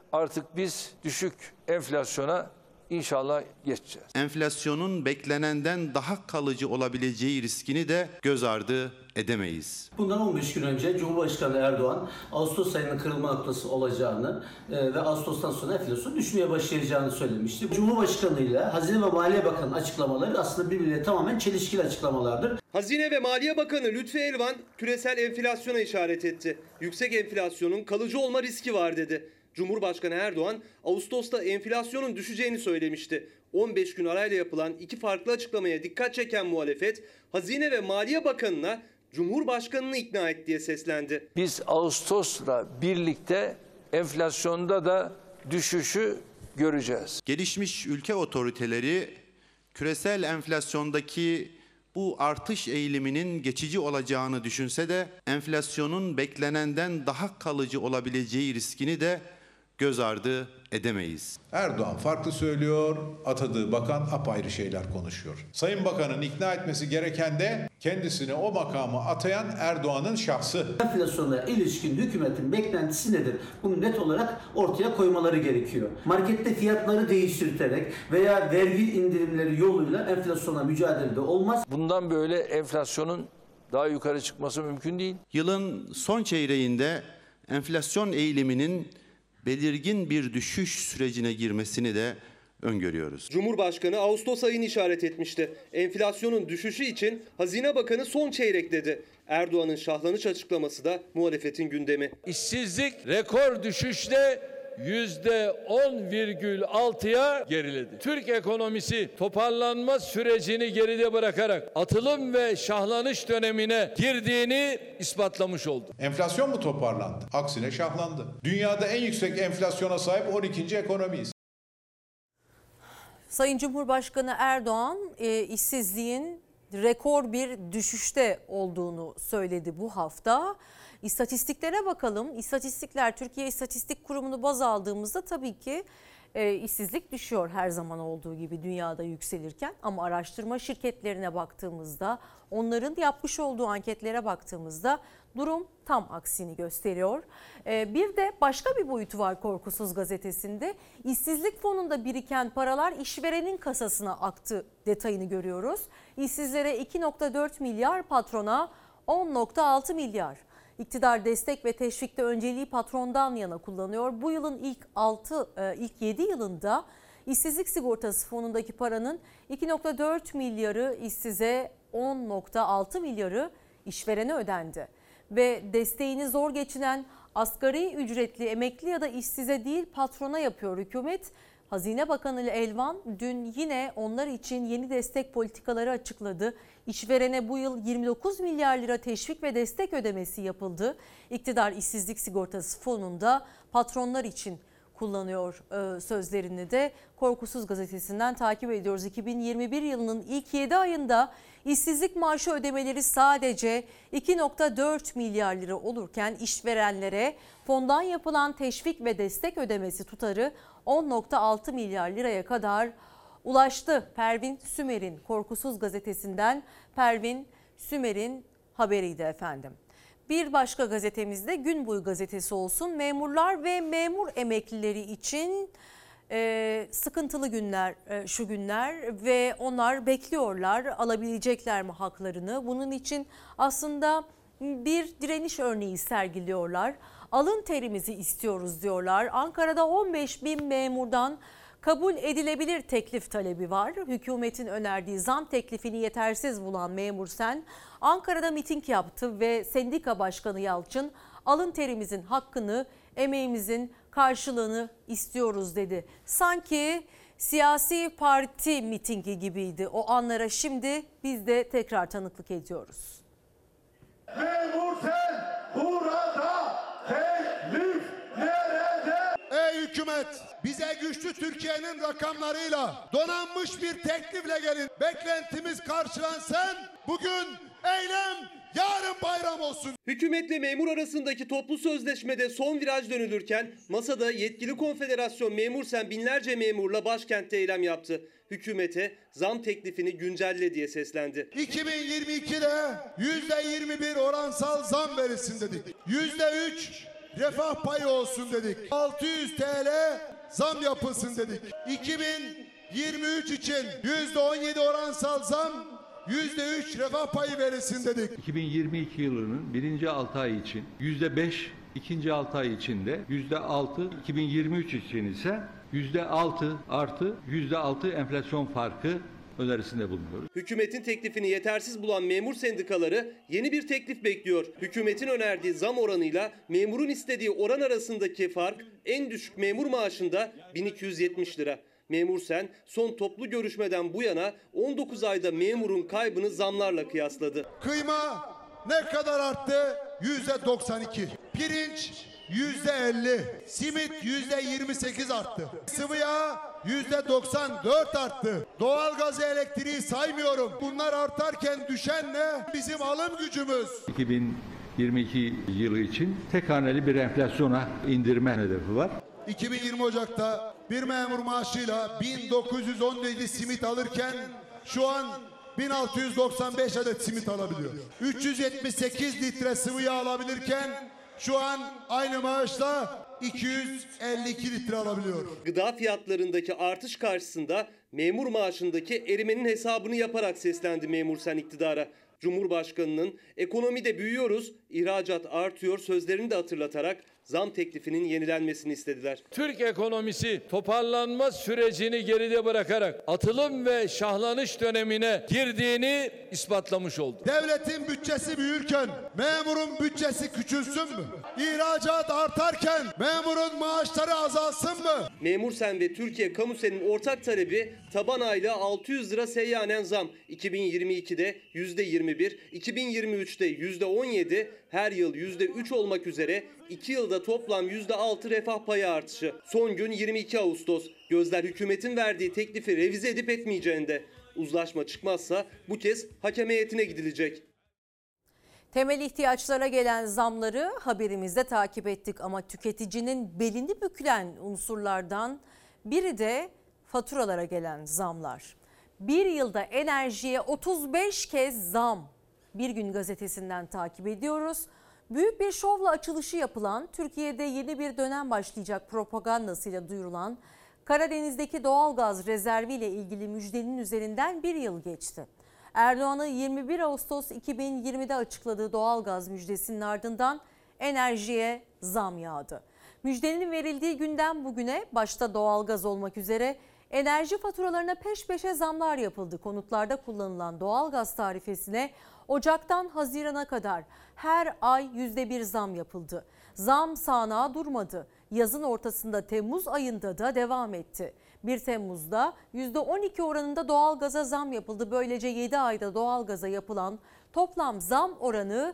artık biz düşük enflasyona İnşallah geçeceğiz. Enflasyonun beklenenden daha kalıcı olabileceği riskini de göz ardı edemeyiz. Bundan 15 gün önce Cumhurbaşkanı Erdoğan Ağustos ayının kırılma noktası olacağını ve Ağustos'tan sonra enflasyon düşmeye başlayacağını söylemişti. Cumhurbaşkanı ile Hazine ve Maliye Bakanı'nın açıklamaları aslında birbiriyle tamamen çelişkili açıklamalardır. Hazine ve Maliye Bakanı Lütfi Elvan küresel enflasyona işaret etti. Yüksek enflasyonun kalıcı olma riski var dedi. Cumhurbaşkanı Erdoğan Ağustos'ta enflasyonun düşeceğini söylemişti. 15 gün arayla yapılan iki farklı açıklamaya dikkat çeken muhalefet, Hazine ve Maliye Bakanı'na Cumhurbaşkanı'nı ikna et diye seslendi. Biz Ağustos'la birlikte enflasyonda da düşüşü göreceğiz. Gelişmiş ülke otoriteleri küresel enflasyondaki bu artış eğiliminin geçici olacağını düşünse de enflasyonun beklenenden daha kalıcı olabileceği riskini de göz ardı edemeyiz. Erdoğan farklı söylüyor, atadığı bakan apayrı şeyler konuşuyor. Sayın Bakan'ın ikna etmesi gereken de kendisine o makamı atayan Erdoğan'ın şahsı. Enflasyona ilişkin hükümetin beklentisi nedir? Bunu net olarak ortaya koymaları gerekiyor. Markette fiyatları değiştirterek veya vergi indirimleri yoluyla enflasyona mücadelede olmaz. Bundan böyle enflasyonun daha yukarı çıkması mümkün değil. Yılın son çeyreğinde enflasyon eğiliminin belirgin bir düşüş sürecine girmesini de öngörüyoruz. Cumhurbaşkanı Ağustos ayını işaret etmişti. Enflasyonun düşüşü için Hazine Bakanı son çeyrek dedi. Erdoğan'ın şahlanış açıklaması da muhalefetin gündemi. İşsizlik rekor düşüşle %10,6'ya geriledi. Türk ekonomisi toparlanma sürecini geride bırakarak atılım ve şahlanış dönemine girdiğini ispatlamış oldu. Enflasyon mu toparlandı? Aksine şahlandı. Dünyada en yüksek enflasyona sahip 12. ekonomiyiz. Sayın Cumhurbaşkanı Erdoğan işsizliğin rekor bir düşüşte olduğunu söyledi bu hafta. İstatistiklere bakalım. İstatistikler, Türkiye İstatistik Kurumu'nu baz aldığımızda tabii ki işsizlik düşüyor her zaman olduğu gibi dünyada yükselirken. Ama araştırma şirketlerine baktığımızda, onların yapmış olduğu anketlere baktığımızda durum tam aksini gösteriyor. Bir de başka bir boyutu var Korkusuz Gazetesi'nde. İşsizlik fonunda biriken paralar işverenin kasasına aktı detayını görüyoruz. İşsizlere 2,4 milyar, patrona 10,6 milyar. İktidar destek ve teşvikte önceliği patrondan yana kullanıyor. Bu yılın ilk 7 yılında işsizlik sigortası fonundaki paranın 2,4 milyarı işsize, 10,6 milyarı işverene ödendi. Ve desteğini zor geçinen asgari ücretli emekli ya da işsize değil patrona yapıyor hükümet. Hazine Bakanı Elvan dün yine onlar için yeni destek politikaları açıkladı. İşverene bu yıl 29 milyar lira teşvik ve destek ödemesi yapıldı. İktidar işsizlik sigortası fonunda patronlar için kullanıyor sözlerini de Korkusuz Gazetesi'nden takip ediyoruz. 2021 yılının ilk 7 ayında işsizlik maaşı ödemeleri sadece 2,4 milyar lira olurken işverenlere fondan yapılan teşvik ve destek ödemesi tutarı 10,6 milyar liraya kadar ulaştı. Pervin Sümer'in Korkusuz Gazetesi'nden Pervin Sümer'in haberiydi efendim. Bir başka gazetemizde Gün Boyu gazetesi olsun. Memurlar ve memur emeklileri için sıkıntılı günler şu günler ve onlar bekliyorlar, alabilecekler mi haklarını? Bunun için aslında bir direniş örneği sergiliyorlar. Alın terimizi istiyoruz diyorlar. Ankara'da 15 bin memurdan kabul edilebilir teklif talebi var. Hükümetin önerdiği zam teklifini yetersiz bulan Memur Sen Ankara'da miting yaptı ve sendika başkanı Yalçın alın terimizin hakkını, emeğimizin karşılığını istiyoruz dedi. Sanki siyasi parti mitingi gibiydi. O anlara şimdi biz de tekrar tanıklık ediyoruz. Memur Sen burada, teklif nerede? Ey hükümet, bize güçlü Türkiye'nin rakamlarıyla donanmış bir teklifle gelin. Beklentimiz karşılansın. Bugün eylem, yarın bayram olsun. Hükümetle memur arasındaki toplu sözleşmede son viraj dönülürken masada yetkili konfederasyon Memur Sen binlerce memurla başkentte eylem yaptı. Hükümete zam teklifini güncelle diye seslendi. 2022'de %21 oransal zam verilsin dedik. %3 refah payı olsun dedik. 600 TL zam yapılsın dedik. 2023 için %17 oransal zam, %3 refah payı verilsin dedik. 2022 yılının birinci 6 ay için %5, ikinci 6 ay içinde %6, 2023 için ise %6 artı %6 enflasyon farkı önerisinde bulunuyoruz. Hükümetin teklifini yetersiz bulan memur sendikaları yeni bir teklif bekliyor. Hükümetin önerdiği zam oranıyla memurun istediği oran arasındaki fark en düşük memur maaşında 1270 lira. Memursen son toplu görüşmeden bu yana 19 ayda memurun kaybını zamlarla kıyasladı. Kıyma ne kadar arttı? %92. Pirinç %50. Simit %28 arttı. Sıvı yağ %94 arttı. Doğalgazı, elektriği saymıyorum. Bunlar artarken düşen ne? Bizim alım gücümüz. 2022 yılı için tek haneli bir enflasyona indirme hedefi var. 2020 Ocak'ta bir memur maaşıyla 1917 simit alırken şu an 1695 adet simit alabiliyor. 378 litre sıvı yağ alabilirken şu an aynı maaşla 252 litre alabiliyor. Gıda fiyatlarındaki artış karşısında memur maaşındaki erimenin hesabını yaparak seslendi Memursen iktidara. Cumhurbaşkanının ekonomide büyüyoruz, ihracat artıyor sözlerini de hatırlatarak zam teklifinin yenilenmesini istediler. Türk ekonomisi toparlanma sürecini geride bırakarak atılım ve şahlanış dönemine girdiğini ispatlamış oldu. Devletin bütçesi büyürken memurun bütçesi küçülsün mü? İhracat artarken memurun maaşları azalsın mı? Memursen ve Türkiye Kamusen'in ortak talebi taban aylığı 600 lira seyyanen zam. 2022'de %21, 2023'te %17, her yıl %3 olmak üzere 2 yılda toplam %6 refah payı artışı. Son gün 22 Ağustos. Gözler hükümetin verdiği teklifi revize edip etmeyeceğinde. Uzlaşma çıkmazsa bu kez hakem heyetine gidilecek. Temel ihtiyaçlara gelen zamları haberimizde takip ettik ama tüketicinin belini bükülen unsurlardan biri de faturalara gelen zamlar. Bir yılda enerjiye 35 kez zam. Bir Gün Gazetesi'nden takip ediyoruz. Büyük bir şovla açılışı yapılan, Türkiye'de yeni bir dönem başlayacak propagandasıyla duyurulan Karadeniz'deki doğalgaz rezervi ile ilgili müjdenin üzerinden bir yıl geçti. Erdoğan'ın 21 Ağustos 2020'de açıkladığı doğalgaz müjdesinin ardından enerjiye zam yağdı. Müjdenin verildiği günden bugüne başta doğalgaz olmak üzere enerji faturalarına peş peşe zamlar yapıldı. Konutlarda kullanılan doğalgaz tarifesine Ocak'tan Haziran'a kadar her ay %1 zam yapıldı. Zam sağanağı durmadı. Yazın ortasında Temmuz ayında da devam etti. 1 Temmuz'da %12 oranında doğalgaza zam yapıldı. Böylece 7 ayda doğalgaza yapılan toplam zam oranı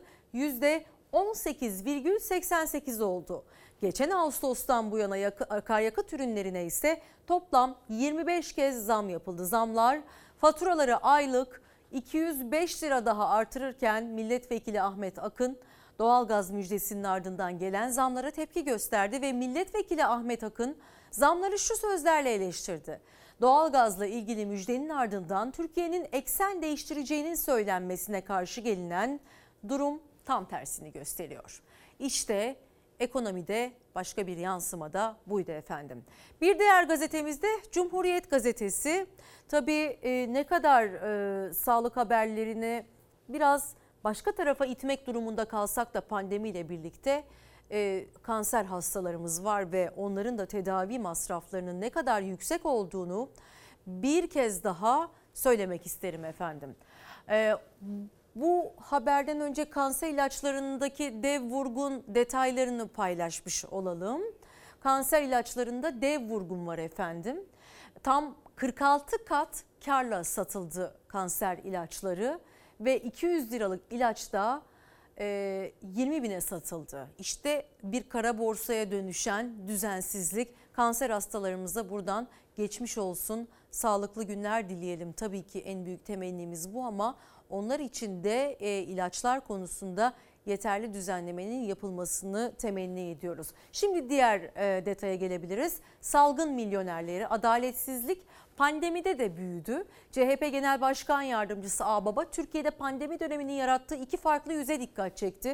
%18,88 oldu. Geçen Ağustos'tan bu yana akaryakıt ürünlerine ise toplam 25 kez zam yapıldı. Zamlar faturaları aylık 205 lira daha artırırken Milletvekili Ahmet Akın doğalgaz müjdesinin ardından gelen zamlara tepki gösterdi ve Milletvekili Ahmet Akın zamları şu sözlerle eleştirdi. Doğalgazla ilgili müjdenin ardından Türkiye'nin eksen değiştireceğinin söylenmesine karşı gelinen durum tam tersini gösteriyor. İşte ekonomide başka bir yansıma da buydu efendim. Bir diğer gazetemizde Cumhuriyet Gazetesi. Tabii ne kadar sağlık haberlerini biraz başka tarafa itmek durumunda kalsak da pandemiyle birlikte kanser hastalarımız var ve onların da tedavi masraflarının ne kadar yüksek olduğunu bir kez daha söylemek isterim efendim. Bu haberden önce kanser ilaçlarındaki dev vurgun detaylarını paylaşmış olalım. Kanser ilaçlarında dev vurgun var efendim. Tam 46 kat karla satıldı kanser ilaçları ve 200 liralık ilaç da 20 bine satıldı. İşte bir kara borsaya dönüşen düzensizlik. Kanser hastalarımıza buradan geçmiş olsun, sağlıklı günler dileyelim. Tabii ki en büyük temennimiz bu ama onlar için de ilaçlar konusunda yeterli düzenlemenin yapılmasını temenni ediyoruz. Şimdi diğer detaya gelebiliriz. Salgın milyonerleri, adaletsizlik pandemide de büyüdü. CHP Genel Başkan Yardımcısı Ağbaba Türkiye'de pandemi döneminin yarattığı iki farklı yüze dikkat çekti.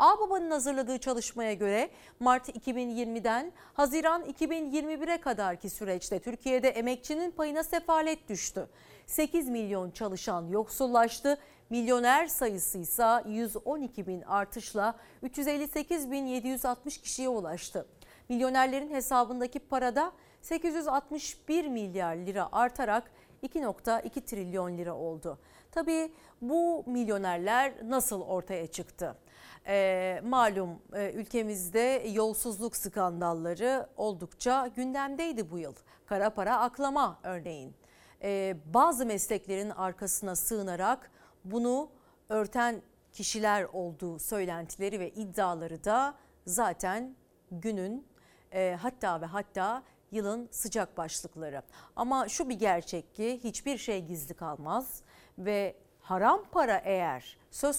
Ağbaba'nın hazırladığı çalışmaya göre Mart 2020'den Haziran 2021'e kadarki süreçte Türkiye'de emekçinin payına sefalet düştü. 8 milyon çalışan yoksullaştı. Milyoner sayısı ise 112 bin artışla 358.760 kişiye ulaştı. Milyonerlerin hesabındaki parada 861 milyar lira artarak 2,2 trilyon lira oldu. Tabii bu milyonerler nasıl ortaya çıktı? Malum ülkemizde yolsuzluk skandalları oldukça gündemdeydi bu yıl. Kara para aklama örneğin. Bazı mesleklerin arkasına sığınarak bunu örten kişiler olduğu söylentileri ve iddiaları da zaten günün hatta yılın sıcak başlıkları. Ama şu bir gerçek ki hiçbir şey gizli kalmaz ve haram para eğer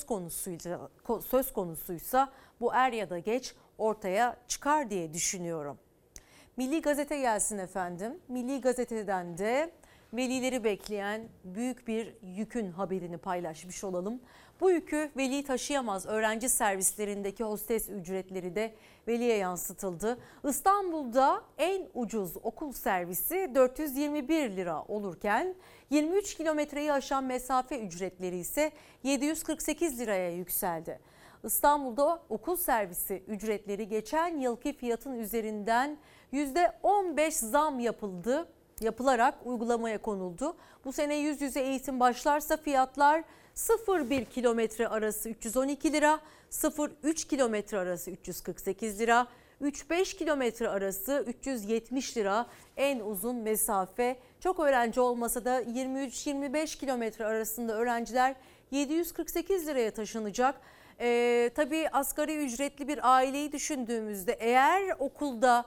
söz konusuysa bu er ya da geç ortaya çıkar diye düşünüyorum. Milli Gazete gelsin efendim. Milli Gazete'den de velileri bekleyen büyük bir yükün haberini paylaşmış olalım. Bu yükü veli taşıyamaz öğrenci servislerindeki hostes ücretleri de veliye yansıtıldı. İstanbul'da en ucuz okul servisi 421 lira olurken 23 kilometreyi aşan mesafe ücretleri ise 748 liraya yükseldi. İstanbul'da okul servisi ücretleri geçen yılki fiyatın üzerinden %15 zam yapılarak uygulamaya konuldu. Bu sene yüz yüze eğitim başlarsa fiyatlar 0-1 kilometre arası 312 lira, 0-3 kilometre arası 348 lira, 3-5 kilometre arası 370 lira en uzun mesafe. Çok öğrenci olmasa da 23-25 kilometre arasında öğrenciler 748 liraya taşınacak. Tabii asgari ücretli bir aileyi düşündüğümüzde eğer okulda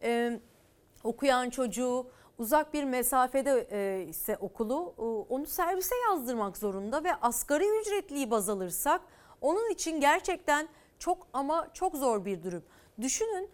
okuyan çocuğu uzak bir mesafede ise okulu onu servise yazdırmak zorunda ve asgari ücretliyi baz alırsak onun için gerçekten çok ama çok zor bir durum. Düşünün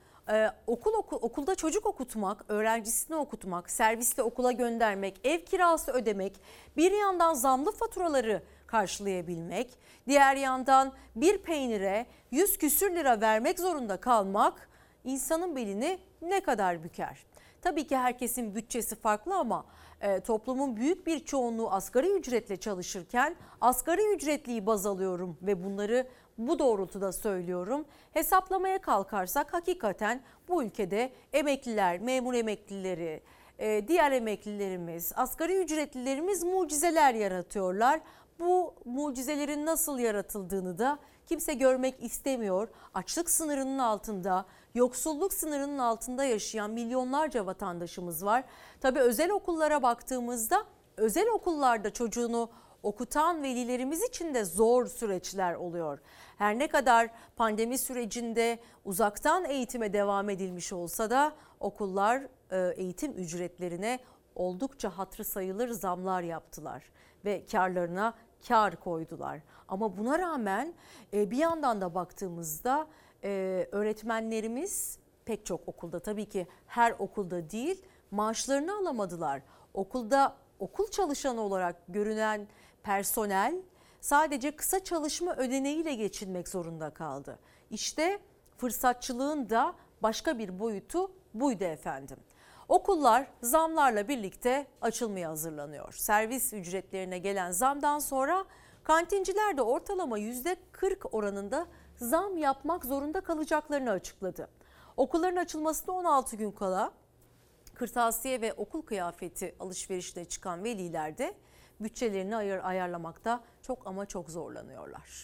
okulda çocuk okutmak, öğrencisini okutmak, servisle okula göndermek, ev kirası ödemek, bir yandan zamlı faturaları karşılayabilmek, diğer yandan bir peynire 100 küsür lira vermek zorunda kalmak insanın belini ne kadar büker? Tabii ki herkesin bütçesi farklı ama toplumun büyük bir çoğunluğu asgari ücretle çalışırken asgari ücretliyi baz alıyorum ve bunları bu doğrultuda söylüyorum. Hesaplamaya kalkarsak hakikaten bu ülkede emekliler, memur emeklileri, diğer emeklilerimiz, asgari ücretlilerimiz mucizeler yaratıyorlar. Bu mucizelerin nasıl yaratıldığını da kimse görmek istemiyor. Açlık sınırının altında, yoksulluk sınırının altında yaşayan milyonlarca vatandaşımız var. Tabii özel okullara baktığımızda özel okullarda çocuğunu okutan velilerimiz için de zor süreçler oluyor. Her ne kadar pandemi sürecinde uzaktan eğitime devam edilmiş olsa da okullar eğitim ücretlerine oldukça hatırı sayılır zamlar yaptılar ve karlarına kar koydular. Ama buna rağmen bir yandan da baktığımızda öğretmenlerimiz pek çok okulda, tabii ki her okulda değil, maaşlarını alamadılar. Okulda okul çalışanı olarak görünen personel sadece kısa çalışma ödeneğiyle geçinmek zorunda kaldı. İşte fırsatçılığın da başka bir boyutu buydu efendim. Okullar zamlarla birlikte açılmaya hazırlanıyor. Servis ücretlerine gelen zamdan sonra kantinciler de ortalama %40 oranında zam yapmak zorunda kalacaklarını açıkladı. Okulların açılmasına 16 gün kala kırtasiye ve okul kıyafeti alışverişine çıkan veliler de bütçelerini ayarlamakta çok ama çok zorlanıyorlar.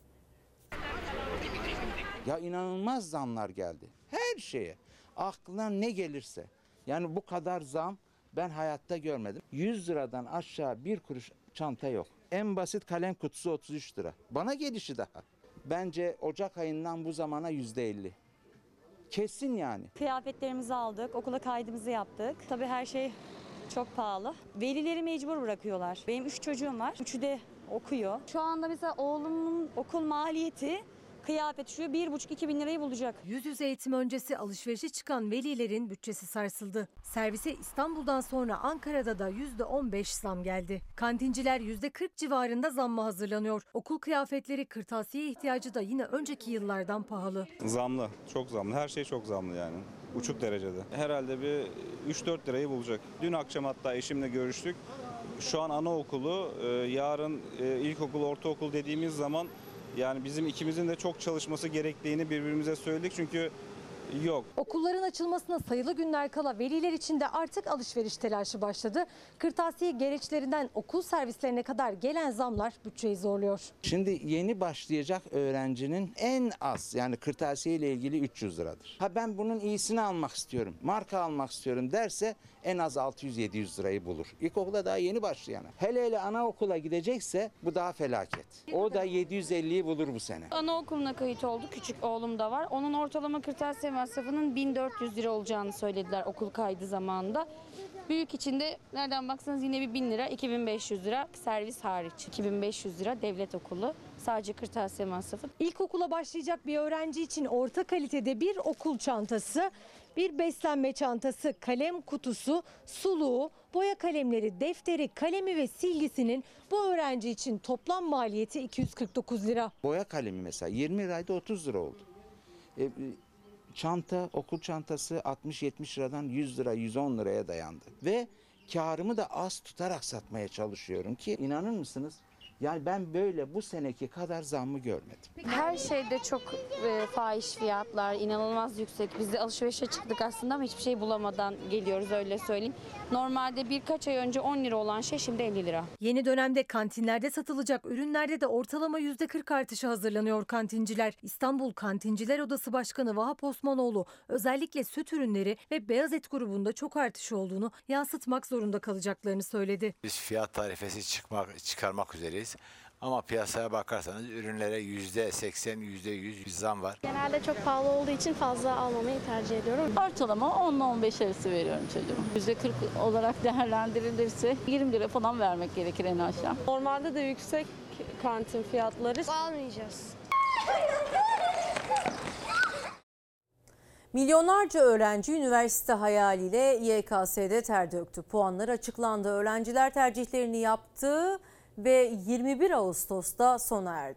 Ya inanılmaz zamlar geldi. Her şeye. Aklına ne gelirse. Yani bu kadar zam ben hayatta görmedim. 100 liradan aşağı bir kuruş çanta yok. En basit kalem kutusu 33 lira. Bana gelişi daha. Bence Ocak ayından bu zamana %50. Kesin yani. Kıyafetlerimizi aldık, okula kaydımızı yaptık. Tabii her şey çok pahalı. Velileri mecbur bırakıyorlar. Benim 3 çocuğum var. Üçü de okuyor. Şu anda mesela oğlumun okul maliyeti Kıyafet şu 1,5-2 bin lirayı bulacak. Yüz yüze eğitim öncesi alışverişe çıkan velilerin bütçesi sarsıldı. Servise İstanbul'dan sonra Ankara'da da %15 zam geldi. Kantinciler %40 civarında zamma hazırlanıyor. Okul kıyafetleri, kırtasiye ihtiyacı da yine önceki yıllardan pahalı. Zamlı, çok zamlı. Her şey çok zamlı yani. Uçuk derecede. Herhalde bir 3-4 lirayı bulacak. Dün akşam hatta eşimle görüştük. Şu an anaokulu, yarın ilkokul, ortaokul dediğimiz zaman yani bizim ikimizin de çok çalışması gerektiğini birbirimize söyledik çünkü yok. Okulların açılmasına sayılı günler kala veliler için de artık alışveriş telaşı başladı. Kırtasiye gereçlerinden okul servislerine kadar gelen zamlar bütçeyi zorluyor. Şimdi yeni başlayacak öğrencinin en az yani kırtasiye ile ilgili 300 liradır. Ha ben bunun iyisini almak istiyorum, marka almak istiyorum derse en az 600-700 lirayı bulur. İlkokula daha yeni başlayana. Hele anaokula gidecekse bu daha felaket. O da 750'yi bulur bu sene. Anaokuluna kayıt oldu. Küçük oğlum da var. Onun ortalama kırtasiye masrafının 1400 lira olacağını söylediler okul kaydı zamanında. Büyük içinde nereden baksanız yine bir 1000 lira, 2500 lira servis hariç. 2500 lira devlet okulu. Sadece kırtasiye masrafı. İlkokula başlayacak bir öğrenci için orta kalitede bir okul çantası, bir beslenme çantası, kalem kutusu, suluğu, boya kalemleri, defteri, kalemi ve silgisinin bu öğrenci için toplam maliyeti 249 lira. Boya kalemi mesela 20 liraydı 30 lira oldu. Çanta, okul çantası 60-70 liradan 100 lira, 110 liraya dayandı. Ve karımı da az tutarak satmaya çalışıyorum ki inanır mısınız? Yani ben böyle bu seneki kadar zammı görmedim. Her şeyde çok fahiş fiyatlar, inanılmaz yüksek. Biz de alışverişe çıktık aslında ama hiçbir şey bulamadan geliyoruz öyle söyleyeyim. Normalde birkaç ay önce 10 lira olan şey şimdi 50 lira. Yeni dönemde kantinlerde satılacak ürünlerde de ortalama %40 artışa hazırlanıyor kantinciler. İstanbul Kantinciler Odası Başkanı Vahap Osmanoğlu özellikle süt ürünleri ve beyaz et grubunda çok artış olduğunu yansıtmak zorunda kalacaklarını söyledi. Biz fiyat tarifesi çıkarmak üzereyiz. Ama piyasaya bakarsanız ürünlere %80, %100 bir zam var. Genelde çok pahalı olduğu için fazla almamayı tercih ediyorum. Ortalama 10 ile 15 arası veriyorum çocuğuma. %40 olarak değerlendirilirse 20 lira falan vermek gerekir en aşağı. Normalde de yüksek kantin fiyatları. Almayacağız. Milyonlarca öğrenci üniversite hayaliyle YKS'de ter döktü. Puanlar açıklandı. Öğrenciler tercihlerini yaptı ve 21 Ağustos'ta sona erdi.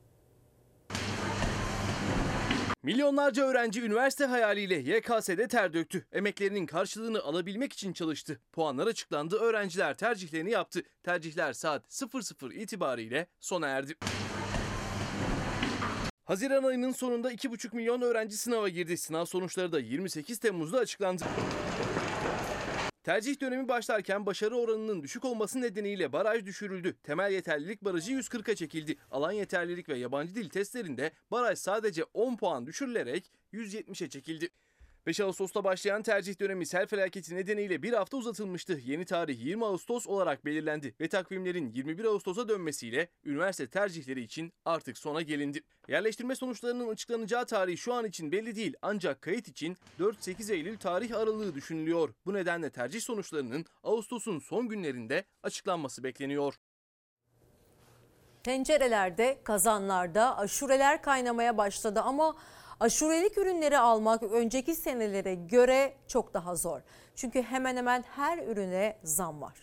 Milyonlarca öğrenci üniversite hayaliyle YKS'de ter döktü. Emeklerinin karşılığını alabilmek için çalıştı. Puanlar açıklandı, öğrenciler tercihlerini yaptı. Tercihler saat 00 itibariyle sona erdi. Haziran ayının sonunda 2,5 milyon öğrenci sınava girdi. Sınav sonuçları da 28 Temmuz'da açıklandı. Tercih dönemi başlarken başarı oranının düşük olması nedeniyle baraj düşürüldü. Temel yeterlilik barajı 140'a çekildi. Alan yeterlilik ve yabancı dil testlerinde baraj sadece 10 puan düşürülerek 170'e çekildi. 5 Ağustos'ta başlayan tercih dönemi sel felaketi nedeniyle bir hafta uzatılmıştı. Yeni tarih 20 Ağustos olarak belirlendi ve takvimlerin 21 Ağustos'a dönmesiyle üniversite tercihleri için artık sona gelindi. Yerleştirme sonuçlarının açıklanacağı tarih şu an için belli değil ancak kayıt için 4-8 Eylül tarih aralığı düşünülüyor. Bu nedenle tercih sonuçlarının Ağustos'un son günlerinde açıklanması bekleniyor. Tencerelerde, kazanlarda aşureler kaynamaya başladı ama aşurelik ürünleri almak önceki senelere göre çok daha zor. Çünkü hemen hemen her ürüne zam var.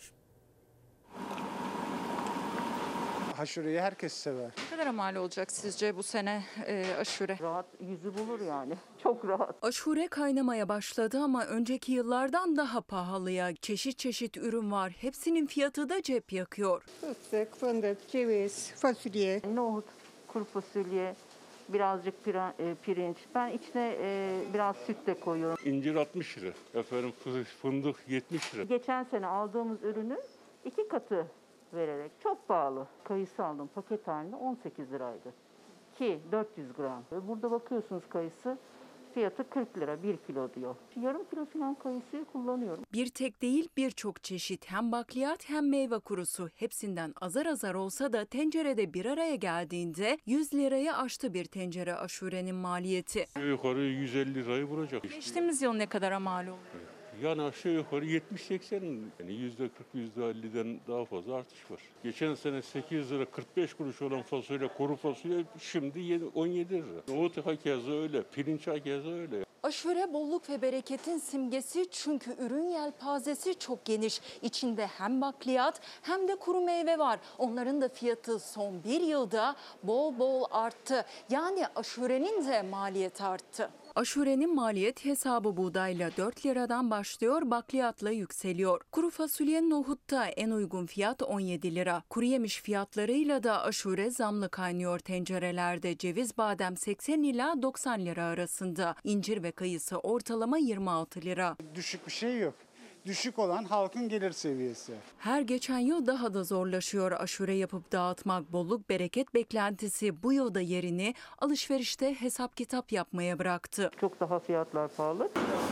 Aşureyi herkes sever. Ne kadar mal olacak sizce bu sene aşure? Rahat yüzü bulur yani. Çok rahat. Aşure kaynamaya başladı ama önceki yıllardan daha pahalıya. Çeşit çeşit ürün var. Hepsinin fiyatı da cep yakıyor. Fıstık, fındık, ceviz, fasulye, nohut, kuru fasulye, birazcık pirinç. Ben içine biraz süt de koyuyorum. İncir 60 lira. Efendim fındık 70 lira. Geçen sene aldığımız ürünün 2 katı vererek çok pahalı. Kayısı aldım paket halinde 18 liraydı. Ki 400 gram. Ve burada bakıyorsunuz kayısı fiyatı 40 lira 1 kilo diyor. Yarım kilo falan kayısıyı kullanıyorum. Bir tek değil birçok çeşit hem bakliyat hem meyve kurusu hepsinden azar azar olsa da tencerede bir araya geldiğinde 100 liraya aştı bir tencere aşurenin maliyeti. Yukarı 150 lirayı bulacak. Geçtiğimiz yıl ne kadara mal oldu? Yani aşağı yukarı 70-80, yani %40, %50'den daha fazla artış var. Geçen sene 8 lira 45 kuruş olan fasulye, kuru fasulye şimdi 17 lira. Nohut hakeza öyle, pirinç hakeza öyle. Aşure bolluk ve bereketin simgesi çünkü ürün yelpazesi çok geniş. İçinde hem bakliyat hem de kuru meyve var. Onların da fiyatı son bir yılda bol bol arttı. Yani aşurenin de maliyeti arttı. Aşurenin maliyet hesabı buğdayla 4 liradan başlıyor, bakliyatla yükseliyor. Kuru fasulye, nohutta en uygun fiyat 17 lira. Kuru yemiş fiyatlarıyla da aşure zamlı kaynıyor tencerelerde. Ceviz, badem 80 ila 90 lira arasında. İncir ve kayısı ortalama 26 lira. Düşük bir şey yok. Düşük olan halkın gelir seviyesi. Her geçen yıl daha da zorlaşıyor aşure yapıp dağıtmak. Bolluk bereket beklentisi bu yılda yerini alışverişte hesap kitap yapmaya bıraktı. Çok daha fiyatlar pahalı.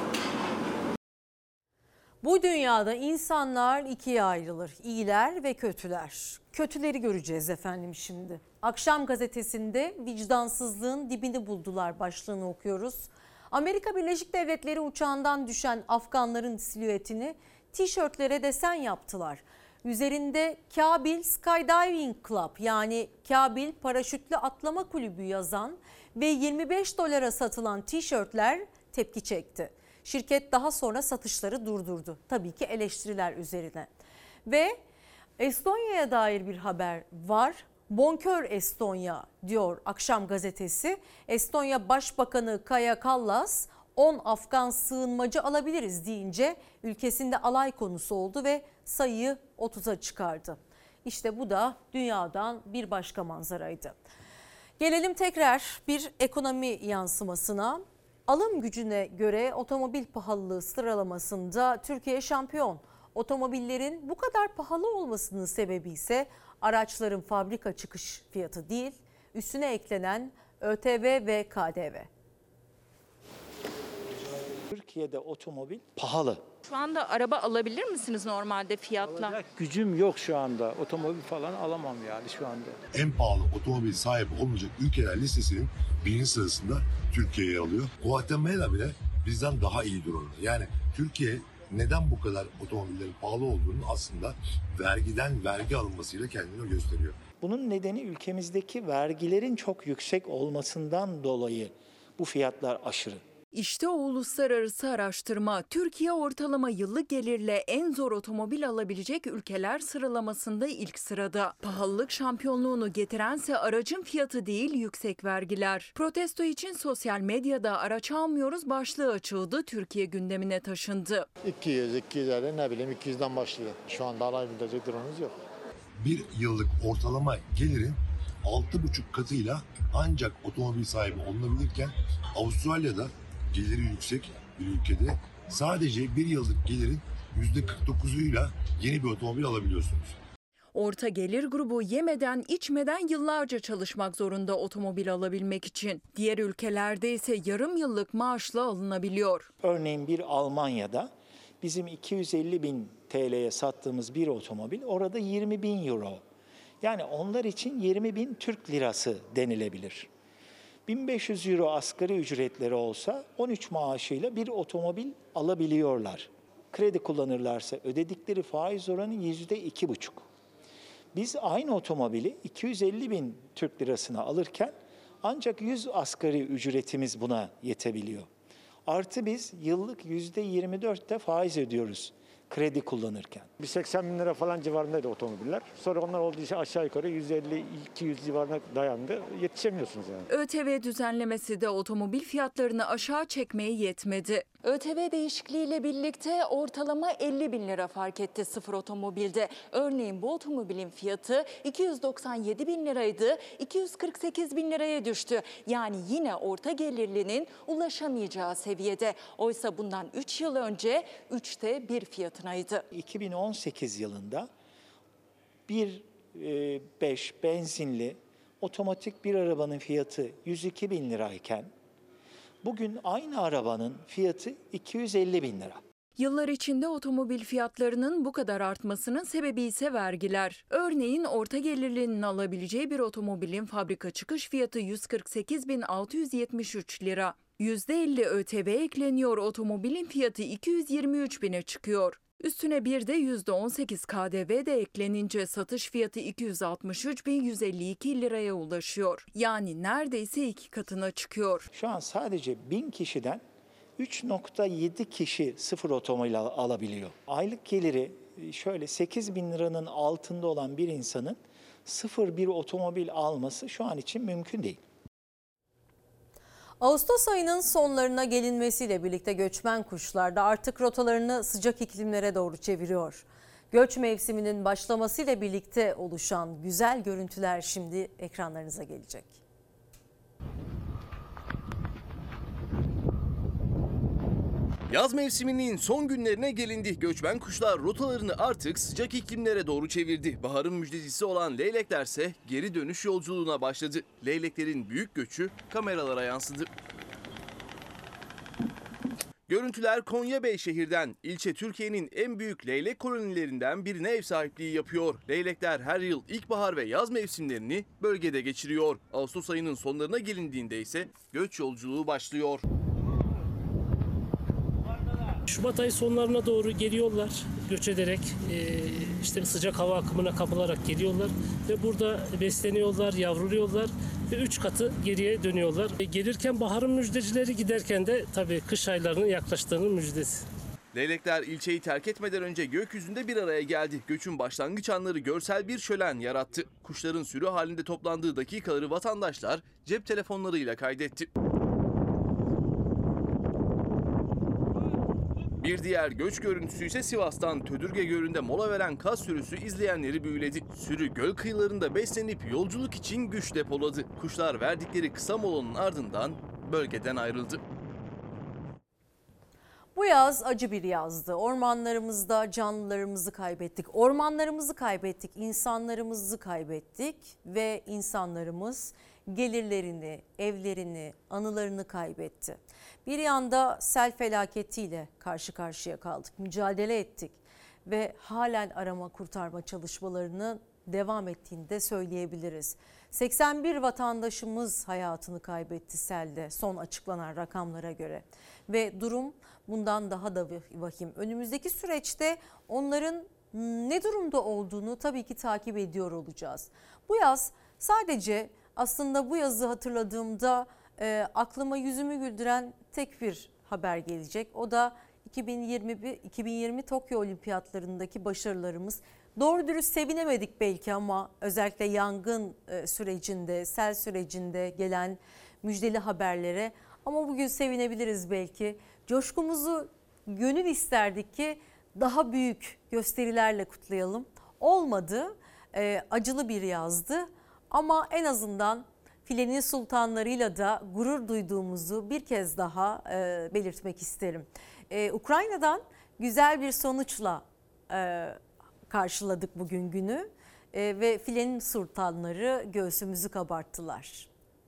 Bu dünyada insanlar ikiye ayrılır. İyiler ve kötüler. Kötüleri göreceğiz efendim şimdi. Akşam gazetesinde vicdansızlığın dibini buldular başlığını okuyoruz. Amerika Birleşik Devletleri uçağından düşen Afganların silüetini tişörtlere desen yaptılar. Üzerinde Kabil Skydiving Club yani Kabil Paraşütlü Atlama Kulübü yazan ve 25 dolara satılan tişörtler tepki çekti. Şirket daha sonra satışları durdurdu. Tabii ki eleştiriler üzerine. Ve Estonya'ya dair bir haber var. Bonkör Estonya diyor Akşam gazetesi. Estonya Başbakanı Kaja Kallas 10 Afgan sığınmacı alabiliriz deyince ülkesinde alay konusu oldu ve sayıyı 30'a çıkardı. İşte bu da dünyadan bir başka manzaraydı. Gelelim tekrar bir ekonomi yansımasına. Alım gücüne göre otomobil pahalılığı sıralamasında Türkiye şampiyon. Otomobillerin bu kadar pahalı olmasının sebebi ise araçların fabrika çıkış fiyatı değil, üstüne eklenen ÖTV ve KDV. Türkiye'de otomobil pahalı. Şu anda araba alabilir misiniz normalde fiyatla? Alacak gücüm yok şu anda. Otomobil falan alamam yani şu anda. En pahalı otomobil sahibi olmayacak ülkeler listesinin birinci sırasında Türkiye'ye alıyor. Guatemala bile bizden daha iyi durumda. Yani Türkiye neden bu kadar otomobillerin pahalı olduğunu aslında vergiden vergi alınmasıyla kendini gösteriyor. Bunun nedeni ülkemizdeki vergilerin çok yüksek olmasından dolayı bu fiyatlar aşırı. İşte o uluslararası araştırma Türkiye ortalama yıllık gelirle en zor otomobil alabilecek ülkeler sıralamasında ilk sırada. Pahalılık şampiyonluğunu getirense aracın fiyatı değil yüksek vergiler. Protesto için sosyal medyada araç almıyoruz başlığı açıldı, Türkiye gündemine taşındı. 200'e ne bileyim 200'den başlıyor. Şu anda alabilecek durumumuz yok. Bir yıllık ortalama gelirin 6,5 katıyla ancak otomobil sahibi olunabilirken Avustralya'da geliri yüksek bir ülkede sadece bir yıllık gelirin %49'uyla yeni bir otomobil alabiliyorsunuz. Orta gelir grubu yemeden içmeden yıllarca çalışmak zorunda otomobil alabilmek için. Diğer ülkelerde ise yarım yıllık maaşla alınabiliyor. Örneğin bir Almanya'da bizim 250.000 TL'ye sattığımız bir otomobil orada 20.000 euro. Yani onlar için 20.000 Türk lirası denilebilir. 1500 euro asgari ücretleri olsa 13 maaşıyla bir otomobil alabiliyorlar. Kredi kullanırlarsa ödedikleri faiz oranı %2,5. Biz aynı otomobili 250.000 Türk lirasına alırken ancak 100 asgari ücretimiz buna yetebiliyor. Artı biz yıllık %24'te faiz ödüyoruz kredi kullanırken. Bir 80.000 lira falan civarındaydı otomobiller. Sonra onlar olduğu için aşağı yukarı 150-200 civarına dayandı. Yetişemiyorsunuz yani. ÖTV düzenlemesi de otomobil fiyatlarını aşağı çekmeye yetmedi. ÖTV değişikliğiyle birlikte ortalama 50.000 lira fark etti sıfır otomobilde. Örneğin bu otomobilin fiyatı 297.000 liraydı, 248.000 liraya düştü. Yani yine orta gelirlinin ulaşamayacağı seviyede. Oysa bundan 3 yıl önce 3'te 1 fiyatınaydı. 2018 yılında 1.5 benzinli otomatik bir arabanın fiyatı 102.000 lirayken bugün aynı arabanın fiyatı 250.000 lira. Yıllar içinde otomobil fiyatlarının bu kadar artmasının sebebi ise vergiler. Örneğin orta gelirlinin alabileceği bir otomobilin fabrika çıkış fiyatı 148.673 lira. %50 ÖTV ekleniyor, otomobilin fiyatı 223 bine çıkıyor. Üstüne bir de %18 KDV de eklenince satış fiyatı 263.152 liraya ulaşıyor. Yani neredeyse 2 katına çıkıyor. Şu an sadece 1000 kişiden 3.7 kişi sıfır otomobil alabiliyor. Aylık geliri şöyle 8.000 liranın altında olan bir insanın sıfır bir otomobil alması şu an için mümkün değil. Ağustos ayının sonlarına gelinmesiyle birlikte göçmen kuşlar da artık rotalarını sıcak iklimlere doğru çeviriyor. Göç mevsiminin başlamasıyla birlikte oluşan güzel görüntüler şimdi ekranlarınıza gelecek. Yaz mevsiminin son günlerine gelindi. Göçmen kuşlar rotalarını artık sıcak iklimlere doğru çevirdi. Baharın müjdecisi olan leyleklerse geri dönüş yolculuğuna başladı. Leyleklerin büyük göçü kameralara yansıdı. Görüntüler Konya Beyşehir'den. İlçe Türkiye'nin en büyük leylek kolonilerinden birine ev sahipliği yapıyor. Leylekler her yıl ilkbahar ve yaz mevsimlerini bölgede geçiriyor. Ağustos ayının sonlarına gelindiğinde ise göç yolculuğu başlıyor. Şubat ayı sonlarına doğru geliyorlar göç ederek, işte sıcak hava akımına kapılarak geliyorlar ve burada besleniyorlar, yavruluyorlar ve 3 katı geriye dönüyorlar. Gelirken baharın müjdecileri, giderken de tabii kış aylarının yaklaştığının müjdesi. Leylekler ilçeyi terk etmeden önce gökyüzünde bir araya geldi. Göçün başlangıç anları görsel bir şölen yarattı. Kuşların sürü halinde toplandığı dakikaları vatandaşlar cep telefonlarıyla kaydetti. Bir diğer göç görüntüsü ise Sivas'tan. Tödürge Gölü'nde mola veren kaz sürüsü izleyenleri büyüledi. Sürü göl kıyılarında beslenip yolculuk için güç depoladı. Kuşlar verdikleri kısa molanın ardından bölgeden ayrıldı. Bu yaz acı bir yazdı. Ormanlarımızda canlılarımızı kaybettik. Ormanlarımızı kaybettik, insanlarımızı kaybettik ve insanlarımız gelirlerini, evlerini, anılarını kaybetti. Bir yanda sel felaketiyle karşı karşıya kaldık, mücadele ettik ve halen arama kurtarma çalışmalarının devam ettiğini de söyleyebiliriz. 81 vatandaşımız hayatını kaybetti selde son açıklanan rakamlara göre ve durum bundan daha da vahim. Önümüzdeki süreçte onların ne durumda olduğunu tabii ki takip ediyor olacağız. Bu yaz sadece aslında bu yazı hatırladığımda aklıma yüzümü güldüren tek bir haber gelecek. O da 2020 Tokyo Olimpiyatlarındaki başarılarımız. Doğru dürüst sevinemedik belki ama özellikle yangın sürecinde, sel sürecinde gelen müjdeli haberlere. Ama bugün sevinebiliriz belki. Coşkumuzu gönül isterdik ki daha büyük gösterilerle kutlayalım. Olmadı, acılı bir yazdı ama en azından filenin sultanlarıyla da gurur duyduğumuzu bir kez daha belirtmek isterim. Ukrayna'dan güzel bir sonuçla karşıladık bugün günü ve filenin sultanları göğsümüzü kabarttılar.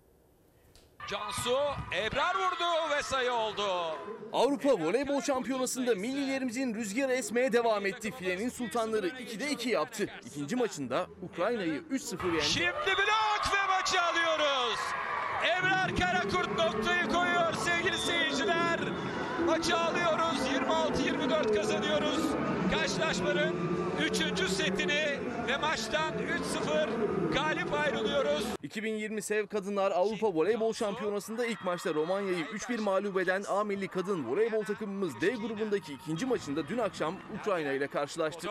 Cansu Ebrar vurdu ve sayı oldu. Avrupa Voleybol Şampiyonası'nda millilerimizin rüzgarı esmeye devam etti. Filenin sultanları 2'de 2 yaptı. İkinci maçında Ukrayna'yı 3-0 yendi. Şimdi blok ve maçı alıyoruz. Ebrar Karakurt noktayı koyuyor sevgili seyirciler. Maçı alıyoruz. 26-24 kazanıyoruz. Karşılaşmanın 3. setini ve maçtan 3-0 galip ayrılıyoruz. 2020 Sev Kadınlar Avrupa Voleybol Şampiyonası'nda ilk maçta Romanya'yı 3-1 mağlup eden A milli kadın voleybol takımımız D grubundaki ikinci maçında dün akşam Ukrayna ile karşılaştı.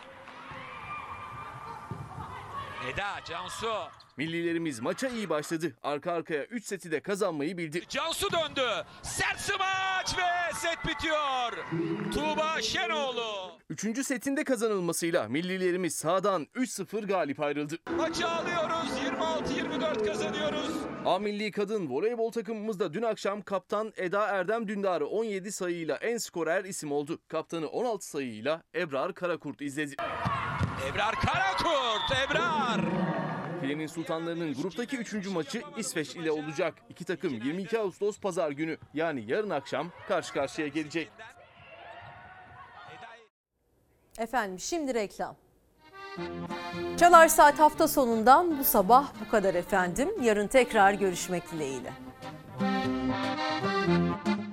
Eda, Cansu. Millilerimiz maça iyi başladı. Arka arkaya 3 seti de kazanmayı bildi. Cansu döndü. Sert smaç ve set bitiyor. Tuğba Şenoğlu. 3. setinde kazanılmasıyla millilerimiz sahadan 3-0 galip ayrıldı. Maçı alıyoruz. 26-24 kazanıyoruz. A milli kadın voleybol takımımız da dün akşam kaptan Eda Erdem Dündar'ı 17 sayıyla en skorer isim oldu. Kaptanı 16 sayıyla Ebrar Karakurt izledi. Ebrar Karakurt, Ebrar. Filenin sultanlarının gruptaki 3. maçı İsveç ile olacak. İki takım 22 Ağustos Pazar günü yani yarın akşam karşı karşıya gelecek. Efendim şimdi reklam. Çalar Saat hafta sonundan bu sabah bu kadar efendim. Yarın tekrar görüşmek dileğiyle. Hoşçakalın.